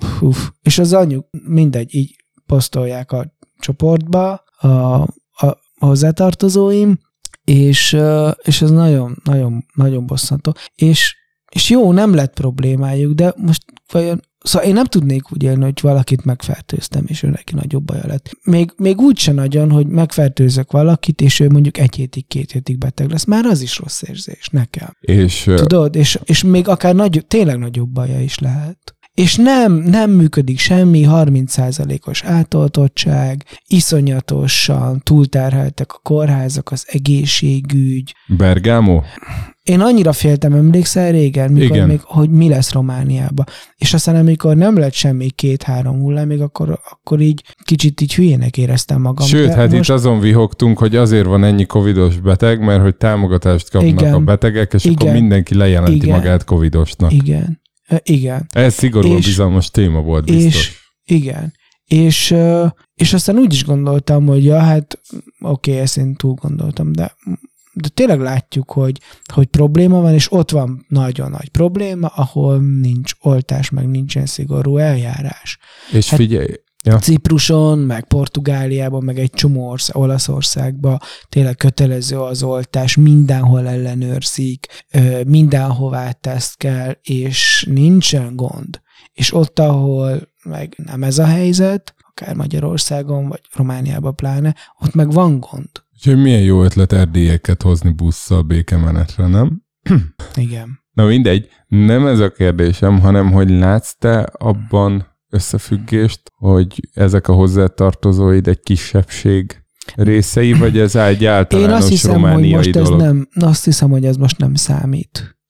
és az anyuk, mindegy, így posztolják a csoportba a hozzátartozóim, és ez nagyon, nagyon, nagyon bosszantó. És jó, nem lett problémájuk, de most vajon, szóval én nem tudnék úgy élni, hogy valakit megfertőztem, és ő neki nagyobb baja lett. Még úgy se nagyon, hogy megfertőzök valakit, és ő mondjuk 1 hétig, 2 hétig beteg lesz. Már az is rossz érzés nekem. Tudod? És még akár tényleg nagyobb baja is lehet. És nem működik semmi, 30%-os átoltottság, iszonyatosan túlterheltek a kórházak, az egészségügy. Bergamo? Én annyira féltem, emlékszel régen, mikor hogy mi lesz Romániában. És aztán amikor nem lett semmi 2-3 hullám, még akkor így kicsit így hülyének éreztem magam. Sőt, hát most... itt azon vihogtunk, hogy azért van ennyi covidos beteg, mert hogy támogatást kapnak a betegek, és akkor mindenki lejelenti magát covidosnak. Igen. Ez szigorúan bizalmas téma volt biztos. Igen. És aztán úgy is gondoltam, hogy oké, ezt én túl gondoltam, de tényleg látjuk, hogy probléma van, és ott van nagyon nagy probléma, ahol nincs oltás, meg nincsen szigorú eljárás. És figyelj, ja. Cipruson, meg Portugáliában, meg egy csomó Olaszországban tényleg kötelező az oltás, mindenhol ellenőrzik, mindenhová teszt kell, és nincsen gond. És ott, ahol meg nem ez a helyzet, akár Magyarországon, vagy Romániában pláne, ott meg van gond. Úgyhogy milyen jó ötlet erdélyeket hozni busszal békemenetre, nem? Igen. Na mindegy, nem ez a kérdésem, hanem hogy látsz te abban összefüggést, hogy ezek a hozzátartozóid egy kisebbség részei, vagy ez egy általános romániai dolog? Azt hiszem, hogy ez most nem számít.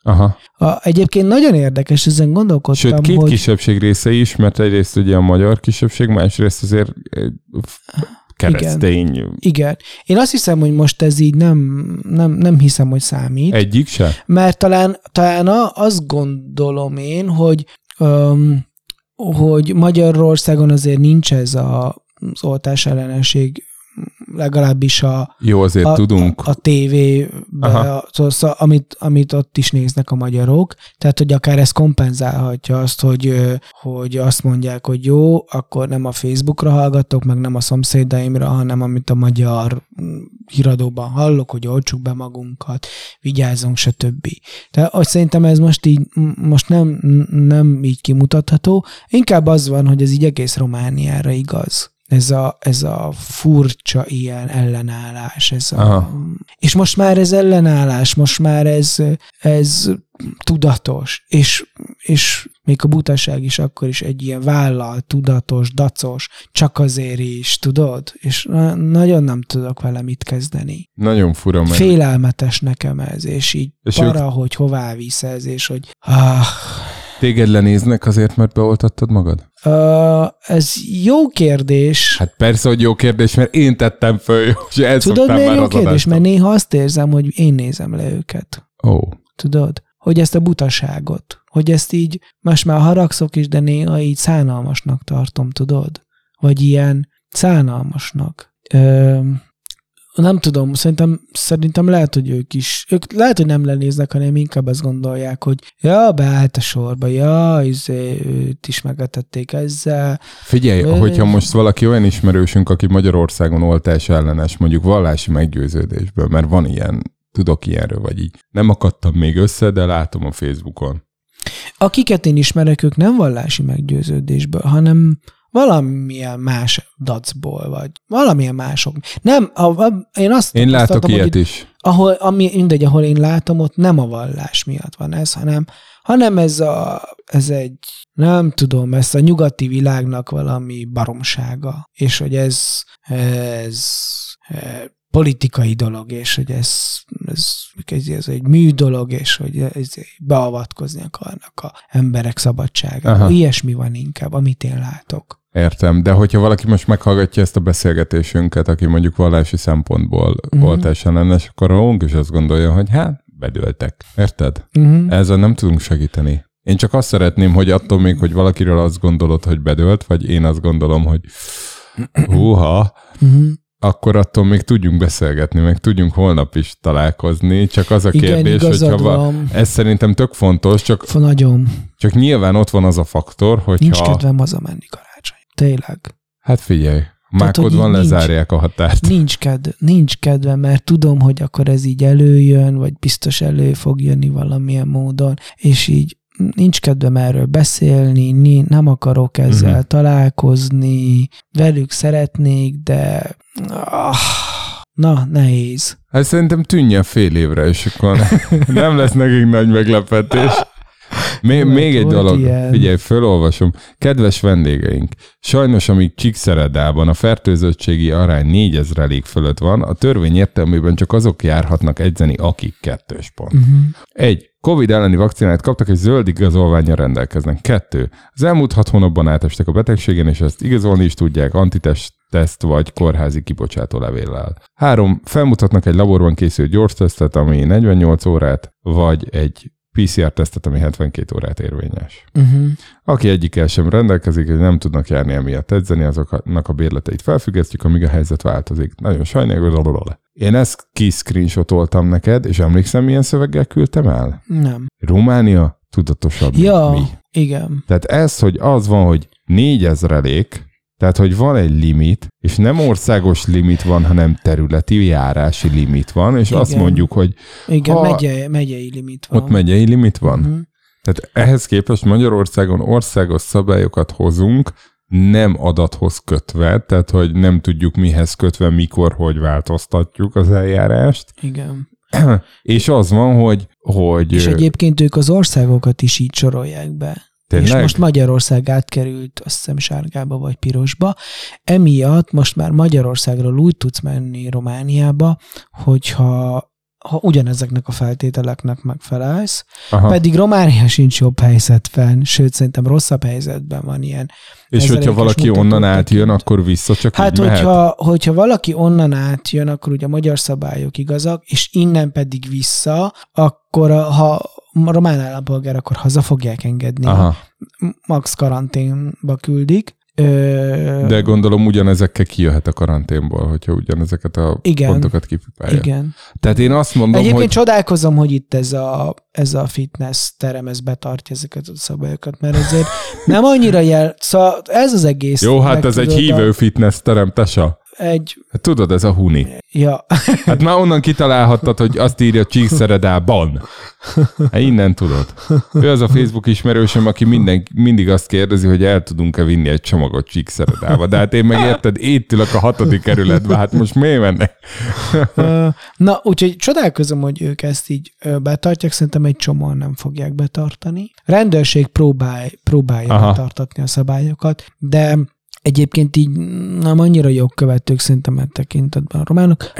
Aha. Egyébként nagyon érdekes, ezen gondolkodtam, sőt, két kisebbség része is, mert egyrészt ugye a magyar kisebbség, másrészt azért keresztény. Igen. Én azt hiszem, hogy most ez így nem hiszem, hogy számít. Egyik se? Mert talán azt gondolom én, hogy Magyarországon azért nincs ez az oltás ellenesség, legalábbis jó, azért tudunk. A tévében, amit ott is néznek a magyarok. Tehát, hogy akár ez kompenzálhatja azt, hogy azt mondják, hogy jó, akkor nem a Facebookra hallgatok, meg nem a szomszédaimra, hanem amit a magyar híradóban hallok, hogy oltsuk be magunkat, vigyázzunk, stb. Tehát hogy szerintem ez most nem így kimutatható. Inkább az van, hogy ez így egész Romániára igaz. Ez a furcsa ilyen ellenállás. És most már ez ellenállás, most már ez tudatos, és még a butaság is akkor is egy ilyen vállalt, tudatos, dacos, csak azért is, tudod? És nagyon nem tudok vele mit kezdeni. Nagyon fura. Félelmetes nekem ez, és így hogy hová visz ez, és hogy... Téged lenéznek azért, mert beoltattad magad? Ez jó kérdés. Hát persze, hogy jó kérdés, mert én tettem föl, és tudod, miért jó kérdés? Mert néha azt érzem, hogy én nézem le őket. Tudod? Hogy ezt a butaságot, hogy ezt így most már haragszok is, de néha így szánalmasnak tartom, tudod? Vagy ilyen szánalmasnak. Nem tudom, szerintem lehet, hogy ők lehet, hogy nem lenéznek, hanem inkább azt gondolják, hogy beállt a sorba, őt is megetették ezzel. Figyelj, hogyha most valaki olyan ismerősünk, aki Magyarországon oltás ellenes, mondjuk vallási meggyőződésből, mert van ilyen, tudok ilyenről, vagy így. Nem akadtam még össze, de látom a Facebookon. Akiket én ismerek, ők nem vallási meggyőződésből, hanem valamilyen más dacból, vagy valamilyen mások. Nem, én látok ilyet is. Ahol én látom, ott nem a vallás miatt van ez, hanem ez egy, nem tudom, ez a nyugati világnak valami baromsága, és hogy ez politikai dolog, és hogy ez egy mű dolog, és hogy beavatkozni akarnak a emberek szabadságába. Ilyesmi van inkább, amit én látok. Értem, de hogyha valaki most meghallgatja ezt a beszélgetésünket, aki mondjuk vallási szempontból oltás ellenes, akkor rólunk is azt gondolja, hogy bedőltek. Érted? Ezzel nem tudunk segíteni. Én csak azt szeretném, hogy attól még, hogy valakiről azt gondolod, hogy bedőlt, vagy én azt gondolom, hogy akkor attól még tudjunk beszélgetni, meg tudjunk holnap is találkozni, csak az a kérdés, hogy ez szerintem tök fontos, csak nyilván ott van az a faktor, hogyha... Nincs kedvem hazamenni karácsony. Tényleg. Hát figyelj, mákod van, lezárják a határt. Nincs kedvem, mert tudom, hogy akkor ez így előjön, vagy biztos elő fog jönni valamilyen módon, és így nincs kedvem erről beszélni, nem akarok ezzel találkozni, velük szeretnék, de nehéz. Hát szerintem tűnjön fél évre, és akkor nem lesz nekik nagy meglepetés. Még egy dolog, figyelj, fölolvasom. Kedves vendégeink, sajnos amíg Csíkszeredában a fertőzöttségi arány 4000 fölött van, a törvény értelmében csak azok járhatnak edzeni, akik 2. pont. 1. Covid elleni vakcinát kaptak, és zöld igazolvánnyal rendelkeznek. 2. Az elmúlt 6 hónapban átestek a betegségen, és ezt igazolni is tudják antiteszt vagy kórházi kibocsátó levéllel. 3. Felmutatnak egy laborban készült gyors tesztet, ami 48 órát, vagy egy PCR-tesztet, ami 72 órát érvényes. Aki egyikkel sem rendelkezik, és nem tudnak járni emiatt edzeni, azoknak a bérleteit felfüggesztjük, amíg a helyzet változik. Nagyon sajnálom. Én ezt kiscreenshotoltam neked, és emlékszem, milyen szöveggel küldtem el? Nem. Románia tudatosabb, mint mi. Igen. Tehát ez, hogy az van, hogy 4000, tehát, hogy van egy limit, és nem országos limit van, hanem területi járási limit van, és azt mondjuk, hogy... Igen, megyei limit van. Ott megyei limit van? Tehát ehhez képest Magyarországon országos szabályokat hozunk, nem adathoz kötve, tehát, hogy nem tudjuk mihez kötve, mikor, hogy változtatjuk az eljárást. Igen. És az van, hogy... És egyébként ők az országokat is így sorolják be. Tényleg? És most Magyarország átkerült, azt hiszem, sárgába vagy pirosba. Emiatt most már Magyarországról úgy tudsz menni Romániába, hogyha ha ugyanezeknek a feltételeknek megfelelsz, pedig Románia sincs jobb helyzetben, sőt, szerintem rosszabb helyzetben van ilyen. És hogyha valaki onnan átjön, akkor vissza csak hát, hogyha valaki onnan átjön, akkor ugye a magyar szabályok igazak, és innen pedig vissza, akkor ha román állampolgár, akkor haza fogják engedni. Aha. Max karanténba küldik. De gondolom ugyanezekkel kijöhet a karanténból, hogyha ugyanezeket a pontokat kipipálja. Igen. Tehát én azt mondom, egyébként csodálkozom, hogy itt ez a fitness terem, ez betartja ezeket a szabályokat, mert azért nem annyira szóval ez az egész. Jó, hát ez egy hívő fitness terem, tesa. Hát tudod, ez a Huni. Ja. Hát már onnan kitalálhattad, hogy azt írja Csíkszeredában. Hát innen tudod. Ő az a Facebook ismerősöm, aki mindig azt kérdezi, hogy el tudunk-e vinni egy csomagot Csíkszeredába. De hát én megérted, itt ülök a 6. kerületben, hát most miért mennek? Na, úgyhogy csodálkozom, hogy ők ezt így betartják, szerintem egy csomóan nem fogják betartani. Rendőrség próbálja betartatni a szabályokat, de egyébként így nem annyira jogkövetők szerintem e tekintetben a románok.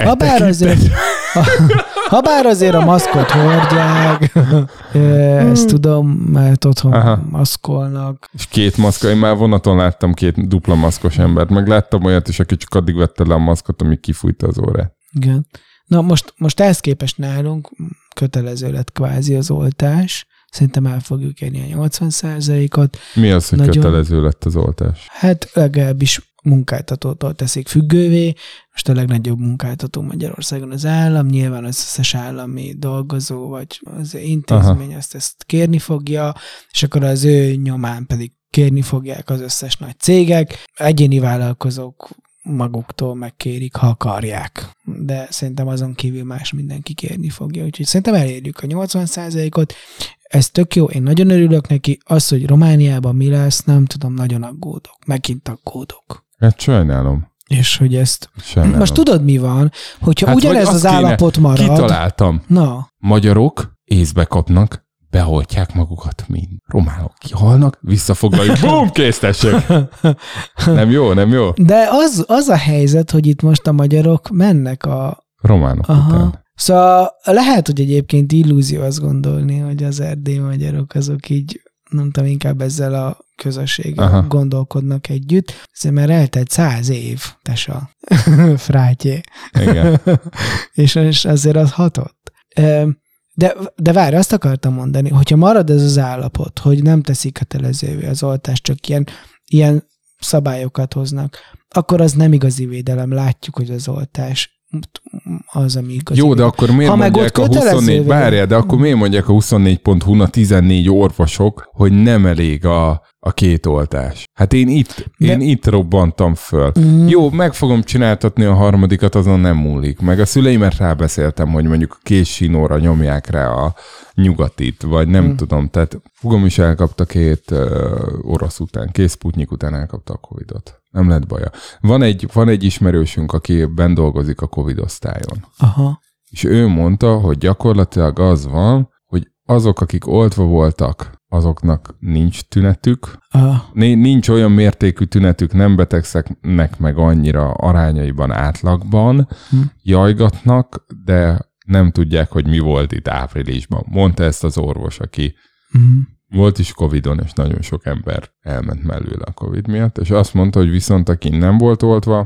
Habár azért a maszkot hordják, ezt tudom, mert otthon maszkolnak. És 2 maszk, én már vonaton láttam 2 dupla maszkos embert, meg láttam olyat is, aki csak addig vette le a maszkot, amíg kifújta az órát. Igen. Na most ehhez képest nálunk kötelező lett kvázi az oltás. Szerintem el fogjuk érni a 80%-ot. Mi az, hogy kötelező lett az oltás? Hát legalábbis munkáltatótól teszik függővé. Most a legnagyobb munkáltató Magyarországon az állam, nyilván az összes állami dolgozó, vagy az intézmény ezt kérni fogja, és akkor az ő nyomán pedig kérni fogják az összes nagy cégek. Egyéni vállalkozók maguktól megkérik, ha akarják. De szerintem azon kívül más mindenki kérni fogja. Úgyhogy szerintem elérjük a 80%-ot. Ez tök jó, én nagyon örülök neki. Az, hogy Romániában mi lesz, nem tudom, nagyon aggódok. Megint aggódok. Hát sajnálom. És hogy ezt... Sajnálom. Most tudod, mi van? Hogyha ugyanez az állapot marad... Kitaláltam. Na. Magyarok észbe kapnak, beoltják magukat mind. Románok kihalnak, visszafoglaljuk, bum, késztessék. Nem jó, nem jó? De az a helyzet, hogy itt most a magyarok mennek a... románok után. Szóval lehet, hogy egyébként illúzió azt gondolni, hogy az erdélyi magyarok azok így, nem tudom, inkább ezzel a közösséggel gondolkodnak együtt. Azért már eltelt 100 év, tesa, frátyé. Igen. és azért az hatott. De várj, azt akartam mondani, hogyha marad ez az állapot, hogy nem teszik kötelezővé az oltást, csak ilyen szabályokat hoznak, akkor az nem igazi védelem. Látjuk, hogy az oltás az, ami igazi. Jó, de akkor miért mondják a 24, várjál, de akkor miért mondják a 24.hu-n a 14 orvosok, hogy nem elég a 2 oltás? Hát én itt robbantam föl. Jó, meg fogom csináltatni a 3, azon nem múlik. Meg a szüleimet rábeszéltem, hogy mondjuk a kézsinóra nyomják rá a nyugatit, vagy nem tudom. Tehát hugom is elkapta 2 orosz után, 2 Sputnik után elkapta a Covidot. Nem lett baja. Van egy ismerősünk, aki benn dolgozik a Covid osztályon. Aha. És ő mondta, hogy gyakorlatilag az van, hogy azok, akik oltva voltak, azoknak nincs tünetük. Nincs olyan mértékű tünetük, nem betegszeknek meg annyira arányaiban átlagban, jajgatnak, de nem tudják, hogy mi volt itt áprilisban. Mondta ezt az orvos, aki volt is Covidon, és nagyon sok ember elment mellőle a Covid miatt, és azt mondta, hogy viszont aki nem volt oltva,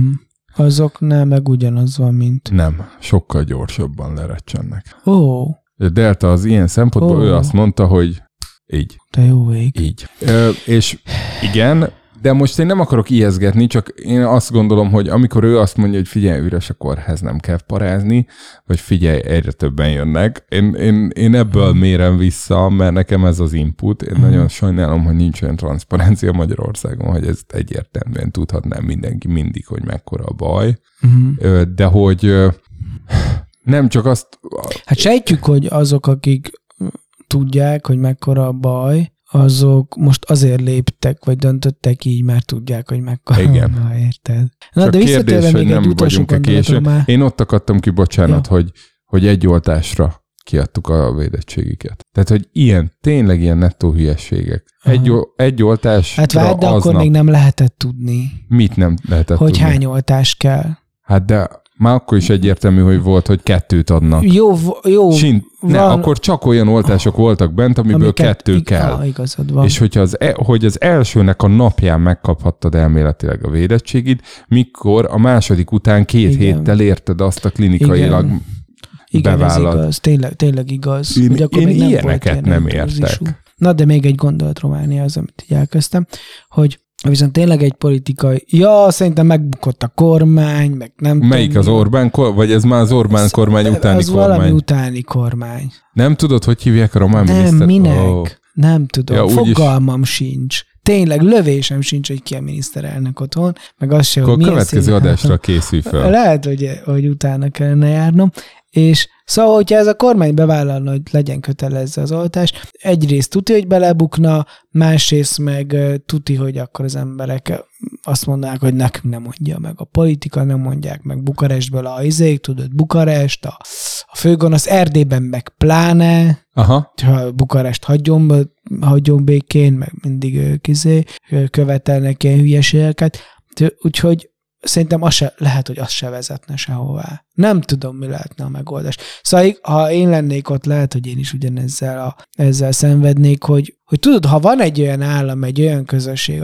azoknál meg ugyanaz van, mint... Nem, sokkal gyorsabban lerecsennek. A Delta az ilyen szempontból, ő azt mondta, hogy így. Te jó ég. Így. És igen, de most én nem akarok ijeszgetni, csak én azt gondolom, hogy amikor ő azt mondja, hogy figyelj, üres a kórház, nem kell parázni, vagy figyelj, egyre többen jönnek. Én ebből mérem vissza, mert nekem ez az input. Én nagyon sajnálom, hogy nincs olyan transzparencia Magyarországon, hogy ezt egyértelműen tudhatnám mindenki mindig, hogy mekkora a baj. De hogy nem csak azt... Hát sejtjük, hogy azok, akik tudják, hogy mekkora a baj, azok most azért léptek, vagy döntöttek így, mert tudják, hogy mekkora. Igen. Érted? Na, csak de kérdés, hogy nem vagyunk-e későn. Én ott akadtam ki, bocsánat, hogy egy oltásra kiadtuk a védettségiket. Tehát, hogy tényleg ilyen nettó hülyességek. Egy oltásra hát de akkor még nem lehetett tudni. Mit nem lehetett hogy tudni? Hány oltás kell. Hát de Már akkor is egyértelmű, hogy volt, hogy 2 adnak. Jó. Akkor csak olyan oltások voltak bent, amiből 2 kell. Igazad van. És hogy az elsőnek a napján megkaphattad elméletileg a védettségid, mikor a második után 2 héttel érted azt a klinikailag bevállalt. Igen, ez igaz. Tényleg igaz. Én ilyeneket nem értek. Na, de még egy gondolat, Románia, az, amit így elkezdtem, hogy viszont tényleg egy politikai... szerintem megbukott a kormány, meg nem Melyik az Orbán vagy ez már az Orbán kormány utáni az kormány? Valami utáni kormány. Nem tudod, hogy hívják a román minisztert? Nem, minek? Nem tudom. Fogalmam sincs. Tényleg lövésem sincs, hogy ki a miniszterelnök otthon, meg az sem, hogy következő adásra készülj fel. Lehet, hogy utána kellene járnom. És szóval, hogyha ez a kormány bevállalna, hogy legyen kötelező az oltás, egyrészt tuti, hogy belebukna, másrészt meg tuti, hogy akkor az emberek azt mondanák, hogy nekünk nem mondja meg a politika, nem mondják meg Bukarestből tudod, Bukarest, a főgonosz, Erdélyben meg pláne, ha Bukarest hagyjon békén, meg mindig követelnek ilyen hülyeségeket, úgyhogy szerintem lehet, hogy az se vezetne sehová. Nem tudom, mi lehetne a megoldás. Szóval, ha én lennék ott, lehet, hogy én is ezzel szenvednék, hogy tudod, ha van egy olyan állam, egy olyan közösség,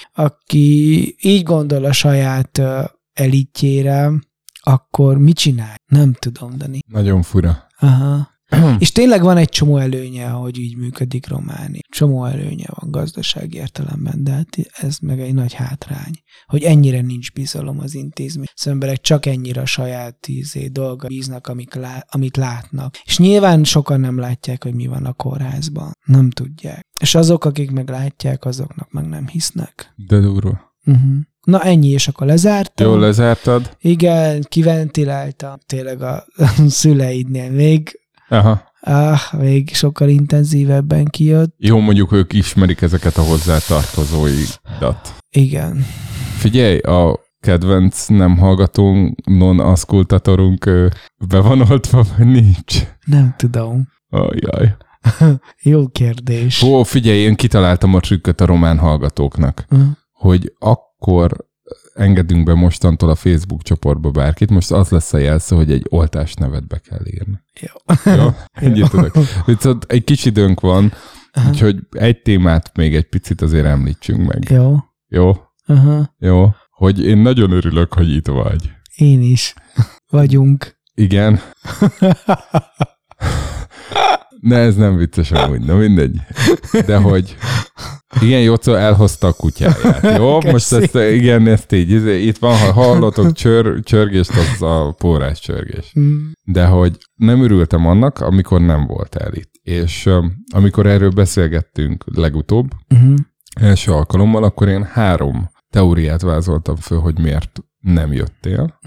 aki így gondol a saját elitjére, akkor mit csinál? Nem tudom, Dani. Nagyon fura. Aha. És tényleg van egy csomó előnye, hogy így működik Románia. Csomó előnye van gazdasági értelemben, de hát ez meg egy nagy hátrány, hogy ennyire nincs bizalom az intézmény. Az emberek csak ennyire a saját dolga bíznak, amit látnak. És nyilván sokan nem látják, hogy mi van a kórházban. Nem tudják. És azok, akik meg látják, azoknak meg nem hisznek. De durva. Na ennyi, és akkor lezártam. Jól lezártad? Igen, kiventiláltam. Tényleg a szüleidnél még még sokkal intenzívebben kijött. Jó, mondjuk ők ismerik ezeket a hozzátartozóidat. Igen. Figyelj, a kedvenc nem hallgatónk, non-aszkultatorunk be van oltva, vagy nincs? Nem tudom. Ajjaj. Jó kérdés. Figyelj, én kitaláltam a trükköt a román hallgatóknak, hogy akkor engedünk be mostantól a Facebook csoportba bárkit, most az lesz a jelszó, hogy egy oltás nevet be kell írni. Jó? Ennyit tudok. Viszont egy kis időnk van, úgyhogy egy témát még egy picit azért említsünk meg. Jó? Hogy én nagyon örülök, hogy itt vagy. Én is. Vagyunk. Igen. Ne, ez nem vicces amúgy, na mindegy. De hogy igen, Jocó elhozta a kutyáját, jó? Most ezt így, itt van, ha hallotok csörgést, az a pórás csörgés. De hogy nem örültem annak, amikor nem voltál itt. És amikor erről beszélgettünk legutóbb, első alkalommal, akkor én 3 teóriát vázoltam föl, hogy miért nem jöttél.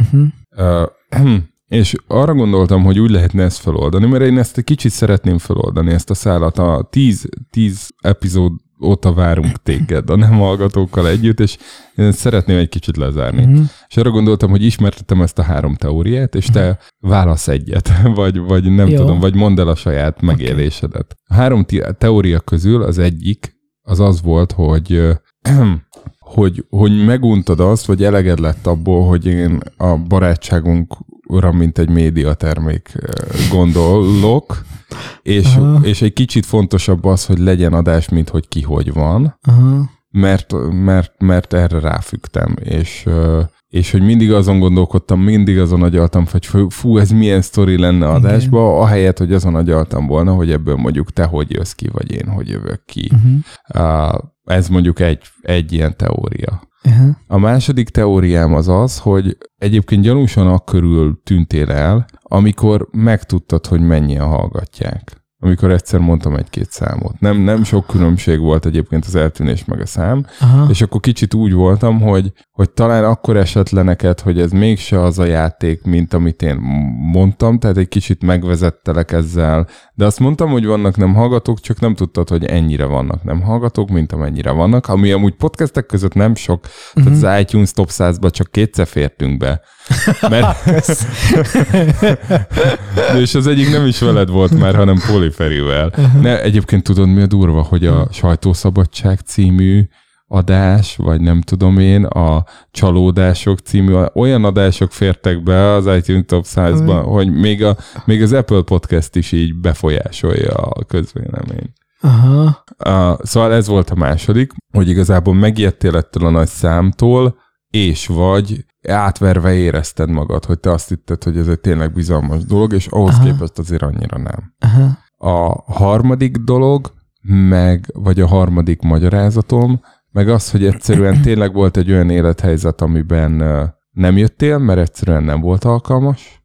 És arra gondoltam, hogy úgy lehetne ezt feloldani, mert én ezt egy kicsit szeretném feloldani, ezt a szállat. A 10 epizód óta várunk téged a nem hallgatókkal együtt, és én szeretném egy kicsit lezárni. És arra gondoltam, hogy ismertetem ezt a 3 teóriát, és te válasz egyet, vagy nem tudom, vagy mondd el a saját megélésedet. A 3 teória közül az egyik az volt, hogy meguntad azt, vagy eleged lett abból, hogy én a barátságunkra, mint egy médiatermék gondolok, és egy kicsit fontosabb az, hogy legyen adás, mint hogy ki hogy van, mert erre ráfügtem, és hogy mindig azon gondolkodtam, mindig azon agyaltam, hogy fú, ez milyen sztori lenne adásba, ahelyett, hogy azon agyaltam volna, hogy ebből mondjuk te hogy jössz ki, vagy én hogy jövök ki. Ez mondjuk egy ilyen teória. A második teóriám az, hogy egyébként gyanúsan akkörül tűntél el, amikor megtudtad, hogy mennyien hallgatják. Amikor egyszer mondtam 1-2 számot. Nem sok különbség volt egyébként az eltűnés meg a szám, és akkor kicsit úgy voltam, hogy talán akkor esett le neked, hogy ez mégse az a játék, mint amit én mondtam, tehát egy kicsit megvezettelek ezzel, de azt mondtam, hogy vannak nem hallgatók, csak nem tudtad, hogy ennyire vannak nem hallgatók, mint amennyire vannak, ami amúgy podcastek között nem sok, tehát az iTunes Top 100-ba csak 2-szer fértünk be. És az egyik nem is veled volt már, hanem Poli Ferivel. Egyébként tudod, mi a durva, hogy a Sajtószabadság című adás, vagy nem tudom én, a Csalódások című, olyan adások fértek be az iTunes Top 100-ban, hogy még az Apple Podcast is így befolyásolja a közvéleményt. Aha. Szóval ez volt a második, hogy igazából megijedtél ettől a nagy számtól, és vagy átverve érezted magad, hogy te azt hitted, hogy ez egy tényleg bizalmas dolog, és ahhoz képest azért annyira nem. Aha. A harmadik dolog, vagy a harmadik magyarázatom, meg az, hogy egyszerűen tényleg volt egy olyan élethelyzet, amiben nem jöttél, mert egyszerűen nem volt alkalmas,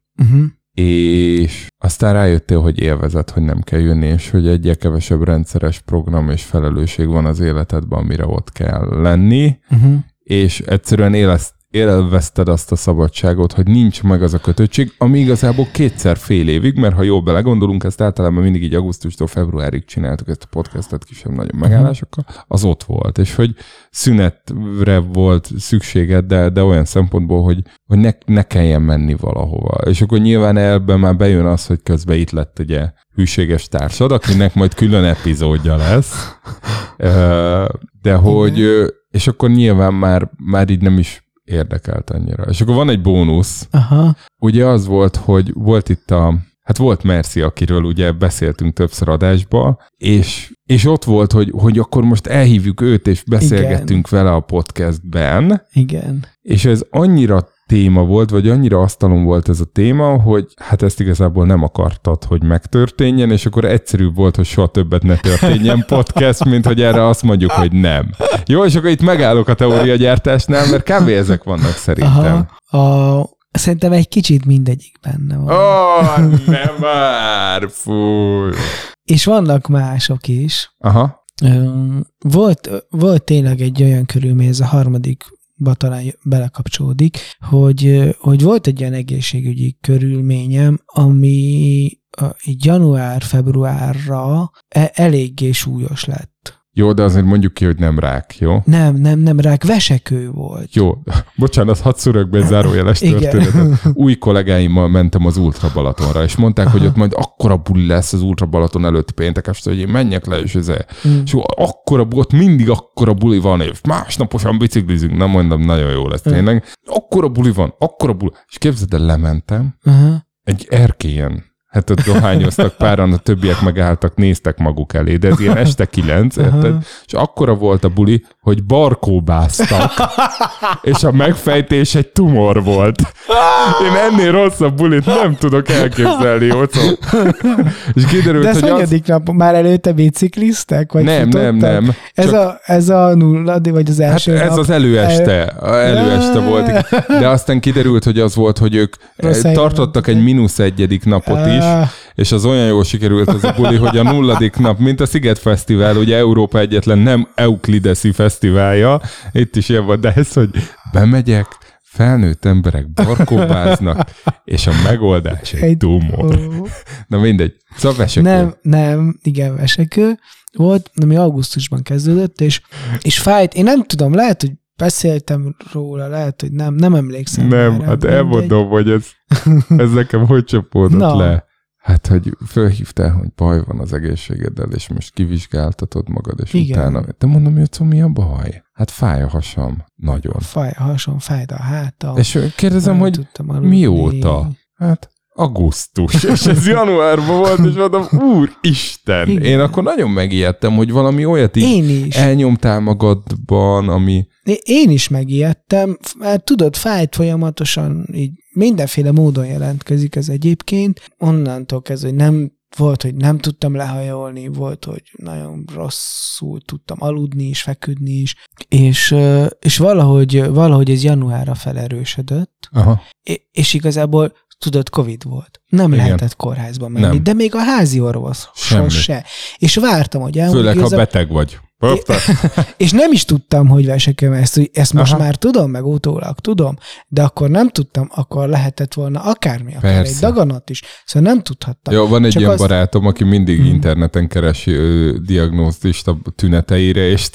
és aztán rájöttél, hogy élvezed, hogy nem kell jönni, és hogy egyre kevesebb rendszeres program és felelősség van az életedben, amire ott kell lenni, és egyszerűen élvezted azt a szabadságot, hogy nincs meg az a kötöttség, ami igazából 2 fél évig, mert ha jól belegondolunk, ezt általában mindig így augusztustól februárig csináltuk ezt a podcastet kisebb-nagyobb megállásokkal, az ott volt, és hogy szünetre volt szükséged, de olyan szempontból, hogy ne kelljen menni valahova. És akkor nyilván ebben már bejön az, hogy közben itt lett ugye hűséges társad, akinek majd külön epizódja lesz, de hogy, és akkor nyilván már így nem is érdekelt annyira. És akkor van egy bónusz. Aha. Ugye az volt, hogy volt itt volt Merci, akiről ugye beszéltünk többször adásba, és ott volt, hogy akkor most elhívjuk őt, és beszélgettünk vele a podcastben. Igen. És ez annyira téma volt, vagy annyira asztalon volt ez a téma, hogy hát ezt igazából nem akartad, hogy megtörténjen, és akkor egyszerűbb volt, hogy soha többet ne történjen podcast, mint hogy erre azt mondjuk, hogy nem. Jó, és akkor itt megállok a teóriagyártásnál, mert kb. Ezek vannak szerintem. Szerintem egy kicsit mindegyik benne van. Nem már, fúj. És vannak mások is. Aha. Volt tényleg egy olyan körülmény, ez a harmadik talán belekapcsolódik, hogy volt egy olyan egészségügyi körülményem, ami így január-februárra eléggé súlyos lett. Jó, de azért mondjuk ki, hogy nem rák, jó? Nem rák, vesekő volt. Jó, bocsánat, hadd szörök be egy zárójeles történetet. Új kollégáimmal mentem az Ultra Balatonra, és mondták, hogy ott majd akkora buli lesz az Ultra Balaton előtt péntek este, hogy én menjek le, és és ott mindig akkora buli van, és másnaposan biciklizünk, nem mondom, nagyon jó lesz tényleg. Akkora buli van, és képzeld el, lementem, egy erkélyen. Hát ott dohányoztak páran, a többiek megálltak, néztek maguk elé, de ez ilyen este 9, és akkora volt a buli, hogy barkóbáztak, és a megfejtés egy tumor volt. Én ennél rosszabb bulit nem tudok elképzelni, Ocó. És kiderült, de ez hanyadik nap? Már előtte bicikliztek? Vagy nem. Ez a nulladi, vagy az első nap? Ez az előeste volt. De aztán kiderült, hogy az volt, hogy ők tartottak egy -1. napot is, és az olyan jól sikerült az a buli, hogy a 0. nap, mint a Sziget Fesztivál, ugye Európa egyetlen nem euklideszi fesztiválja, itt is ilyen van, de ez, hogy bemegyek, felnőtt emberek barkóbáznak, és a megoldás egy tumor. Na mindegy, szóval vesekő. Nem, igen, vesekő volt, ami augusztusban kezdődött, és fájt, én nem tudom, lehet, hogy beszéltem róla, lehet, hogy nem emlékszem. Nem, hát elmondom, hogy ez nekem hogy csapódott le. Hát, hogy fölhívtál, hogy baj van az egészségeddel, és most kivizsgáltatod magad, és utána... De mondom, Jocó, mi a baj? Hát fáj a hasam. Nagyon. Fáj a hasam, fáj a hátam. És kérdezem, hogy mióta? Hát augusztus, és ez januárban volt, és mondom, úristen! Igen. Én akkor nagyon megijedtem, hogy valami olyat így elnyomtál magadban, ami... Én is megijedtem, mert tudod, fájt folyamatosan, így mindenféle módon jelentkezik ez egyébként. Onnantól kezdve, hogy nem volt, hogy nem tudtam lehajolni, volt, hogy nagyon rosszul tudtam aludni is, feküdni is, és valahogy ez januárra felerősödött, és igazából tudod, Covid volt. Nem lehetett kórházba menni, de még a házi orvos se. És vártam, hogy főleg, ha beteg vagy. És nem is tudtam, hogy vesekő, ezt most már tudom, meg utólag tudom, de akkor nem tudtam, akkor lehetett volna akármi, akár egy daganat is. Szóval nem tudhattam. Jó, van egy ilyen barátom, aki mindig interneten keresi diagnózista tüneteire, és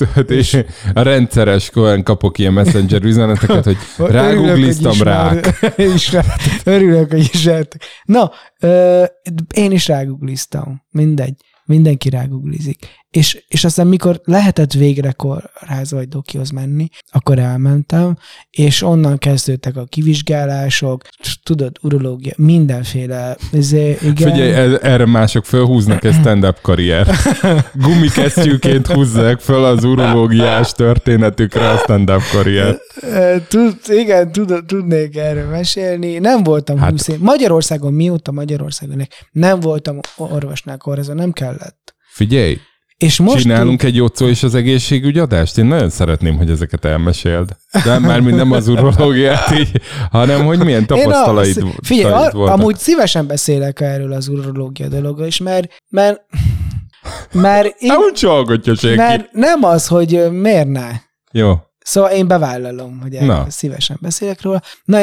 a rendszeres kapok ilyen messenger üzeneteket, hogy rágoogliztam rák. Örülök, hogy ismertek. Na, én is rágoogliztam. Mindegy. Mindenki rágooglizik. és aztán mikor lehetett végre kórházba vagy dokihoz menni, akkor elmentem, és onnan kezdődtek a kivizsgálások, tudod, urológia, mindenféle. Igen. Figyelj, erre mások fölhúznak egy stand-up karrier. Gumikesztyűként húzzák föl az urológiás történetükre a stand-up karrier. Igen, tudnék erről mesélni. Nem voltam 20 év. Magyarországon mióta nem voltam orvosnál kórházban, nem kellett. Figyelj, és most csinálunk egy Jocó és az egészségügy adást? Én nagyon szeretném, hogy ezeket elmeséld. De már nem az urológiát így, hanem hogy milyen tapasztalaid figyelj, voltak. Amúgy szívesen beszélek erről az urológia dologról is, mert úgy hallgatja senki. Mert nem az, hogy miért ne. Jó. Szóval én bevállalom, hogy szívesen beszélek róla. Na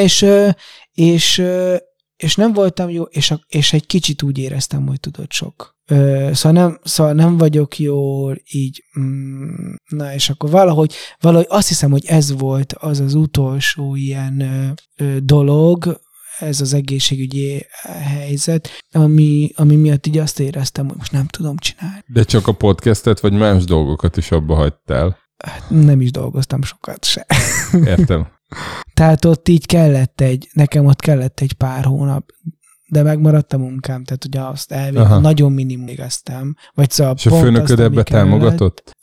és nem voltam jó, és egy kicsit úgy éreztem, hogy tudod sok. Szóval nem vagyok jól, így, na és akkor valahogy azt hiszem, hogy ez volt az utolsó ilyen dolog, ez az egészségügyi helyzet, ami miatt így azt éreztem, hogy most nem tudom csinálni. De csak a podcastet, vagy más dolgokat is abba hagytál? Nem is dolgoztam sokat se. Értem. Tehát ott így nekem ott kellett egy pár hónap, de megmaradt a munkám, tehát ugye azt nagyon minimum végeztem. Vagy szóval és a főnököd ebbe támogatott?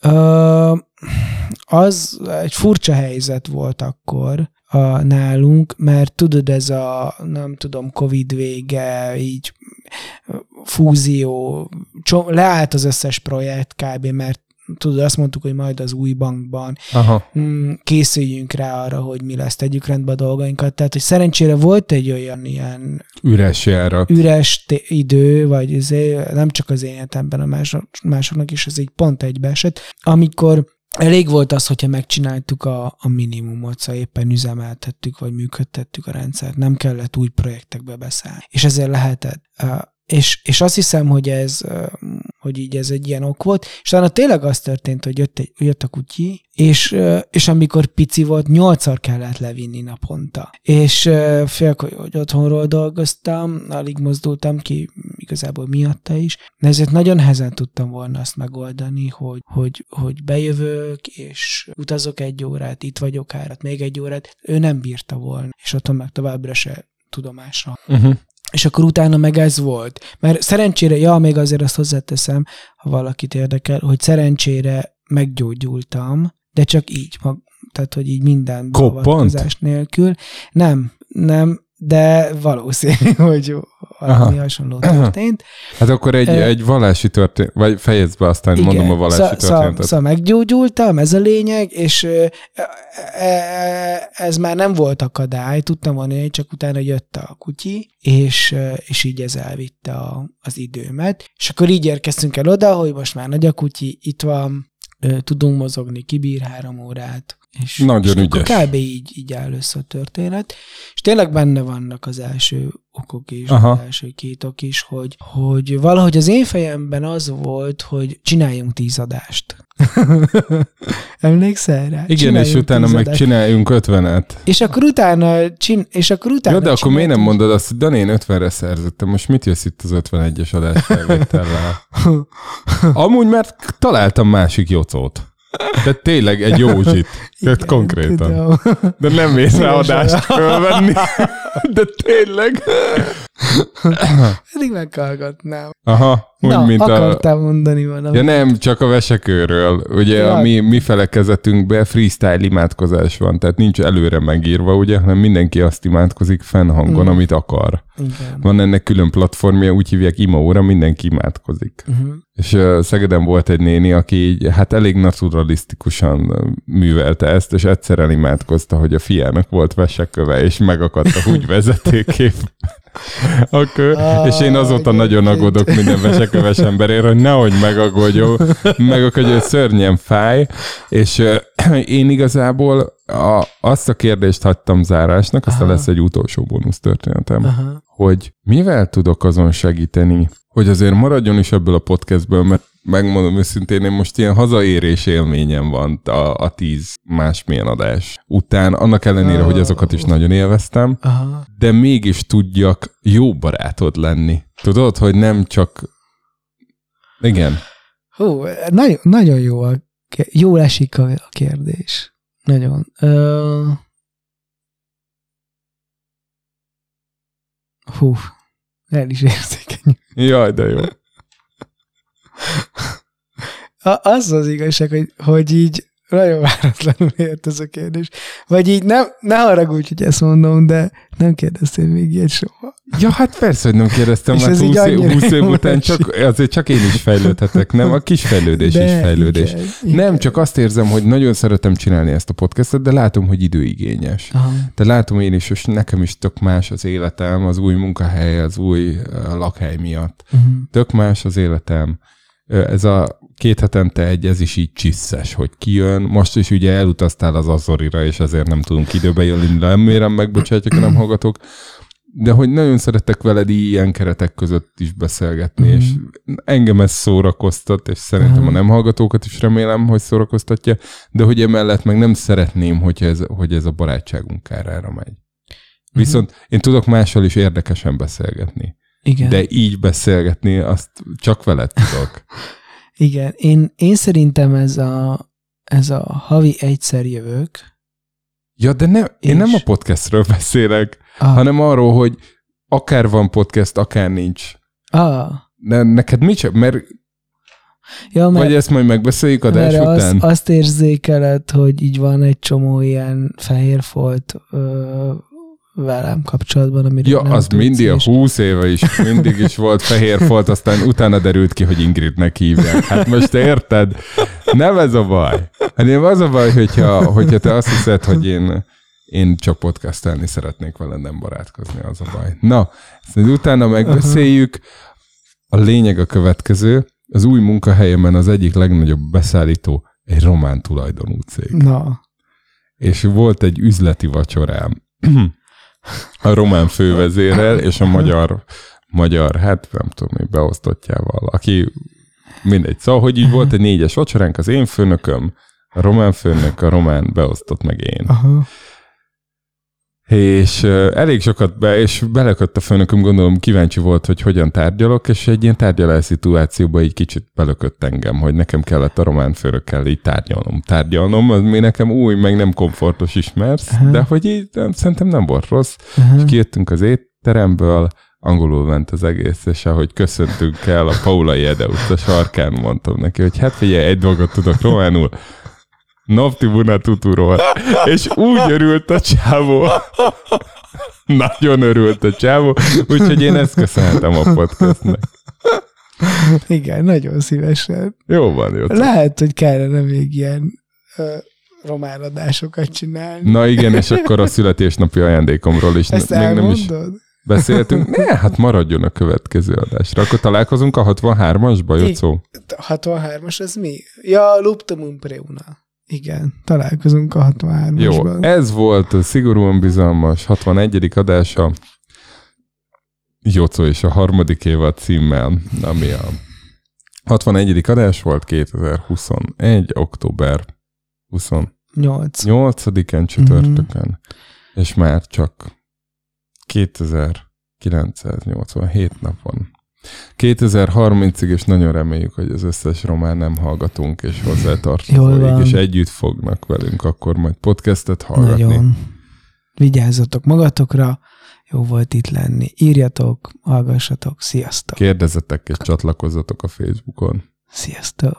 Az egy furcsa helyzet volt akkor nálunk, mert tudod, ez a, nem tudom, Covid vége, így fúzió, leállt az összes projekt kb., mert tudod, azt mondtuk, hogy majd az új bankban készüljünk rá arra, hogy mi lesz, tegyük rendbe a dolgainkat. Tehát, hogy szerencsére volt egy olyan ilyen üres járat. Üres idő, vagy nem csak az én életemben, a másoknak is ez így pont egybeesett, amikor elég volt az, hogyha megcsináltuk a minimumot, szóval éppen üzemeltettük, vagy működtettük a rendszert, nem kellett új projektekbe beszállni. És ezért lehetett. És azt hiszem, hogy ez egy ilyen ok volt, és talán tényleg az történt, hogy jött a kutyi, és amikor pici volt, 8-szor kellett levinni naponta. És félkor, hogy otthonról dolgoztam, alig mozdultam ki, igazából miatta is, de ezért nagyon nehezen tudtam volna azt megoldani, hogy bejövök, és utazok 1 órát, itt vagyok árat, még 1 órát, ő nem bírta volna, és otthon meg továbbra se tudomásra. És akkor utána meg ez volt. Mert szerencsére, még azért azt hozzáteszem, ha valakit érdekel, hogy szerencsére meggyógyultam, de csak így, tehát hogy így minden beavatkozás nélkül. Nem, de valószínű, hogy valami hasonló történt. Hát akkor egy vallási történet, vagy fejezd be, aztán igen, mondom a vallási történetet. Szóval meggyógyultam, ez a lényeg, és ez már nem volt akadály, tudtam volna, csak utána jött a kutyi, és így ez elvitte az időmet. És akkor így érkeztünk el oda, hogy most már nagy a kutyi, itt van, tudunk mozogni, kibír 3 órát, és nagyon és ügyes. Akkor kb. így áll össze a történet. És tényleg benne vannak az első okok is, az első 2 ok is, hogy valahogy az én fejemben az volt, hogy csináljunk 10 adást. Emlékszel rá? Igen, csináljunk és utána meg csináljunk 50-et. És akkor utána jó, de akkor miért nem mondod azt, hogy Dani, én 50-re szerzettem, most mit jössz itt az 51-es adás felvétellel? Amúgy, mert találtam másik Jocót. De tényleg egy Józsit. Tehát konkrétan. Tudom. De nem mész rá adást fölvenni. De tényleg. Pedig meghallgatnám. Aha. Úgy, mint akartál mondani valamit. Ja nem, csak a vesekőről. Ugye a mi felekezetünkben freestyle imádkozás van, tehát nincs előre megírva, ugye, hanem mindenki azt imádkozik fennhangon, amit akar. Igen. Van ennek külön platformja, úgy hívják imaóra, mindenki imádkozik. És Szegeden volt egy néni, aki így, hát elég naturalisztikusan művelte ezt, és egyszer elimádkozta, hogy a fiának volt veseköve, és megakadt a húgyvezetékép. És én azóta nagyon aggódok minden veseköves emberért, hogy nehogy megaggódjon, hogy szörnyen fáj, és én igazából azt a kérdést hagytam zárásnak, aztán lesz egy utolsó bónusz történetem, hogy mivel tudok azon segíteni, hogy azért maradjon is ebből a podcastből, mert megmondom őszintén, én most ilyen hazaérés élményem van a 10 másmilyen adás után, annak ellenére, hogy azokat is nagyon élveztem, de mégis tudjak jó barátod lenni. Tudod, hogy nem csak... Igen. Hú, nagyon jól esik a kérdés. Nagyon. El is érzékeny. Jaj, de jó. Az igazság, hogy így nagyon váratlanul ért ez a kérdés. Vagy így ne haragudj, hogy ezt mondom, de nem kérdeztél még ilyet soha. Ja, hát persze, hogy nem kérdeztem, mert 20 év után azért csak én is fejlődhetek, nem? A kis fejlődés is fejlődés. Igen. Nem, csak azt érzem, hogy nagyon szeretem csinálni ezt a podcastot, de látom, hogy időigényes. De látom én is, és nekem is tök más az életem, az új munkahely, az új lakhely miatt. Tök más az életem. Ez a 2 hetente ez is így csisszes, hogy kijön. Most is ugye elutaztál az Azorira, és ezért nem tudunk időbe jönni, remélem megbocsátjuk, nem hallgatok. De hogy nagyon szeretek veled ilyen keretek között is beszélgetni, és engem ez szórakoztat, és szerintem a nem hallgatókat is remélem, hogy szórakoztatja, de hogy emellett meg nem szeretném, hogy ez a barátságunk kárára megy. Viszont én tudok mással is érdekesen beszélgetni. Igen. De így beszélgetni, azt csak veled tudok. Igen, én szerintem ez a havi egyszer jövök. Ja, de én nem a podcastről beszélek, hanem arról, hogy akár van podcast, akár nincs. De neked mi csak, mert vagy ezt majd megbeszéljük adás után? Azt érzékeled, hogy így van egy csomó ilyen fehér folt velem kapcsolatban, amire ja, az mindig a 20 éve is, mindig is volt fehér folt, aztán utána derült ki, hogy Ingridnek hívják. Hát most érted? Nem ez a baj. Hanem az a baj, hogyha te azt hiszed, hogy én csak podcastelni szeretnék veled, nem barátkozni, az a baj. Na, ezt utána megbeszéljük. A lényeg a következő. Az új munkahelyemen az egyik legnagyobb beszállító egy román tulajdonú cég. Na. És volt egy üzleti vacsorám a román fővezérrel, és a magyar, hát nem tudom, mi beosztottjával, aki mindegy. Szóval, hogy így volt egy 4-es vacsoránk, az én főnököm, a román főnök, a román beosztott meg én. Aha. És elég sokat és belökött a főnököm, gondolom kíváncsi volt, hogy hogyan tárgyalok, és egy ilyen tárgyalás szituációba így kicsit belökött engem, hogy nekem kellett a román főnökkel így tárgyalnom, az még nekem új, meg nem komfortos ismersz, de hogy így szerintem nem volt rossz. És kijöttünk az étteremből, angolul ment az egész, és ahogy köszöntünk el a Paulai Ede utca sarkán, mondtam neki, hogy hát figyelj, egy dolgot tudok románul, Nopti Buna Tuturól. És úgy örült a csávó. Nagyon örült a csávó, úgyhogy én ezt köszönhetem a podcastnek. Igen, nagyon szívesen. Jó van, jó. Lehet, hogy kellene még ilyen román adásokat csinálni. Na igen, és akkor a születésnapi ajándékomról is. Ezt még elmondod? Nem is beszéltünk. Ne, hát maradjon a következő adásra. Akkor találkozunk a 63-asba, Jocó? 63-as, ez mi? Ja, Luptamum Preuna. Igen, találkozunk a 63-asban. Jó, ez volt a szigorúan bizalmas 61. adása Jocó és a harmadik évad címmel, ami a 61. adás volt 2021. október 28-án csütörtökön, és már csak 2987 napon. 2030-ig, és nagyon reméljük, hogy az összes román nem hallgatunk, és hozzátartozóik, és együtt fognak velünk akkor majd podcastet hallgatni. Nagyon. Vigyázzatok magatokra, jó volt itt lenni. Írjatok, hallgassatok, sziasztok! Kérdezzetek és csatlakozzatok a Facebookon. Sziasztok!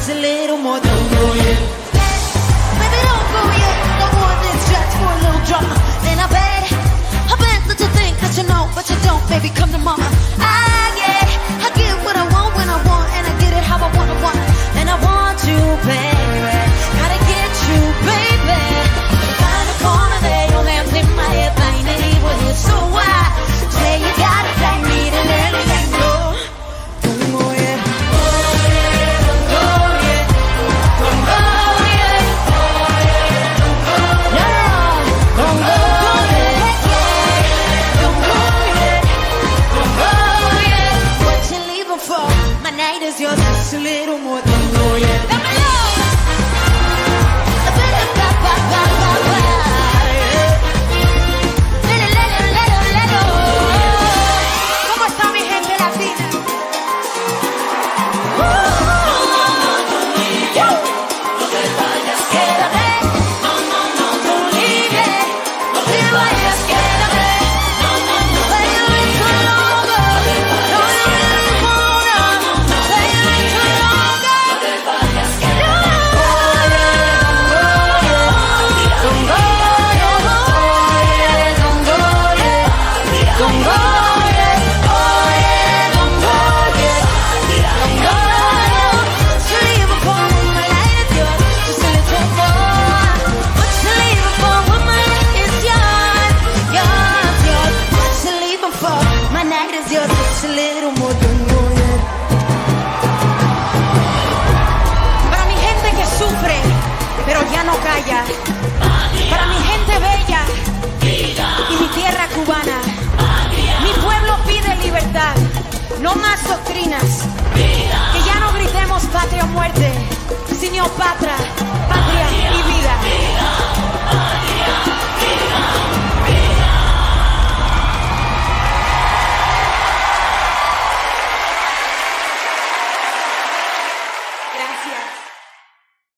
just a little more. Don't go yet. Baby, don't go yet. Don't want this just for a little drama. And I bet that you think that you know, but you don't. Baby, come to mama. I get what I want when I want, and I get it how I want. And I want you, baby. Gotta get you, baby. Find a corner there, your man's in my head, flying anywhere. So why say you gotta find me to let it go? Don't go yet. Don't go yet. Don't go yet. No, don't go yet. Don't go yet. Don't go yet. What you leaving for? My night is yours, just a little more. Don't go yet. Let me know. ¿Cómo está mi gente latina? No te vayas, quédate. No leave. No te vayas, quédate. Play a little longer. No leave for now. Play a little longer. No te vayas, quédate. Don't go yet. Don't go yet. Don't go yet. Oh yeah, don't go yet. Don't go yet. What you leaving for when my light is yours? Just a little more. What you leaving for when my light is yours? Yours. What you leaving for? My night is yours. Just a little more. Don't go yet. Para mi gente que sufre, pero ya no calla.